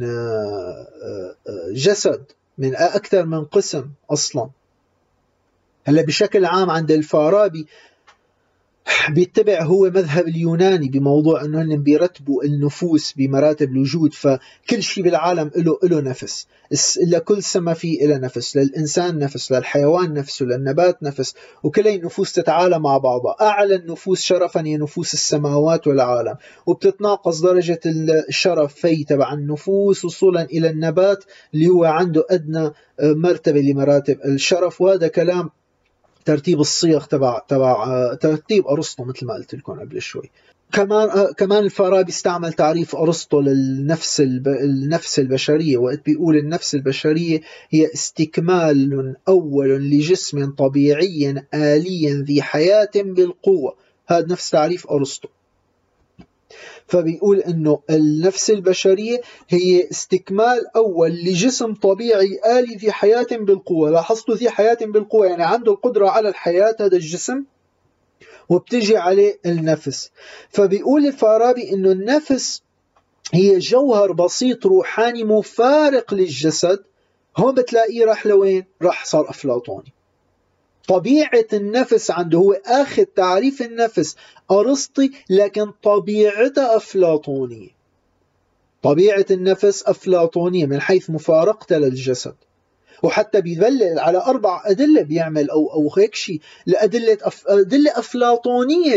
جسد، من أكثر من قسم أصلا. هلا بشكل عام عند الفارابي بيتبع هو مذهب اليوناني بموضوع أنه هن بيرتبوا النفوس بمراتب الوجود، فكل شيء بالعالم له نفس، لكل سما فيه له نفس، للإنسان نفس، للحيوان نفسه، للنبات نفس، وكل النفوس تتعالى مع بعضها. أعلى النفوس شرفا هي نفوس السماوات والعالم، وبتتناقص درجة الشرف في تبع النفوس وصولا إلى النبات اللي هو عنده أدنى مرتبة لمراتب الشرف. وهذا كلام ترتيب الصيغ تبع ترتيب أرسطو مثل ما قلت لكم قبل شوي. كمان الفارابي استعمل تعريف أرسطو للنفس البشرية، وقت بيقول النفس البشرية هي استكمال أول لجسم طبيعي آلي ذي حياة بالقوة. هذا نفس تعريف أرسطو. فبيقول انه النفس البشرية هي استكمال اول لجسم طبيعي آلي ذي حياة بالقوة. لاحظتوا ذي حياة بالقوة يعني عنده القدرة على الحياة هذا الجسم، وبتجي عليه النفس. فبيقول الفارابي انه النفس هي جوهر بسيط روحاني مفارق للجسد. هون بتلاقيه راح لوين؟ راح صار أفلاطوني. طبيعة النفس عنده هو آخذ تعريف النفس أرسطي، لكن طبيعتها أفلاطونية. طبيعة النفس أفلاطونية من حيث مفارقتها للجسد. وحتى بيدلل على 4 أدلة بيعمل أو هيك شيء لأدلة أدلة أفلاطونية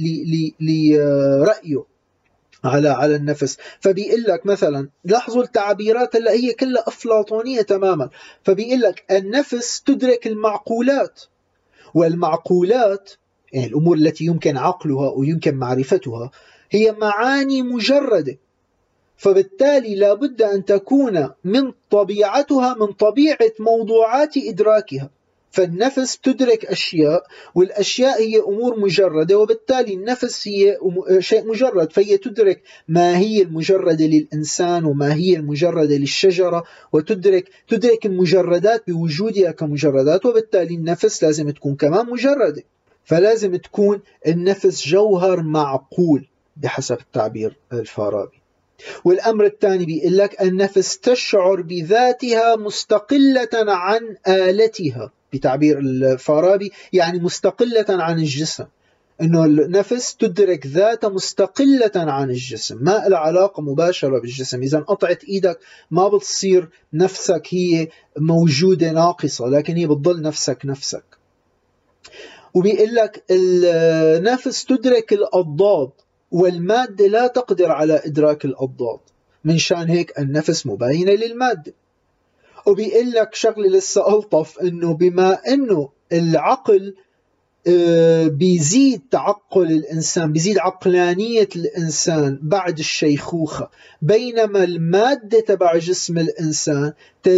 لرأيه على النفس. فبيقول لك مثلا لاحظوا التعبيرات هلا هي كلها أفلاطونية تماما. فبيقول لك النفس تدرك المعقولات، والمعقولات يعني الأمور التي يمكن عقلها ويمكن معرفتها هي معاني مجردة، فبالتالي لا بد أن تكون من طبيعتها من طبيعة موضوعات إدراكها. فالنفس تدرك أشياء، والأشياء هي أمور مجردة، وبالتالي النفس هي شيء مجرد، فهي تدرك ما هي المجردة للإنسان وما هي المجردة للشجرة، وتدرك المجردات بوجودها كمجردات، وبالتالي النفس لازم تكون كمان مجردة. فلازم تكون النفس جوهر معقول بحسب التعبير الفارابي. والأمر الثاني بيقول لك النفس تشعر بذاتها مستقلة عن آلتها، بتعبير الفارابي يعني مستقلة عن الجسم. إنه النفس تدرك ذاتها مستقلة عن الجسم، ما لها علاقة مباشرة بالجسم. إذا قطعت إيدك ما بتصير نفسك هي موجودة ناقصة، لكن هي بتضل نفسك. وبيقول لك النفس تدرك الأضداد، والمادة لا تقدر على إدراك الأضداد، من شان هيك النفس مباينة للمادة. وبيقول لك شغلة لسه ألطف، إنه بما إنه العقل بيزيد تعقل الإنسان، بيزيد عقلانية الإنسان بعد الشيخوخة، بينما المادة تبع جسم الإنسان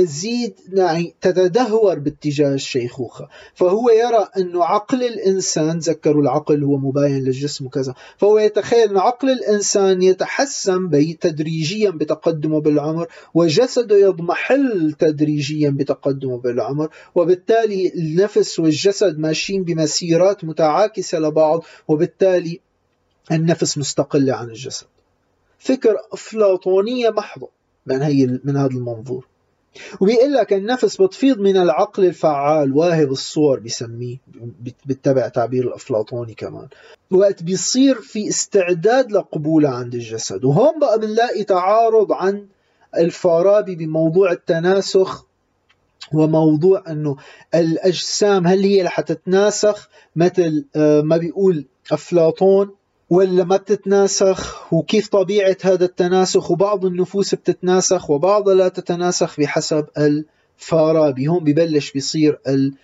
تتدهور باتجاه الشيخوخة. فهو يرى أنه عقل الإنسان، ذكروا العقل هو مباين للجسم وكذا، فهو يتخيل أن عقل الإنسان يتحسن تدريجيا بتقدمه بالعمر، وجسده يضمحل تدريجيا بتقدمه بالعمر، وبالتالي النفس والجسد ماشيين بمسيرات متعاكسة لبعض، وبالتالي النفس مستقلة عن الجسد. فكر أفلاطونية محضة من هذا المنظور. وبيقول لك النفس بتفيض من العقل الفعال واهب الصور، بيسميه بتبع تعبير الأفلاطوني كمان، وقت بيصير في استعداد لقبولها عند الجسد. وهون بقى بنلاقي تعارض عن الفارابي بموضوع التناسخ، وموضوع أنه الأجسام هل هي رح تتناسخ مثل ما بيقول أفلاطون ولا ما بتتناسخ، وكيف طبيعة هذا التناسخ، وبعض النفوس بتتناسخ وبعضها لا تتناسخ بحسب الفارابي. هون ببلش بيصير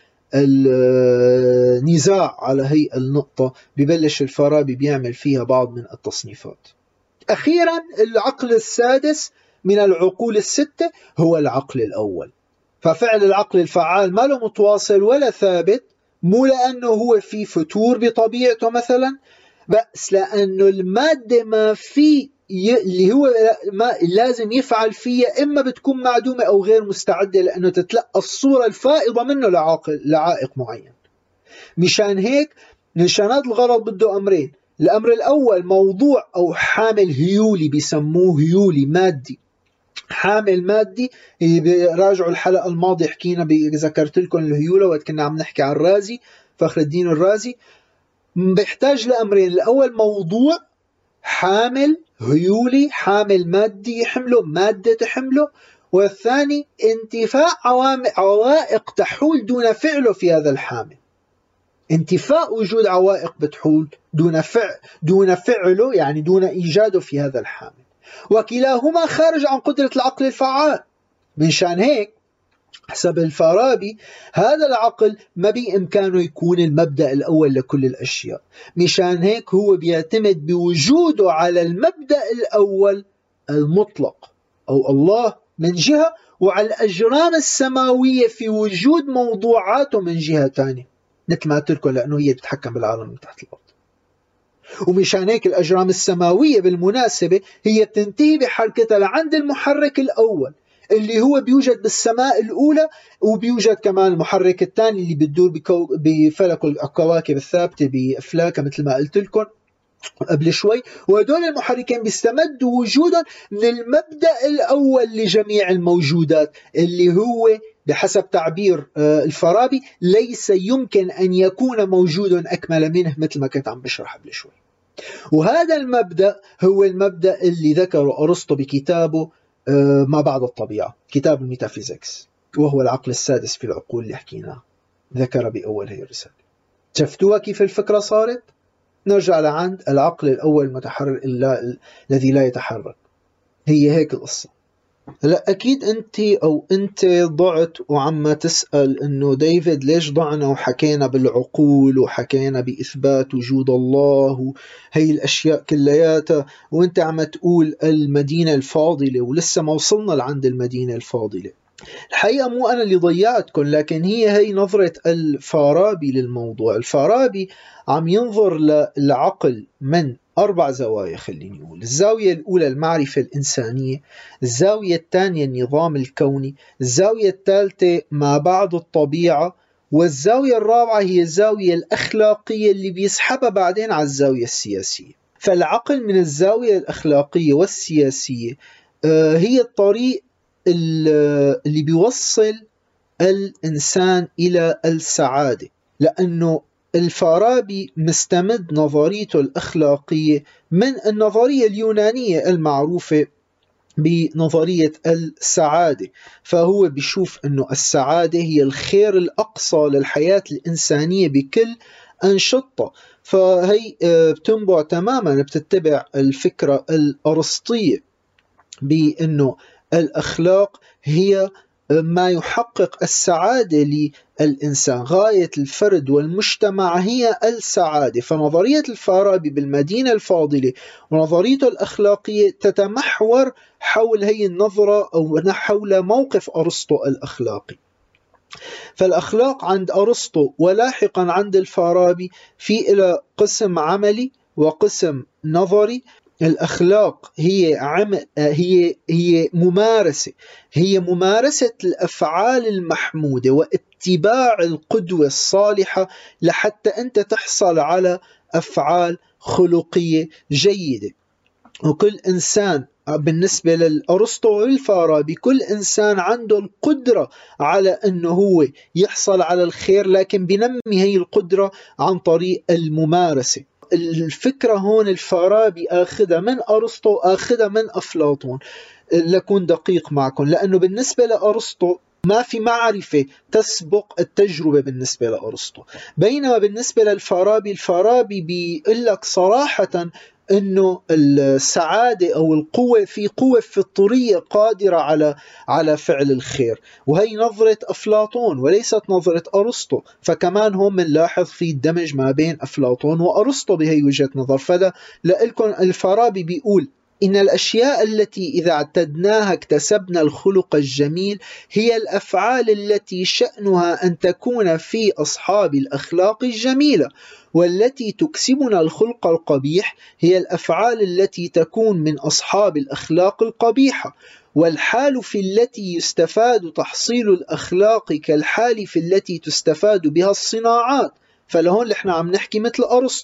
النزاع على هي النقطة، ببلش الفارابي بيعمل فيها بعض من التصنيفات. أخيرا العقل السادس من العقول الستة هو العقل الأول. ففعل العقل الفعال ما له متواصل ولا ثابت، مو لأنه هو في فتور بطبيعته مثلا، بس لأنه المادة ما في اللي هو ما لازم يفعل فيها إما بتكون معدومة أو غير مستعدة لأنه تتلقى الصورة الفائضة منه لعائق معين. مشان هيك من شان هذا الغرض بده أمرين: الأمر الأول موضوع أو حامل هيولي، بيسموه هيولي مادي. حامل مادي، راجعوا الحلقة الماضية حكينا ذكرت لكم الهيولة وقت كنا عم نحكي عن الرازي، فخر الدين الرازي. بيحتاج لأمرين: الأول موضوع حامل هيولي، حامل مادي يحمله، مادة تحمله، والثاني انتفاء عوائق تحول دون فعله في هذا الحامل. انتفاء وجود عوائق بتحول دون فعله، يعني دون إيجاده في هذا الحامل، وكلاهما خارج عن قدرة العقل الفعال. من شان هيك حسب الفارابي هذا العقل ما بإمكانه يكون المبدأ الأول لكل الأشياء، مشان هيك هو بيعتمد بوجوده على المبدأ الأول المطلق أو الله من جهة، وعلى الأجرام السماوية في وجود موضوعاته من جهة ثانية، مثل ما قلت لكم لأنه هي بتتحكم بالعالم من تحت الأرض. ومشان هيك الأجرام السماوية بالمناسبة هي بتنتهي بحركتها لعند المحرك الأول اللي هو بيوجد بالسماء الأولى، وبيوجد كمان المحرك الثاني اللي بتدور بفلك الكواكب الثابتة بأفلاكها مثل ما قلت لكم قبل شوي. وهدول المحركين بيستمدوا وجودا من المبدأ الأول لجميع الموجودات، اللي هو بحسب تعبير الفارابي ليس يمكن أن يكون موجود أكمل منه، مثل ما كنت عم بشرح قبل شوي. وهذا المبدأ هو المبدأ اللي ذكره أرسطو بكتابه ما بعد الطبيعة، كتاب الميتافيزيكس، وهو العقل السادس في العقول اللي حكيناه، ذكر بأول هي الرسالة. شفتوها كيف الفكرة صارت؟ نرجع لعند العقل الأول المتحرر الذي لا يتحرك. هي هيك القصة. هلا أكيد أنت ضعت وعم تسأل إنه ديفيد ليش ضعنا وحكينا بالعقول وحكينا بإثبات وجود الله وهي الأشياء كلياتها، وأنت عم تقول المدينة الفاضلة ولسه ما وصلنا لعند المدينة الفاضلة. الحقيقة مو أنا اللي ضيعتكم، لكن هي نظرة الفارابي للموضوع. الفارابي عم ينظر للعقل من 4 زوايا، خليني نقول. الزاوية الأولى المعرفة الإنسانية، الزاوية الثانية النظام الكوني، الزاوية الثالثة ما بعد الطبيعة، والزاوية الرابعة هي الزاوية الأخلاقية اللي بيسحبها بعدين على الزاوية السياسية. فالعقل من الزاوية الأخلاقية والسياسية هي الطريق اللي بيوصل الإنسان إلى السعادة، لأنه الفارابي مستمد نظريته الأخلاقية من النظرية اليونانية المعروفة بنظرية السعادة. فهو بيشوف أنه السعادة هي الخير الأقصى للحياة الإنسانية بكل أنشطة. فهي بتنبع تماما، بتتبع الفكرة الأرسطية بأنه الأخلاق هي ما يحقق السعادة للإنسان، غاية الفرد والمجتمع هي السعادة. فنظرية الفارابي بالمدينة الفاضلة ونظريته الأخلاقية تتمحور حول هي النظرة أو حول موقف أرسطو الأخلاقي. فالأخلاق عند أرسطو ولاحقا عند الفارابي في إلى قسم عملي وقسم نظري. الأخلاق هي ممارسة، هي ممارسة الأفعال المحمودة واتباع القدوة الصالحة لحتى أنت تحصل على أفعال خلقية جيدة. وكل إنسان بالنسبة للأرسطو والفارابي كل إنسان عنده القدرة على أنه هو يحصل على الخير، لكن بنمي هي القدرة عن طريق الممارسة. الفكرة هون الفارابي آخذها من أرسطو، آخذها من أفلاطون، لكون دقيق معكم، لأنه بالنسبة لأرسطو ما في معرفة تسبق التجربة بالنسبة لأرسطو، بينما بالنسبة للفارابي الفارابي بيقول لك صراحة أنه السعادة أو القوة في قوة فطرية قادرة على فعل الخير. وهي نظرة أفلاطون وليست نظرة أرسطو، فكمان هم بنلاحظ في الدمج ما بين أفلاطون وأرسطو بهي وجهة نظر. فلا لكم الفارابي بيقول إن الأشياء التي إذا اعتدناها اكتسبنا الخلق الجميل هي الأفعال التي شأنها أن تكون في أصحاب الأخلاق الجميلة، والتي تكسبنا الخلق القبيح هي الأفعال التي تكون من أصحاب الأخلاق القبيحة. والحال في التي يستفاد تحصيل الأخلاق كالحال في التي تستفاد بها الصناعات. فلهون نحن عم نحكي مثل أرسطو،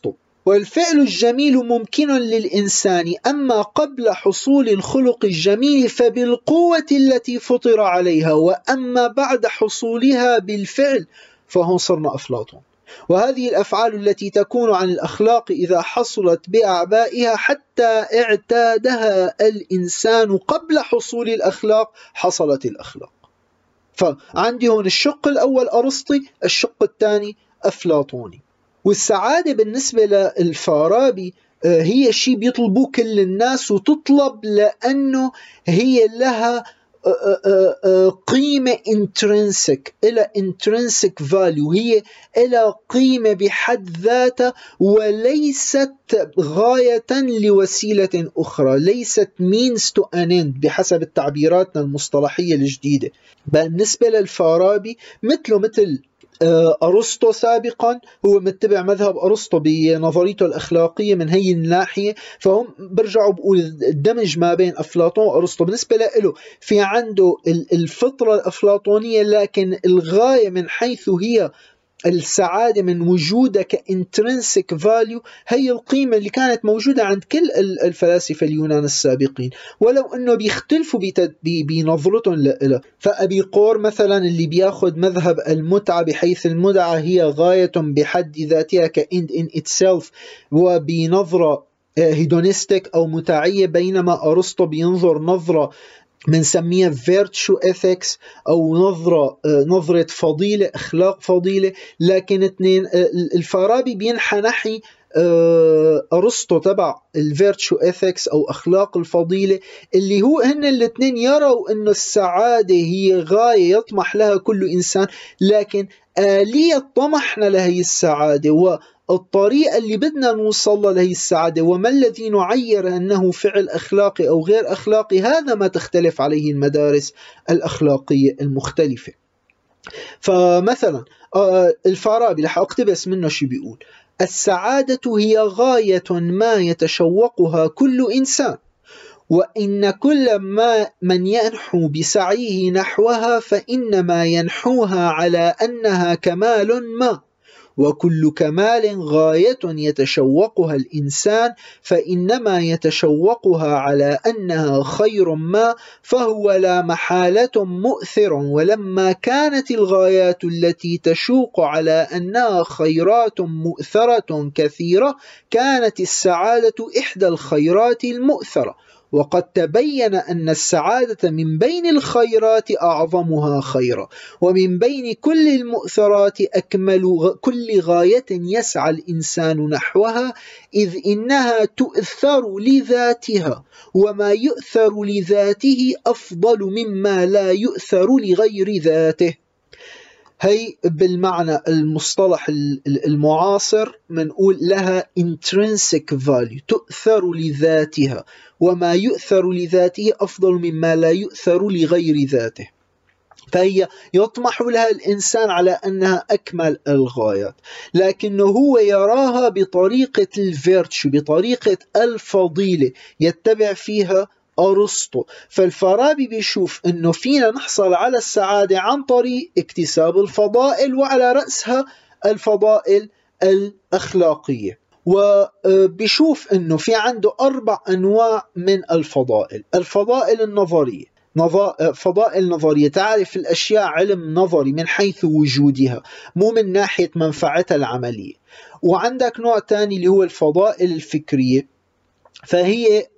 والفعل الجميل ممكن للإنسان، أما قبل حصول الخلق الجميل فبالقوة التي فطر عليها، وأما بعد حصولها بالفعل فهم صرنا أفلاطون. وهذه الأفعال التي تكون عن الأخلاق إذا حصلت بأعبائها حتى اعتادها الإنسان قبل حصول الأخلاق حصلت الأخلاق. فعندي هون الشق الأول أرسطي، الشق الثاني أفلاطوني. والسعادة بالنسبة للفارابي هي شيء بيطلبوه كل الناس، وتطلب لأنه هي لها قيمة intrinsic، إلى intrinsic value، هي إلى قيمة بحد ذاتها، وليست غاية لوسيلة أخرى، ليست means to an end بحسب التعبيرات المصطلحية الجديدة. بالنسبة للفارابي مثل أرسطو سابقا، هو متبع مذهب أرسطو بنظريته الأخلاقية من هي الناحية، فهم برجعوا بقول الدمج ما بين أفلاطون وأرسطو. بالنسبة له في عنده الفطرة الأفلاطونية، لكن الغاية من حيث هي السعادة من وجودها كإنترنسيك فاليو هي القيمة اللي كانت موجودة عند كل الفلاسفة اليونان السابقين، ولو أنه بيختلفوا بنظرتهم لها. فأبيقور مثلا اللي بياخد مذهب المتعة، بحيث المتعة هي غاية بحد ذاتها كإند إن إتسلف، وبنظرة هيدونيستيك أو متعية، بينما أرسطو بينظر نظرة منسميها virtue ethics أو نظرة فضيلة، أخلاق فضيلة. لكن اثنين الفارابي بينحى نحي أرسطو تبع الفيرتشو ethics أو أخلاق الفضيلة، اللي هو هن الاثنين يروا أن السعادة هي غاية يطمح لها كل إنسان، لكن آلية طمحنا لهي السعادة والطريقة اللي بدنا نوصل لهي السعادة وما الذي نعير أنه فعل أخلاقي أو غير أخلاقي، هذا ما تختلف عليه المدارس الأخلاقية المختلفة. فمثلا الفارابي رح أقتبس منه شي بيقول: السعادة هي غاية ما يتشوقها كل إنسان، وإن كل من ينحو بسعيه نحوها فإنما ينحوها على أنها كمال ما، وكل كمال غاية يتشوقها الإنسان فإنما يتشوقها على أنها خير ما، فهو لا محالة مؤثر. ولما كانت الغايات التي تشوق على أنها خيرات مؤثرة كثيرة، كانت السعادة إحدى الخيرات المؤثرة. وقد تبين أن السعادة من بين الخيرات أعظمها خيرا، ومن بين كل المؤثرات أكمل كل غاية يسعى الإنسان نحوها، إذ إنها تؤثر لذاتها، وما يؤثر لذاته أفضل مما لا يؤثر لغير ذاته. هي بالمعنى المصطلح المعاصر منقول لها intrinsic value، تؤثر لذاتها، وما يؤثر لذاته أفضل مما لا يؤثر لغير ذاته. فهي يطمح لها الإنسان على أنها أكمل الغايات، لكنه هو يراها بطريقة الفيرتشو، بطريقة الفضيلة يتبع فيها أرسطو. فالفارابي بيشوف أنه فينا نحصل على السعادة عن طريق اكتساب الفضائل، وعلى رأسها الفضائل الأخلاقية. وبيشوف أنه في عنده 4 أنواع من الفضائل. الفضائل النظرية، فضائل نظرية تعرف الأشياء علم نظري من حيث وجودها، مو من ناحية منفعتها العملية. وعندك نوع تاني اللي هو الفضائل الفكرية، فهي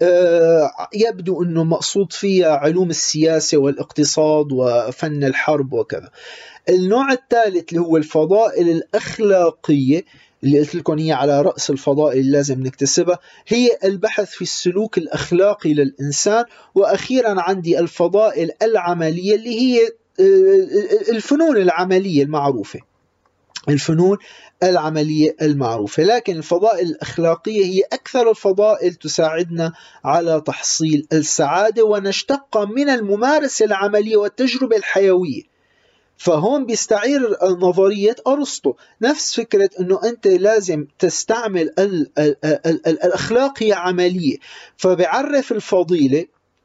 يبدو أنه مقصود فيها علوم السياسة والاقتصاد وفن الحرب وكذا. النوع الثالث اللي هو الفضائل الأخلاقية، اللي قلت لكم هي على رأس الفضائل اللي لازم نكتسبها، هي البحث في السلوك الأخلاقي للإنسان. وأخيرا عندي الفضائل العملية اللي هي الفنون العملية المعروفة، الفنون العملية المعروفة. لكن الفضائل الأخلاقية هي أكثر الفضائل تساعدنا على تحصيل السعادة، ونشتق من الممارسة العملية والتجربة الحيوية. فهون بيستعير نظرية أرسطو، نفس فكرة أنه أنت لازم تستعمل الأخلاق هي عملية. فبيعرف الفضيلة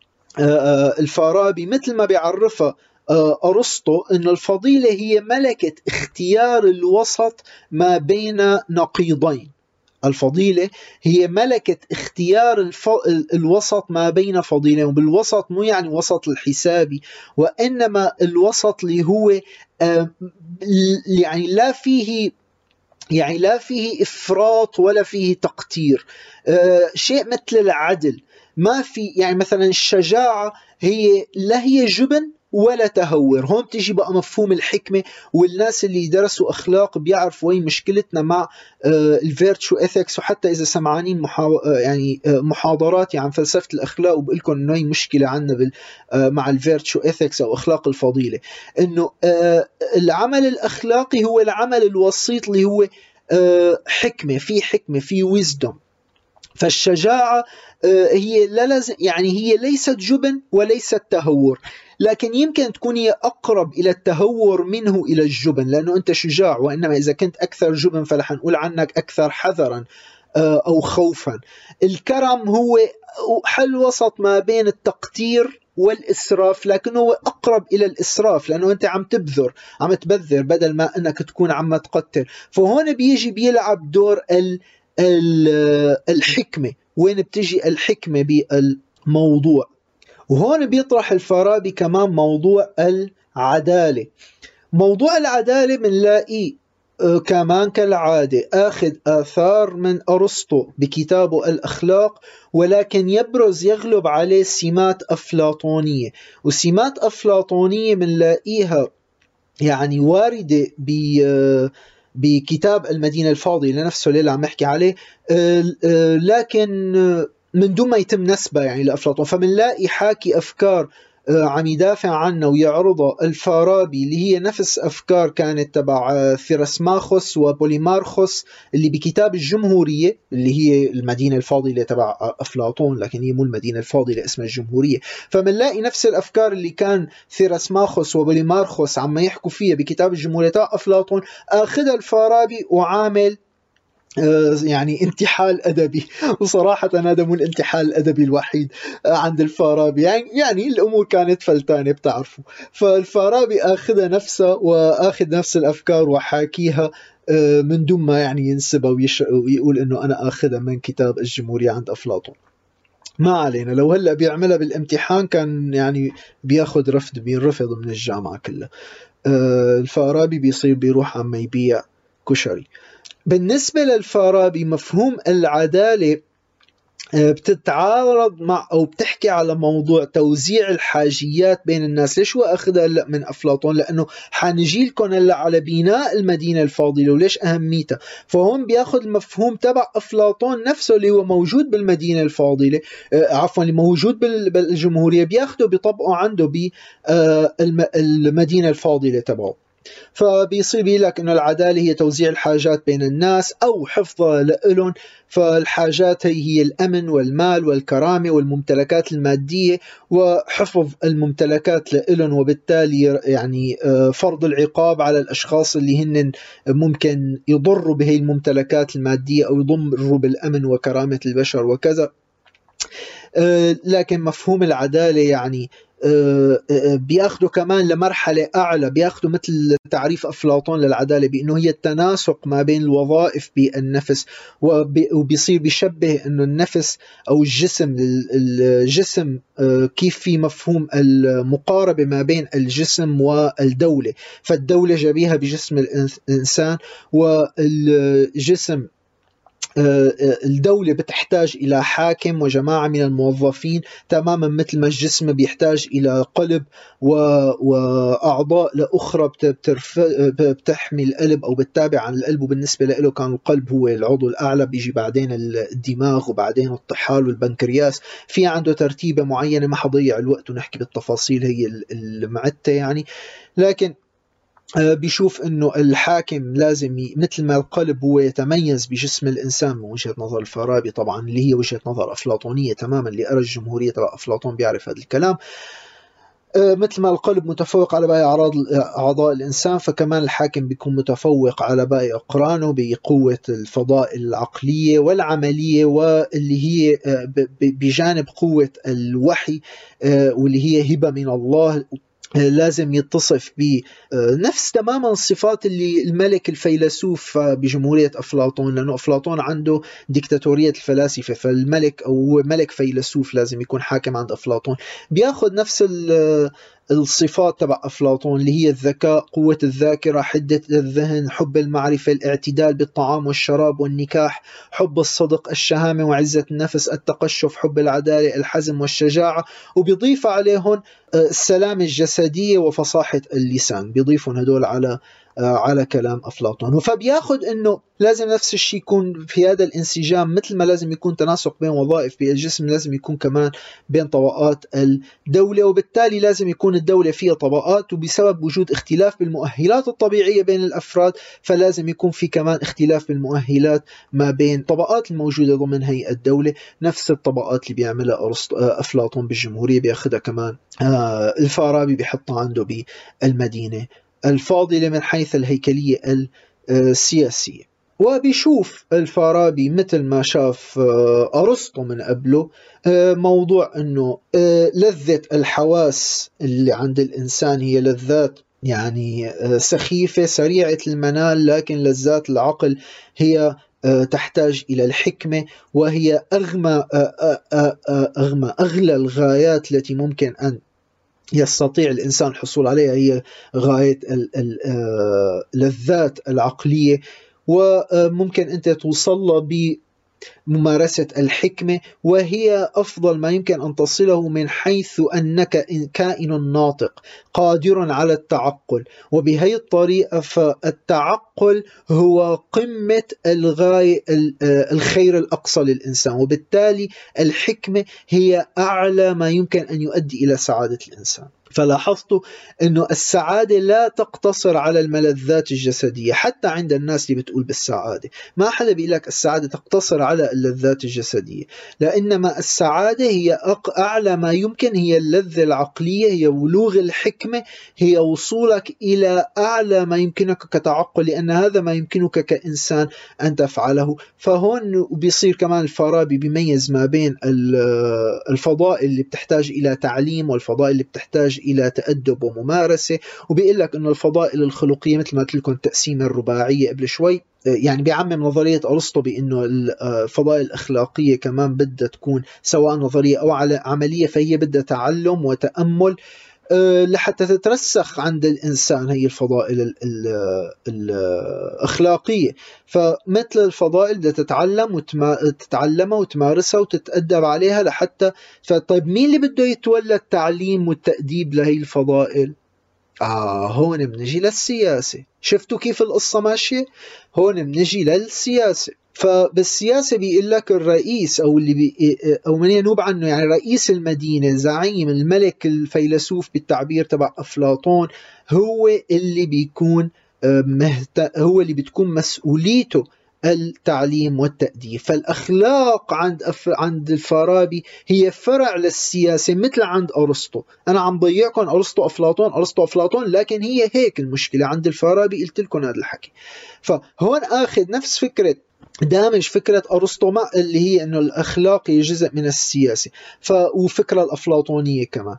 الفارابي مثل ما بيعرفها أرسطو، أن الفضيلة هي ملكة اختيار الوسط ما بين نقيضين، الفضيلة هي ملكة اختيار الوسط ما بين فضيلين، وبالوسط مو يعني وسط الحسابي، وإنما الوسط اللي هو يعني لا فيه إفراط ولا فيه تقتير، شيء مثل العدل. ما في يعني مثلا الشجاعة لا هي جبن ولا تهور. هون بتيجي بقى مفهوم الحكمة، والناس اللي درسوا أخلاق بيعرفوا وين مشكلتنا مع الفيرتشو إثكس، وحتى إذا سمعانين محاضرات عن فلسفة الأخلاق وبقول لكم إنه هي مشكلة عنا مع الفيرتشو إثكس أو أخلاق الفضيلة، إنه العمل الأخلاقي هو العمل الوسيط اللي هو حكمة في ويزدوم. فالشجاعة هي هي ليست جبن وليست تهور، لكن يمكن تكون هي أقرب إلى التهور منه إلى الجبن، لأنه أنت شجاع، وإنما إذا كنت أكثر جبن فرح نقول عنك أكثر حذرا أو خوفا. الكرم هو حل وسط ما بين التقتير والإسراف، لكنه هو أقرب إلى الإسراف، لأنه أنت عم تبذر بدل ما أنك تكون عم تقتر. فهون بيلعب دور الحكمة. وين بتجي الحكمة بالموضوع؟ وهون بيطرح الفارابي كمان موضوع العدالة. موضوع العدالة بنلاقي كمان كالعادة أخذ آثار من أرسطو بكتابه الأخلاق، ولكن يغلب عليه سمات أفلاطونية. وسمات أفلاطونية بنلاقيها يعني واردة بكتاب المدينة الفاضلة نفسه اللي عم نحكي عليه، لكن من دون ما يتم نسبة يعني لأفلاطون. فمنلاقي حاكي أفكار عم يدافع عنه ويعرضها الفارابي، اللي هي نفس أفكار كانت تبع ثيراسماخوس وبوليمارخوس اللي بكتاب الجمهورية، اللي هي المدينة الفاضلة تبع أفلاطون، لكن هي مو المدينة الفاضلة، اسمها الجمهورية. فمنلاقي نفس الأفكار اللي كان ثيراسماخوس وبوليمارخوس عم يحكوا فيها بكتاب الجمهورية تبع أفلاطون، أخذ الفارابي وعامل يعني انتحال أدبي. وصراحة هذا مو الانتحال الأدبي الوحيد عند الفارابي، يعني الأمور كانت فلتانة بتعرفوا. فالفارابي آخذ نفسه وآخذ نفس الأفكار وحاكيها من دون ما يعني ينسبها ويقول إنه أنا آخذها من كتاب الجمهورية عند أفلاطون. ما علينا، لو هلأ بيعملها بالامتحان كان يعني بينرفض من الجامعة كلها. الفارابي بيروح عم يبيع كشري. بالنسبة للفارابي مفهوم العدالة بتتعارض مع أو بتحكي على موضوع توزيع الحاجيات بين الناس. ليش هو أخذها هلا من أفلاطون؟ لأنه حنجي لكم هلا على بناء المدينة الفاضلة وليش أهميتها. فهون بياخذ المفهوم تبع أفلاطون نفسه اللي هو موجود بالمدينة الفاضلة، عفوا اللي موجود بالجمهورية، بياخده بيطبقه عنده بالمدينة الفاضلة تبعه. فبيصير لك إنه العدالة هي توزيع الحاجات بين الناس أو حفظها لهم. فالحاجات هي الأمن والمال والكرامة والممتلكات المادية، وحفظ الممتلكات لهم، وبالتالي يعني فرض العقاب على الأشخاص اللي هن ممكن يضروا بهي الممتلكات المادية أو يضروا بالأمن وكرامة البشر وكذا. لكن مفهوم العدالة يعني بياخدوا كمان لمرحلة أعلى، بياخدوا مثل تعريف أفلاطون للعدالة بأنه هي التناسق ما بين الوظائف بالنفس، وبيصير بيشبه أنه النفس أو الجسم كيف في مفهوم المقاربة ما بين الجسم والدولة. فالدولة جابيها بجسم الإنسان، والجسم الدولة بتحتاج إلى حاكم وجماعة من الموظفين، تماما مثل ما الجسم بيحتاج إلى قلب وأعضاء لأخرى بتحمي القلب أو بتتابع عن القلب. وبالنسبة له كان القلب هو العضو الأعلى، بيجي بعدين الدماغ وبعدين الطحال والبنكرياس. في عنده ترتيبة معينة، ما حضيع الوقت ونحكي بالتفاصيل هي المعدة يعني. لكن بيشوف انه الحاكم لازم مثل ما القلب هو يتميز بجسم الانسان من وجهة نظر الفارابي طبعا، اللي هي وجهة نظر افلاطونية تماما. اللي قرأ الجمهورية تبع افلاطون بيعرف هذا الكلام. مثل ما القلب متفوق على باقي أعضاء الإنسان، فكمان الحاكم بيكون متفوق على باقي أقرانه بقوة الفضائل العقلية والعملية، واللي هي بجانب قوة الوحي واللي هي هبة من الله. لازم يتصف بنفس تماما الصفات اللي الملك الفيلسوف بجمهورية أفلاطون، لأنه أفلاطون عنده ديكتاتورية الفلاسفة، فالملك أو ملك فيلسوف لازم يكون حاكم عند أفلاطون. بياخذ نفس الصفات تبع أفلاطون اللي هي الذكاء، قوة الذاكرة، حدة الذهن، حب المعرفة، الاعتدال بالطعام والشراب والنكاح، حب الصدق، الشهامة وعزة النفس، التقشف، حب العدالة، الحزم والشجاعة، وبيضيف عليهم السلامة الجسدية وفصاحة اللسان، بيضيفون هدول على كلام أفلاطون. فبياخد أنه لازم نفس الشيء يكون في هذا الانسجام، مثل ما لازم يكون تناسق بين وظائف بالجسم، لازم يكون كمان بين طبقات الدولة، وبالتالي لازم يكون الدولة فيها طبقات، وبسبب وجود اختلاف بالمؤهلات الطبيعية بين الأفراد فلازم يكون في كمان اختلاف بالمؤهلات ما بين الطبقات الموجودة ضمن هيئة الدولة. نفس الطبقات اللي بيعملها أفلاطون بالجمهورية بياخدها كمان الفارابي، بيحطها عنده بالمدينة الفاضلة من حيث الهيكلية السياسية. وبيشوف الفارابي مثل ما شاف أرسطو من قبله موضوع أنه لذة الحواس اللي عند الإنسان هي لذات يعني سخيفة سريعة المنال، لكن لذات العقل هي تحتاج إلى الحكمة، وهي أغلى الغايات التي ممكن أن يستطيع الإنسان الحصول عليها، هي غاية اللذات العقلية، وممكن أنت توصل بممارسة الحكمة، وهي أفضل ما يمكن أن تصله من حيث أنك كائن ناطق قادر على التعقل. وبهي الطريقة فالتعقل هو قمة الغاية الخير الأقصى للإنسان، وبالتالي الحكمة هي أعلى ما يمكن أن يؤدي إلى سعادة الإنسان. فلاحظتوا أنه السعادة لا تقتصر على الملذات الجسدية، حتى عند الناس اللي بتقول بالسعادة ما حدا بيقول لك السعادة تقتصر على اللذات الجسدية، لأنما السعادة هي أعلى ما يمكن، هي اللذة العقلية، هي بلوغ الحكمة، هي وصولك إلى أعلى ما يمكنك كتعقل، لأن هذا ما يمكنك كإنسان أن تفعله. فهون بيصير كمان الفارابي بيميز ما بين الفضائل اللي بتحتاج إلى تعليم والفضائل اللي بتحتاج إلى تأدب وممارسة، وبيقول لك أنه الفضائل الخلقية مثل ما قلت لكم التقسيمة الرباعية قبل شوي، يعني بيعمم نظرية أرسطو بأنه الفضائل الأخلاقية كمان بدها تكون سواء نظرية أو عملية، فهي بدها تعلم وتأمل لحتى تترسخ عند الإنسان هي الفضائل الأخلاقية. فمثل الفضائل بدها تتعلمها وتمارسها وتتأدب عليها لحتى فطيب مين اللي بده يتولى التعليم والتأديب لهي الفضائل؟ هون بنجي للسياسة. شفتوا كيف القصة ماشية؟ هون بنجي للسياسة. فبالسياسة بيقول لك الرئيس أو اللي أو من ينوب عنه، يعني رئيس المدينة، زعيم، الملك، الفيلسوف بالتعبير تبع أفلاطون، هو اللي بيكون هو اللي بتكون مسؤوليته التعليم والتأديب. فالأخلاق عند الفارابي هي فرع للسياسة مثل عند أرسطو. أنا عم ضيعكم أرسطو أفلاطون، لكن هي هيك المشكلة عند الفارابي، قلت لكم هذا الحكي. فهون آخذ نفس فكرة، دامج فكرة أرسطو مع اللي هي أنه الأخلاق هي جزء من السياسة، وفكرة الأفلاطونية كمان.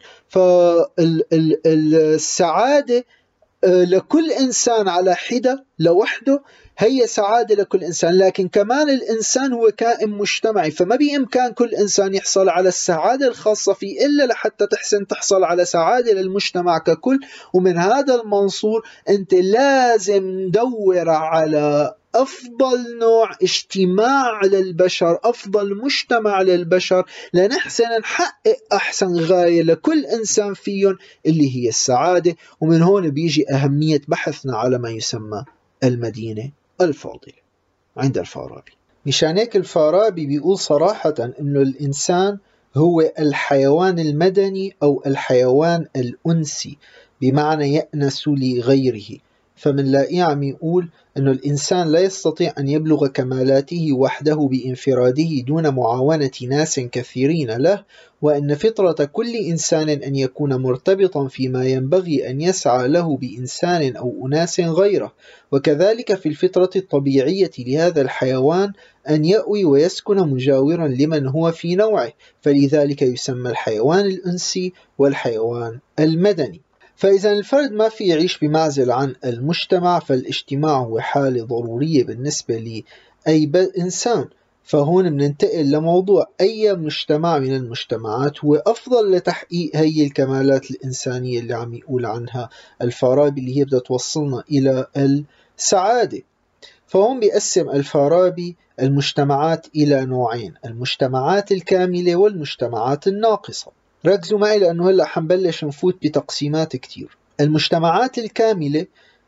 فالسعادة لكل إنسان على حدة لوحده هي سعادة لكل إنسان، لكن كمان الإنسان هو كائن مجتمعي، فما بإمكان كل إنسان يحصل على السعادة الخاصة فيه إلا لحتى تحصل على سعادة للمجتمع ككل. ومن هذا المنظور أنت لازم دور على أفضل نوع اجتماع للبشر، أفضل مجتمع للبشر، لنحسن نحقق أحسن غاية لكل إنسان فيهم اللي هي السعادة. ومن هون بيجي أهمية بحثنا على ما يسمى المدينة الفاضلة عند الفارابي. مشان هيك الفارابي بيقول صراحة إنه الإنسان هو الحيوان المدني أو الحيوان الأنسي، بمعنى يأنس لغيره. فمنلاقيه عم يقول أن الإنسان لا يستطيع أن يبلغ كمالاته وحده بانفراده دون معاونة ناس كثيرين له، وأن فطرة كل إنسان أن يكون مرتبطا فيما ينبغي أن يسعى له بإنسان أو أناس غيره، وكذلك في الفطرة الطبيعية لهذا الحيوان أن يأوي ويسكن مجاورا لمن هو في نوعه، فلذلك يسمى الحيوان الأنسي والحيوان المدني. فإذا الفرد ما في يعيش بمعزل عن المجتمع، فالاجتماع هو حالة ضرورية بالنسبة لأي إنسان. فهون بننتقل لموضوع أي مجتمع من المجتمعات هو أفضل لتحقيق هي الكمالات الإنسانية اللي عم يقول عنها الفارابي، اللي هي بدها توصلنا إلى السعادة. فهون بيقسم الفارابي المجتمعات إلى نوعين: المجتمعات الكاملة والمجتمعات الناقصة. ركزوا معي لأنه هلأ حنبلش نفوت بتقسيمات كتير. المجتمعات الكاملة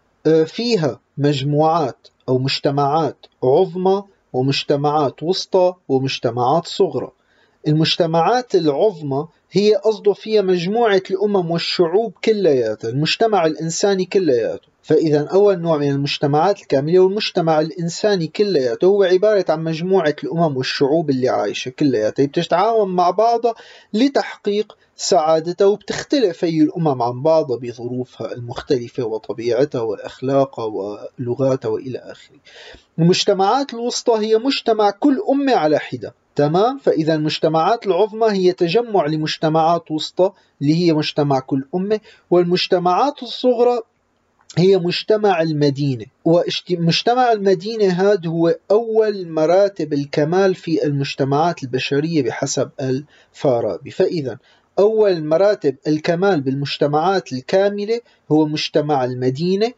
فيها مجموعات أو مجتمعات عظمى ومجتمعات وسطى ومجتمعات صغرى. المجتمعات العظمى هي قصده فيها مجموعة الأمم والشعوب كلياتها، المجتمع الإنساني كلياته. فإذا أول نوع من المجتمعات الكاملة والمجتمع الإنساني كلياته هو عبارة عن مجموعة الأمم والشعوب اللي عايشة كلياتها بتتعاون مع بعضها لتحقيق سعادتها، وبتختلف هي الأمم عن بعضها بظروفها المختلفة وطبيعتها وأخلاقها ولغاتها وإلى آخره. المجتمعات الوسطى هي مجتمع كل أمة على حدة، تمام؟ فإذا المجتمعات العظمى هي تجمع لمجتمعات وسطى اللي هي مجتمع كل أمة. والمجتمعات الصغرى هي مجتمع المدينة. ومجتمع المدينة هذا هو أول مراتب الكمال في المجتمعات البشرية بحسب الفارابي. فإذا أول مراتب الكمال بالمجتمعات الكاملة هو مجتمع المدينة،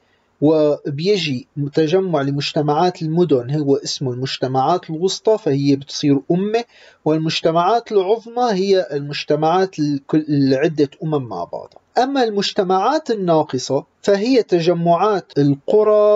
وبيجي تجمع لمجتمعات المدن هو اسمه المجتمعات الوسطى، فهي بتصير أمة. والمجتمعات العظمى هي المجتمعات العدة أمم مع بعضها. أما المجتمعات الناقصة فهي تجمعات القرى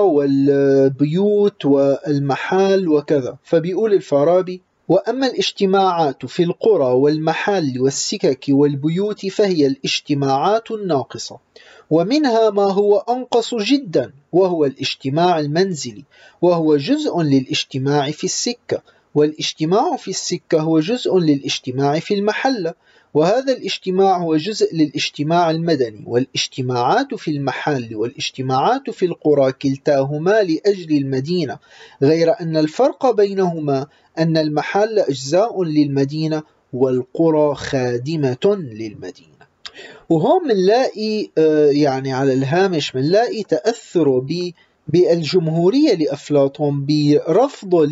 والبيوت والمحال وكذا. فبيقول الفارابي: وأما الاجتماعات في القرى والمحال والسكك والبيوت فهي الاجتماعات الناقصة، ومنها ما هو أنقص جدا وهو الاجتماع المنزلي، وهو جزء للاجتماع في السكة، والاجتماع في السكة هو جزء للاجتماع في المحلة، وهذا الاجتماع هو جزء للاجتماع المدني. والاجتماعات في المحل والاجتماعات في القرى كلتاهما لأجل المدينة، غير أن الفرق بينهما أن المحل أجزاء للمدينة والقرى خادمة للمدينة. وهون منلاقي يعني على الهامش منلاقي تأثره بالجمهورية لأفلاطون برفضه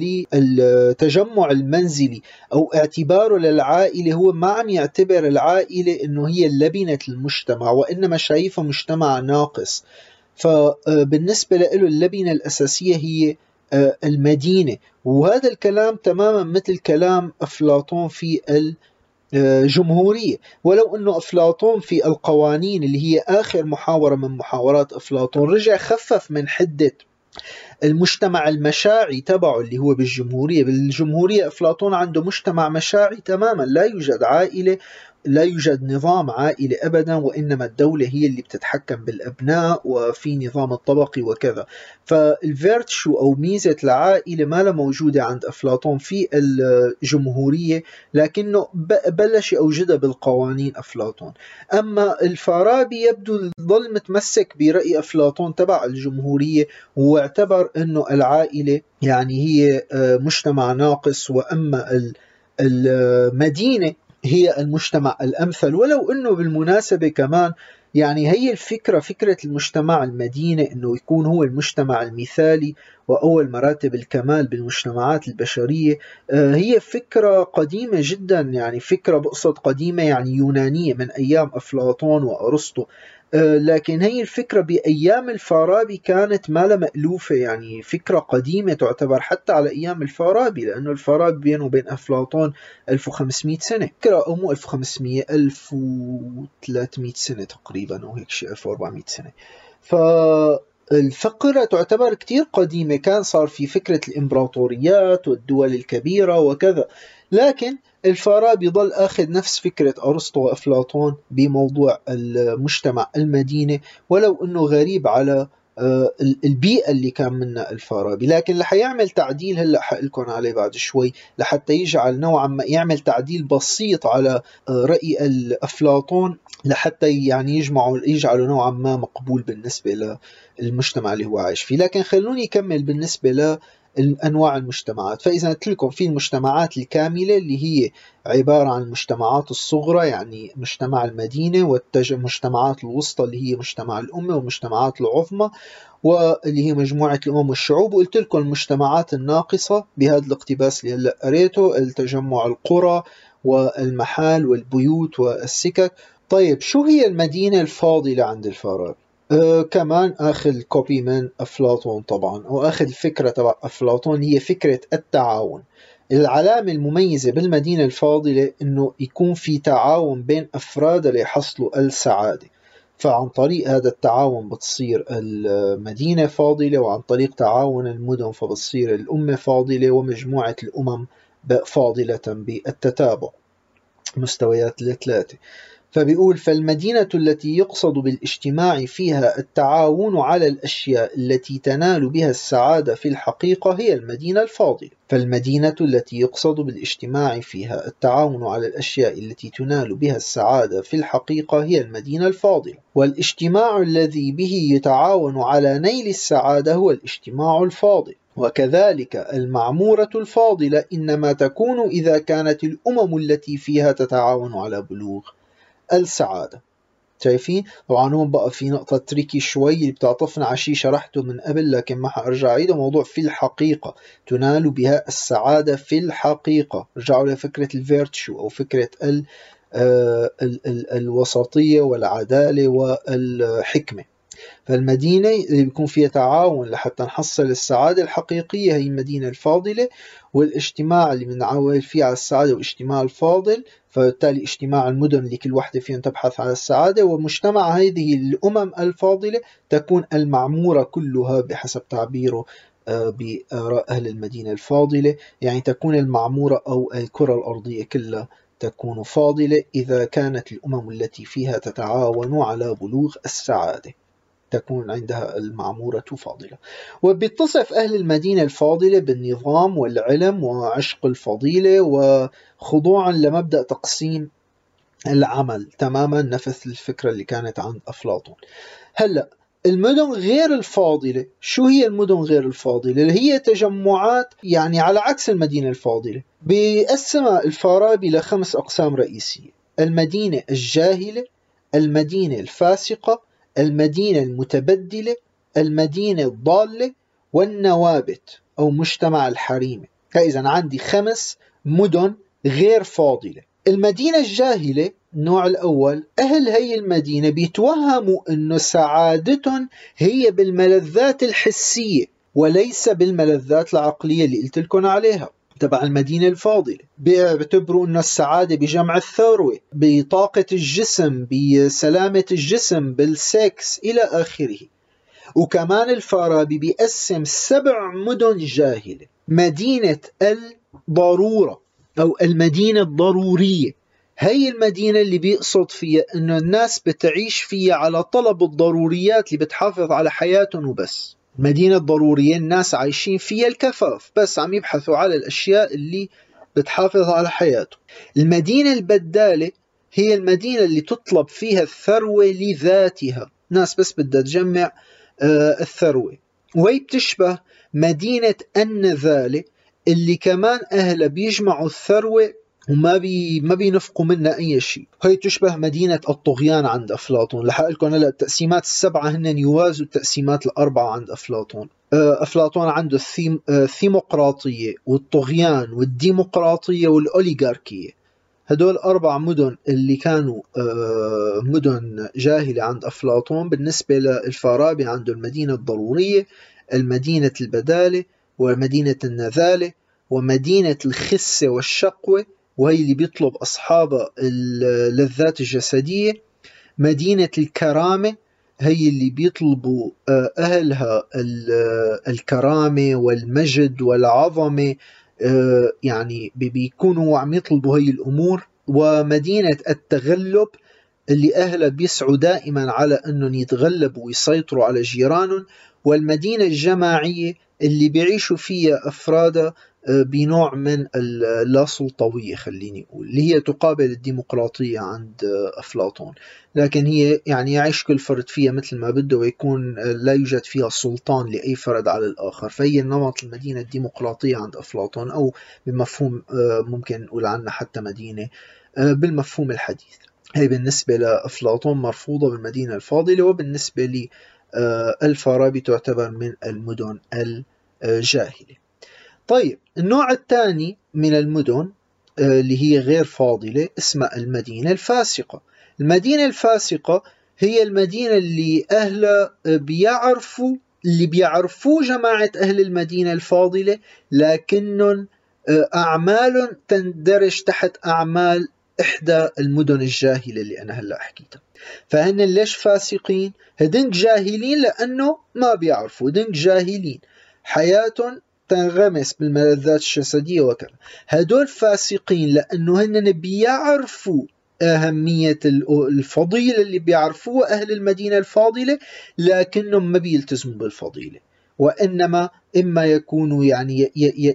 للتجمع المنزلي أو اعتباره للعائلة. هو ما عم يعتبر العائلة أنه هي لبنة المجتمع، وإنما شايفها مجتمع ناقص. فبالنسبة له اللبنة الأساسية هي المدينة. وهذا الكلام تماما مثل كلام أفلاطون في جمهورية. ولو أنه أفلاطون في القوانين اللي هي آخر محاورة من محاورات أفلاطون رجع خفف من حدة المجتمع المشاعي تبعه اللي هو بالجمهورية. بالجمهورية أفلاطون عنده مجتمع مشاعي تماما، لا يوجد عائلة، لا يوجد نظام عائلي أبدا، وإنما الدولة هي اللي بتتحكم بالأبناء وفي نظام الطبقي وكذا. فالفيرتشو أو ميزة العائلة ما لا موجودة عند أفلاطون في الجمهورية، لكنه بلش يوجدها بالقوانين أفلاطون. أما الفارابي يبدو ظل متمسك برأي أفلاطون تبع الجمهورية، واعتبر أنه العائلة يعني هي مجتمع ناقص، وأما المدينة هي المجتمع الأمثل. ولو أنه بالمناسبة كمان يعني هي الفكرة، فكرة المجتمع المدينة أنه يكون هو المجتمع المثالي وأول مراتب الكمال بالمجتمعات البشرية، هي فكرة قديمة جدا، يعني فكرة بقصد قديمة يعني يونانية من أيام أفلاطون وأرسطو. لكن هي الفكرة بأيام الفارابي كانت ما لا مألوفة، يعني فكرة قديمة تعتبر حتى على أيام الفارابي، لأنه الفارابي بينه وبين أفلاطون 1500 سنة، فكرة أو مو 1500، 1300 سنة تقريبا أو هيك شيء، 1400 سنة. فالفكرة تعتبر كتير قديمة، كان صار في فكرة الإمبراطوريات والدول الكبيرة وكذا. لكن الفارابي ظل أخذ نفس فكرة أرسطو وأفلاطون بموضوع المجتمع المدينة، ولو أنه غريب على البيئة اللي كان منها الفارابي. لكن رح يعمل تعديل هلأ حقلكم عليه بعد شوي، لحتى يجعل نوعا ما يعمل تعديل بسيط على رأي أفلاطون، لحتى يعني يجعله نوعا ما مقبول بالنسبة للمجتمع اللي هو عايش فيه. لكن خلوني أكمل بالنسبة أنواع المجتمعات. فإذا قلت لكم في المجتمعات الكاملة اللي هي عبارة عن المجتمعات الصغرى، يعني مجتمع المدينة، والمجتمعات الوسطى اللي هي مجتمع الأمة، والمجتمعات العظمى واللي هي مجموعة الأمم والشعوب. وقلت لكم المجتمعات الناقصة بهذا الاقتباس اللي هلا قريته، التجمع القرى والمحال والبيوت والسكك. طيب شو هي المدينة الفاضلة عند الفارابي؟ كمان أخذ كوبي من أفلاطون طبعا، وأخذ الفكرة تبع أفلاطون هي فكرة التعاون. العلامة المميزة بالمدينة الفاضلة إنه يكون في تعاون بين أفراد ليحصلوا السعادة، فعن طريق هذا التعاون بتصير المدينة فاضلة، وعن طريق تعاون المدن فبتصير الأمة فاضلة، ومجموعة الأمم فاضلة بالتتابع، مستويات الثلاثة. فبيقول فالمدينة التي يقصد بالاجتماع فيها التعاون على الأشياء التي تنال بها السعادة في الحقيقة هي المدينة الفاضلة. فالمدينة التي يقصد بالاجتماع فيها التعاون على الأشياء التي تنال بها السعادة في الحقيقة هي المدينة الفاضلة. والاجتماع الذي به يتعاون على نيل السعادة هو الاجتماع الفاضل. وكذلك المعمورة الفاضلة إنما تكون إذا كانت الأمم التي فيها تتعاون على بلوغ السعادة. شايفين؟ طبعا هون بقى في نقطة تريكي شوي اللي بتعطفنا على شيء شرحته من قبل، لكن ما حأرجع أعيده. موضوع في الحقيقة تنال بها السعادة في الحقيقة. رجعوا لفكرة الفيرتشو أو فكرة الوسطية والعدالة والحكمة. فالمدينة اللي بيكون فيها تعاون لحتى نحصل السعادة الحقيقية هي المدينة الفاضلة. والاجتماع اللي بنعول فيه على السعادة والاجتماع الفاضل، فبالتالي اجتماع المدن اللي كل واحدة فيهم تبحث عن السعادة. ومجتمع هذه الأمم الفاضلة تكون المعمورة كلها بحسب تعبيره بآراء أهل المدينة الفاضلة، يعني تكون المعمورة أو الكرة الأرضية كلها تكون فاضلة إذا كانت الأمم التي فيها تتعاون على بلوغ السعادة، تكون عندها المعمورة فاضلة. وبيتصف أهل المدينة الفاضلة بالنظام والعلم وعشق الفضيلة وخضوعا لمبدأ تقسيم العمل، تماما نفس الفكرة اللي كانت عند أفلاطون. هلأ المدن غير الفاضلة، شو هي المدن غير الفاضلة؟ اللي هي تجمعات يعني على عكس المدينة الفاضلة. بيقسمها الفارابي ل5 أقسام رئيسية: المدينة الجاهلة، المدينة الفاسقة، المدينة المتبدلة، المدينة الضالة، والنوابت أو مجتمع الحريمة. فإذا عندي 5 مدن غير فاضلة. المدينة الجاهلة النوع الأول، أهل هي المدينة بيتوهموا أنه سعادتهم هي بالملذات الحسية وليس بالملذات العقلية اللي قلت لكم عليها تبع المدينة الفاضلة. بيعتبروا أن السعادة بجمع الثروة، بطاقة الجسم، بسلامة الجسم، بالسكس إلى آخره. وكمان الفارابي بيقسم 7 مدن جاهلة: مدينة الضرورة أو المدينة الضرورية، هي المدينة اللي بيقصد فيها أنه الناس بتعيش فيها على طلب الضروريات اللي بتحافظ على حياتهم وبس. مدينة ضرورية الناس عايشين فيها الكفاف، بس عم يبحثوا على الأشياء اللي بتحافظ على حياتهم. المدينة البدالة هي المدينة اللي تطلب فيها الثروة لذاتها، ناس بس بدها تجمع الثروة. وهي بتشبه مدينة النذالة اللي كمان أهلها بيجمعوا الثروة وما بينفقوا منها أي شيء. هي تشبه مدينة الطغيان عند أفلاطون. لحق لكم هلا التقسيمات ال7 هن يوازوا التقسيمات ال4 عند أفلاطون. أفلاطون عنده الثيمقراطية والطغيان والديمقراطية والأوليغاركية. هدول 4 مدن اللي كانوا مدن جاهلة عند أفلاطون. بالنسبة للفارابي عنده المدينة الضرورية، المدينة البدالة، ومدينة النذالة، ومدينة الخسة والشقوة، وهي اللي بيطلب أصحابها اللذات الجسدية. مدينة الكرامة، هي اللي بيطلبوا أهلها الكرامة والمجد والعظمة، يعني بيكونوا عم يطلبوا هي الأمور. ومدينة التغلب اللي أهلها بيسعوا دائما على أنهم يتغلبوا ويسيطروا على جيرانهم. والمدينة الجماعية اللي بيعيشوا فيها أفرادها بنوع من اللاسلطوية خليني أقول، اللي هي تقابل الديمقراطية عند أفلاطون، لكن هي يعني يعيش كل فرد فيها مثل ما بده ويكون لا يوجد فيها سلطان لأي فرد على الآخر. فهي نمط المدينة الديمقراطية عند أفلاطون، أو بمفهوم ممكن نقول عنها حتى مدينة بالمفهوم الحديث. هي بالنسبة لأفلاطون مرفوضة بالمدينة الفاضلة، وبالنسبة للفارابي تعتبر من المدن الجاهلة. طيب النوع الثاني من المدن اللي هي غير فاضلة اسمها المدينة الفاسقة. المدينة الفاسقة هي المدينة اللي أهلها بيعرفوا جماعة أهل المدينة الفاضلة، لكنهم أعمال تندرج تحت أعمال إحدى المدن الجاهلة اللي أنا هلأ حكيتها. فهن ليش فاسقين؟ هدنك جاهلين لأنه ما بيعرفوا، هدنك جاهلين حياتهم تنغمس بالملذات الجسدية وكذا. هدول فاسقين لأنه هن بيعرفوا أهمية الفضيلة اللي بيعرفوها أهل المدينة الفاضلة، لكنهم ما بيلتزموا بالفضيلة، وإنما إما يكونوا يعني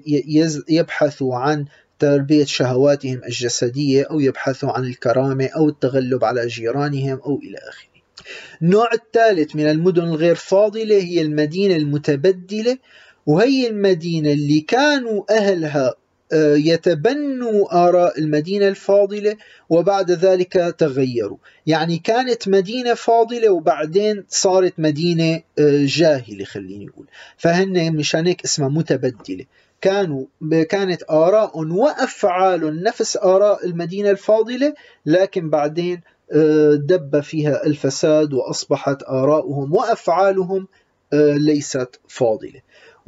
يبحثوا عن تربية شهواتهم الجسدية، أو يبحثوا عن الكرامة أو التغلب على جيرانهم أو إلى آخره. النوع الثالث من المدن الغير فاضلة هي المدينة المتبدلة، وهي المدينة اللي كانوا أهلها يتبنوا آراء المدينة الفاضلة وبعد ذلك تغيروا. يعني كانت مدينة فاضلة وبعدين صارت مدينة جاهلة خليني أقول، فهن مشان هيك اسمها متبدلة. كانت آراء وأفعال نفس آراء المدينة الفاضلة، لكن بعدين دب فيها الفساد وأصبحت آراؤهم وأفعالهم ليست فاضلة.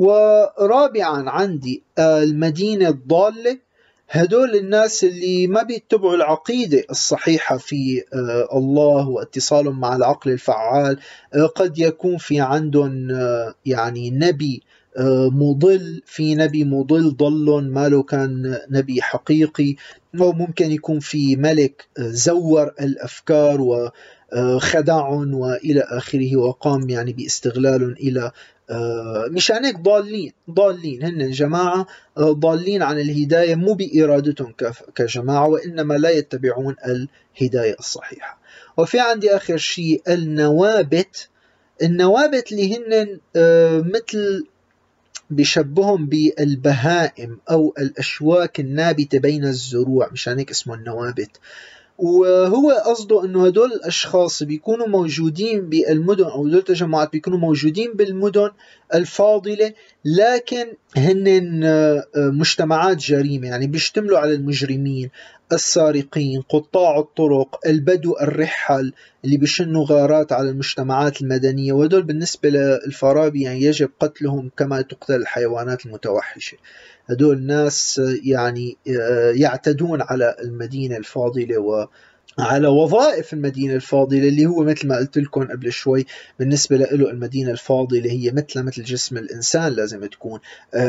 ورابعا عندي المدينة الضالة. هدول الناس اللي ما بيتبعوا العقيدة الصحيحة في الله واتصالهم مع العقل الفعال. قد يكون في عندهم يعني نبي مضل، في نبي مضل ضل ما له كان نبي حقيقي، أو ممكن يكون في ملك زور الأفكار وخدعهم وإلى آخره، وقام يعني باستغلالهم إلى مشان هيك ضالين هن جماعة ضالين عن الهداية، مو بإرادتهم كجماعة، وإنما لا يتبعون الهداية الصحيحة. وفي عندي آخر شيء النوابت اللي هن مثل بيشبههم بالبهائم أو الأشواك النابتة بين الزروع، مشان هيك اسمه النوابت. وهو قصده انه هدول الاشخاص بيكونوا موجودين بالمدن، او هدول التجمعات بيكونوا موجودين بالمدن الفاضلة، لكن هن مجتمعات جريمة، يعني بيشتملوا على المجرمين، السارقين، قطاع الطرق، البدو الرحل اللي بيشنوا غارات على المجتمعات المدنية. وهدول بالنسبة للفارابي يعني يجب قتلهم كما تقتل الحيوانات المتوحشة. هدول الناس يعني يعتدون على المدينة الفاضلة وعلى وظائف المدينة الفاضلة، اللي هو مثل ما قلت لكم قبل شوي بالنسبة له المدينة الفاضلة هي مثل جسم الإنسان، لازم تكون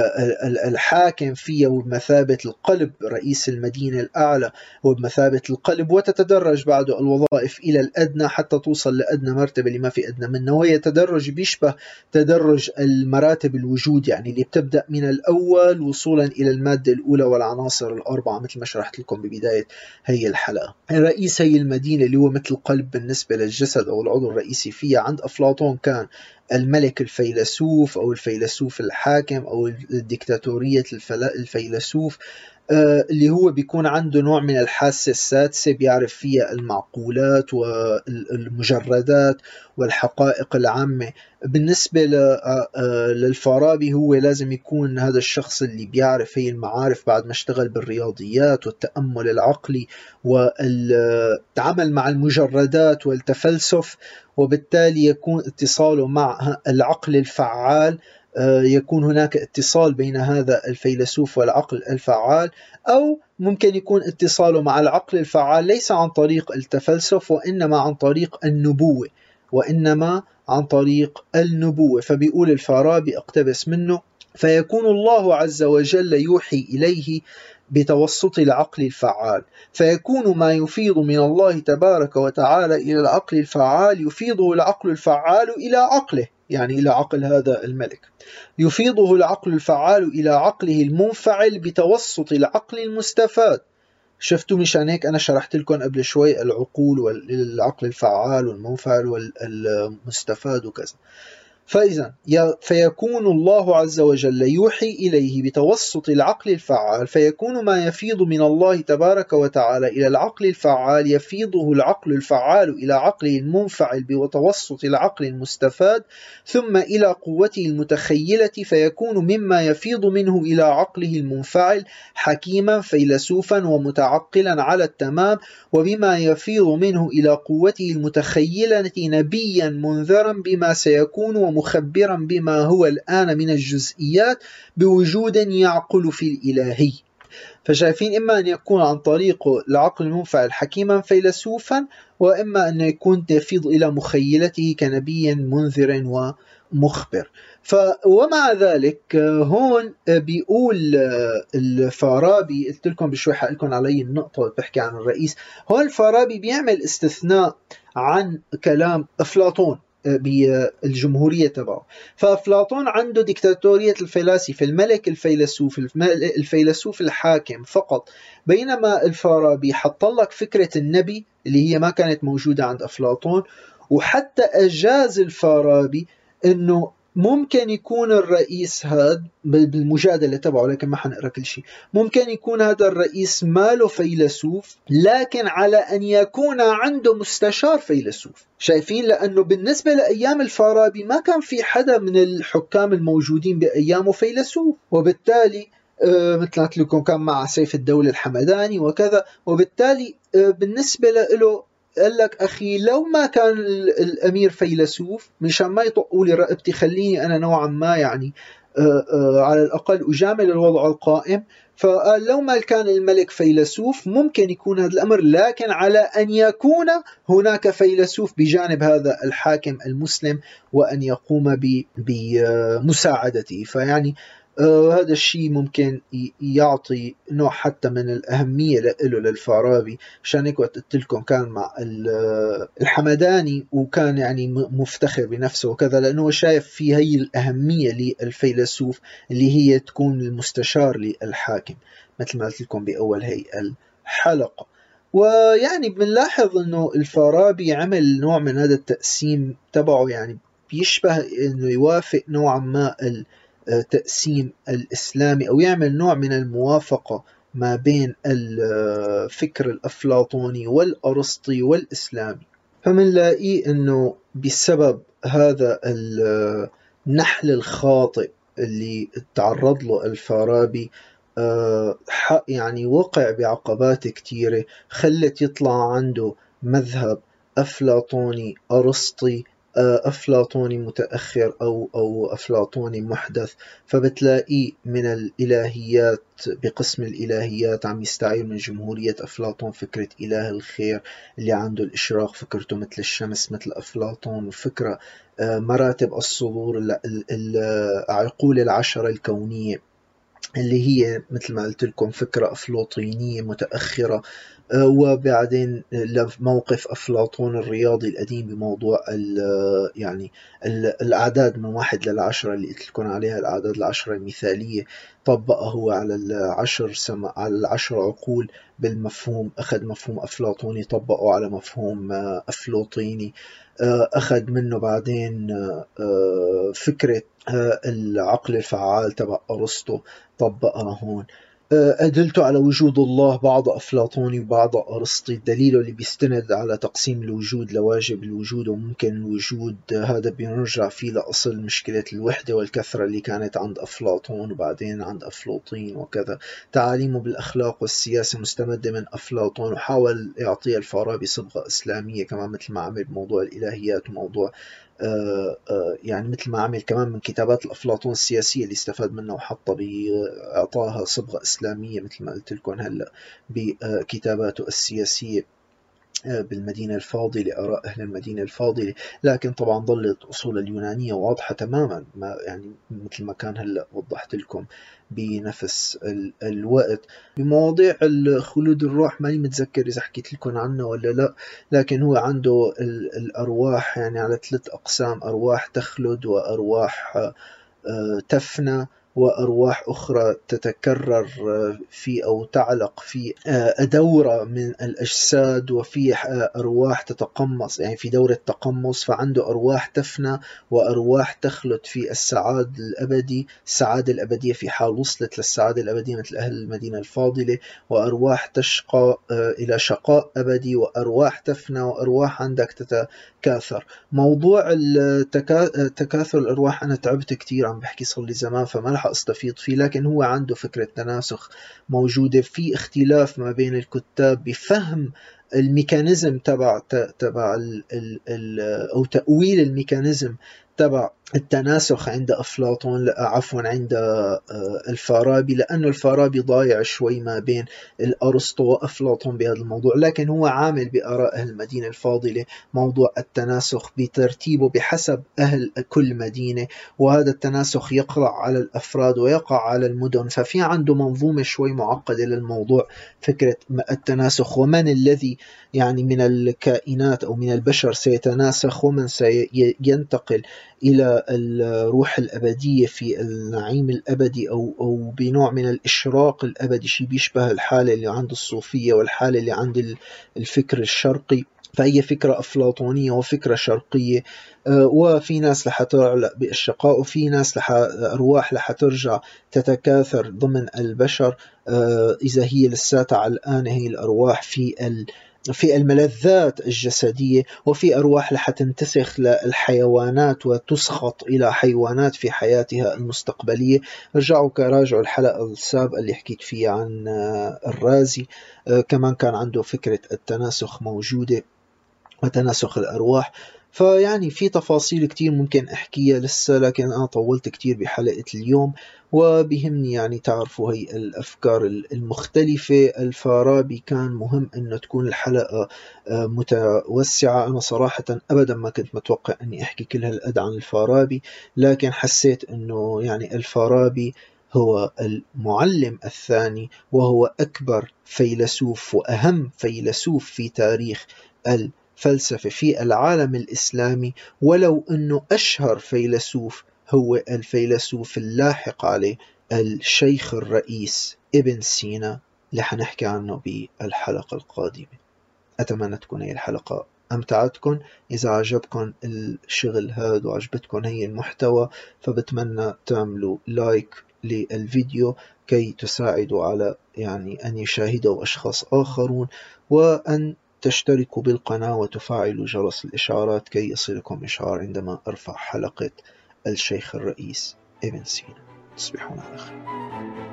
الحاكم فيها وبمثابة القلب، رئيس المدينة الأعلى وبمثابة القلب، وتتدرج بعده الوظائف إلى الأدنى حتى توصل لأدنى مرتبة اللي ما في أدنى منه. وهي تدرج بيشبه تدرج المراتب الوجود، يعني اللي بتبدأ من الأول وصولا إلى المادة الأولى والعناصر الأربعة مثل ما شرحت لكم ببداية هي الحلقة. رئيس هي المدينة اللي هو مثل القلب بالنسبة للجسد أو العضو الرئيسي فيها. عند أفلاطون كان الملك الفيلسوف أو الفيلسوف الحاكم أو الديكتاتورية الفيلسوف، اللي هو بيكون عنده نوع من الحاسة السادسة بيعرف فيها المعقولات والمجردات والحقائق العامة. بالنسبة للفارابي هو لازم يكون هذا الشخص اللي بيعرف هي المعارف بعد ما اشتغل بالرياضيات والتأمل العقلي والتعامل مع المجردات والتفلسف، وبالتالي يكون اتصاله مع العقل الفعال، يكون هناك اتصال بين هذا الفيلسوف والعقل الفعال، أو ممكن يكون اتصاله مع العقل الفعال ليس عن طريق التفلسف وإنما عن طريق النبوة. فبيقول الفارابي اقتبس منه: فيكون الله عز وجل يوحي إليه بتوسط العقل الفعال، فيكون ما يفيض من الله تبارك وتعالى إلى العقل الفعال يفيضه العقل الفعال إلى عقله، يعني إلى عقل هذا الملك. يفيضه العقل الفعال إلى عقله المنفعل بتوسط العقل المستفاد. شفتوا مشان هيك أنا شرحت لكم قبل شوي العقول والعقل الفعال والمنفعل والمستفاد وكذا. فإذا فيكون الله عز وجل يوحي إليه بتوسط العقل الفعال، فيكون ما يفيض من الله تبارك وتعالى إلى العقل الفعال يفيضه العقل الفعال إلى عقله المنفعل بتوسط العقل المستفاد، ثم إلى قوته المتخيلة، فيكون مما يفيض منه إلى عقله المنفعل حكيما فيلسوفا ومتعقلا على التمام، وبما يفيض منه إلى قوته المتخيلة نبيا منذرا بما سيكون مخبرا بما هو الآن من الجزئيات بوجود يعقل في الإلهي. فشايفين إما أن يكون عن طريق العقل المنفعل حكيما فيلسوفا، وإما أن يكون يفيض إلى مخيلته كنبي منذر ومخبر. ومع ذلك هون بيقول الفارابي، قلت لكم بشوي حقلكم علي النقطة بحكي عن الرئيس. هون الفارابي بيعمل استثناء عن كلام أفلاطون بالجمهورية تبعه. فأفلاطون عنده ديكتاتورية الفلاسفة، الملك الفيلسوف، الفيلسوف الحاكم فقط، بينما الفارابي حط لك فكرة النبي اللي هي ما كانت موجودة عند أفلاطون. وحتى أجاز الفارابي أنه ممكن يكون الرئيس هذا بالمجادلة تبعه، لكن ما حنقرأ كل شيء، ممكن يكون هذا الرئيس ماله فيلسوف لكن على أن يكون عنده مستشار فيلسوف. شايفين؟ لأنه بالنسبة لأيام الفارابي ما كان في حدا من الحكام الموجودين بأيامه فيلسوف، وبالتالي مثل ما قلت لكم كان مع سيف الدولة الحمداني وكذا، وبالتالي بالنسبة له قال لك أخي لو ما كان الأمير فيلسوف مشان ما يطقوا لي رقبتي خليني أنا نوعا ما يعني على الأقل أجامل الوضع القائم. فقال لو ما كان الملك فيلسوف ممكن يكون هذا الأمر، لكن على أن يكون هناك فيلسوف بجانب هذا الحاكم المسلم وأن يقوم بمساعدته. فيعني هذا الشيء ممكن يعطي نوع حتى من الأهمية له للفارابي. عشان هيك وقت قلت لكم كان مع الحمداني وكان يعني مفتخر بنفسه وكذا، لأنه شايف في هي الأهمية للفيلسوف اللي هي تكون المستشار للحاكم مثل ما قلت لكم بأول هي الحلقة. ويعني بنلاحظ أنه الفارابي عمل نوع من هذا التقسيم تبعه، يعني بيشبه أنه يوافق نوعا ما التقسيم الإسلامي أو يعمل نوع من الموافقة ما بين الفكر الأفلاطوني والأرسطي والإسلامي. فمنلاقيه أنه بسبب هذا النحل الخاطئ اللي تعرض له الفارابي يعني وقع بعقبات كتيرة خلت يطلع عنده مذهب أفلاطوني أرسطي، أفلاطوني متأخر أو أفلاطوني محدث. فبتلاقيه من الإلهيات بقسم الإلهيات عم يستعير من جمهورية أفلاطون فكرة إله الخير اللي عنده الإشراق، فكرته مثل الشمس مثل أفلاطون، وفكرة مراتب الصدور العقول العشرة الكونية اللي هي مثل ما قلت لكم فكرة أفلاطينية متأخرة. وبعدين موقف أفلاطون الرياضي القديم بموضوع يعني الأعداد من 1 ل10 اللي قلت لكم عليها، الأعداد العشرة المثالية، طبقه هو على على 10 عقول بالمفهوم، أخذ مفهوم أفلاطوني طبقه على مفهوم أفلاطيني، أخذ منه بعدين فكرة العقل الفعال تبع أرسطو طبقها هون. أدلت على وجود الله بعض أفلاطوني وبعض أرسطي، الدليل اللي بيستند على تقسيم الوجود لواجب الوجود وممكن الوجود، هذا بنرجع فيه لأصل مشكلة الوحدة والكثرة اللي كانت عند أفلاطون وبعدين عند أفلاطين وكذا. تعاليمه بالأخلاق والسياسة مستمدة من أفلاطون، وحاول يعطيها الفارابي صبغة إسلامية كمان مثل ما عمل بموضوع الإلهيات وموضوع يعني مثل ما عمل كمان من كتابات الأفلاطون السياسية اللي استفاد منها وحطها بإعطاها صبغة إسلامية مثل ما قلت لكم هلأ بكتاباته السياسية. بالمدينة الفاضلة، آراء أهل المدينة الفاضلة. لكن طبعا ظلت أصول اليونانية واضحة تماما، ما يعني مثل ما كان هلأ وضحت لكم بنفس الوقت. بمواضيع الخلود الروح ماني متذكر إذا حكيت لكم عنه ولا لا، لكن هو عنده الأرواح يعني على 3 أقسام: أرواح تخلد، وأرواح تفنى، وأرواح أخرى تتكرر في أو تعلق في دورة من الأجساد، وفي أرواح تتقمص يعني في دورة تقمص. فعنده أرواح تفنى وأرواح تخلد في السعادة الأبدية في حال وصلت للسعادة الأبدية مثل أهل المدينة الفاضلة، وأرواح تشقى إلى شقاء أبدي، وأرواح تفنى، وأرواح عندك تتكاثر. موضوع تكاثر الأرواح أنا تعبت كتير عم بحكي صار لي زمان فما رح أستفيض فيه، لكن هو عنده فكرة تناسخ موجودة. في اختلاف ما بين الكتاب بفهم الميكانيزم تبع أو تأويل الميكانيزم تبع التناسخ عند أفلاطون، عفوا عند الفارابي، لأن الفارابي ضايع شوي ما بين الأرسطو وأفلاطون بهذا الموضوع. لكن هو عامل بآراء أهل المدينة الفاضلة موضوع التناسخ بترتيبه بحسب أهل كل مدينة، وهذا التناسخ يقع على الأفراد ويقع على المدن. ففي عنده منظومة شوي معقدة للموضوع، فكرة التناسخ ومن الذي يعني من الكائنات أو من البشر سيتناسخ، ومن سينتقل إلى الروح الأبدية في النعيم الأبدي أو بنوع من الإشراق الأبدي، شيء بيشبه الحالة اللي عند الصوفية والحالة اللي عند الفكر الشرقي. فهي فكرة أفلاطونية وفكرة شرقية. وفي ناس رح تعلق بالشقاء، وفي ناس أرواح رح ترجع تتكاثر ضمن البشر إذا هي لساتها علقانة هي الأرواح في الملذات الجسدية، وفي أرواح رح تنتسخ للحيوانات وتسخط إلى حيوانات في حياتها المستقبلية. راجعوا الحلقة السابقة اللي حكيت فيها عن الرازي، كمان كان عنده فكرة التناسخ موجودة وتناسخ الأرواح. فيعني في تفاصيل كتير ممكن أحكيها لسه، لكن أنا طولت كتير بحلقة اليوم، وبهمني يعني تعرفوا هي الأفكار المختلفة. الفارابي كان مهم أنه تكون الحلقة متوسعة. أنا صراحة أبدا ما كنت متوقع أني أحكي كل هالقد عن الفارابي، لكن حسيت أنه يعني الفارابي هو المعلم الثاني، وهو أكبر فيلسوف وأهم فيلسوف في تاريخ الفلسفة في العالم الإسلامي، ولو أنه أشهر فيلسوف هو الفيلسوف اللاحق عليه الشيخ الرئيس ابن سينا اللي حنحكي عنه بالحلقة القادمة. أتمنى تكون هي الحلقة أمتعتكم. إذا عجبكم الشغل هذا وعجبتكم هي المحتوى، فبتمنى تعملوا لايك للفيديو كي تساعدوا على يعني أن يشاهده أشخاص آخرون، وأن تشتركوا بالقناة وتفعلوا جرس الإشعارات كي يصلكم إشعار عندما أرفع حلقة الشيخ الرئيس ابن سينا. تصبحون على خير.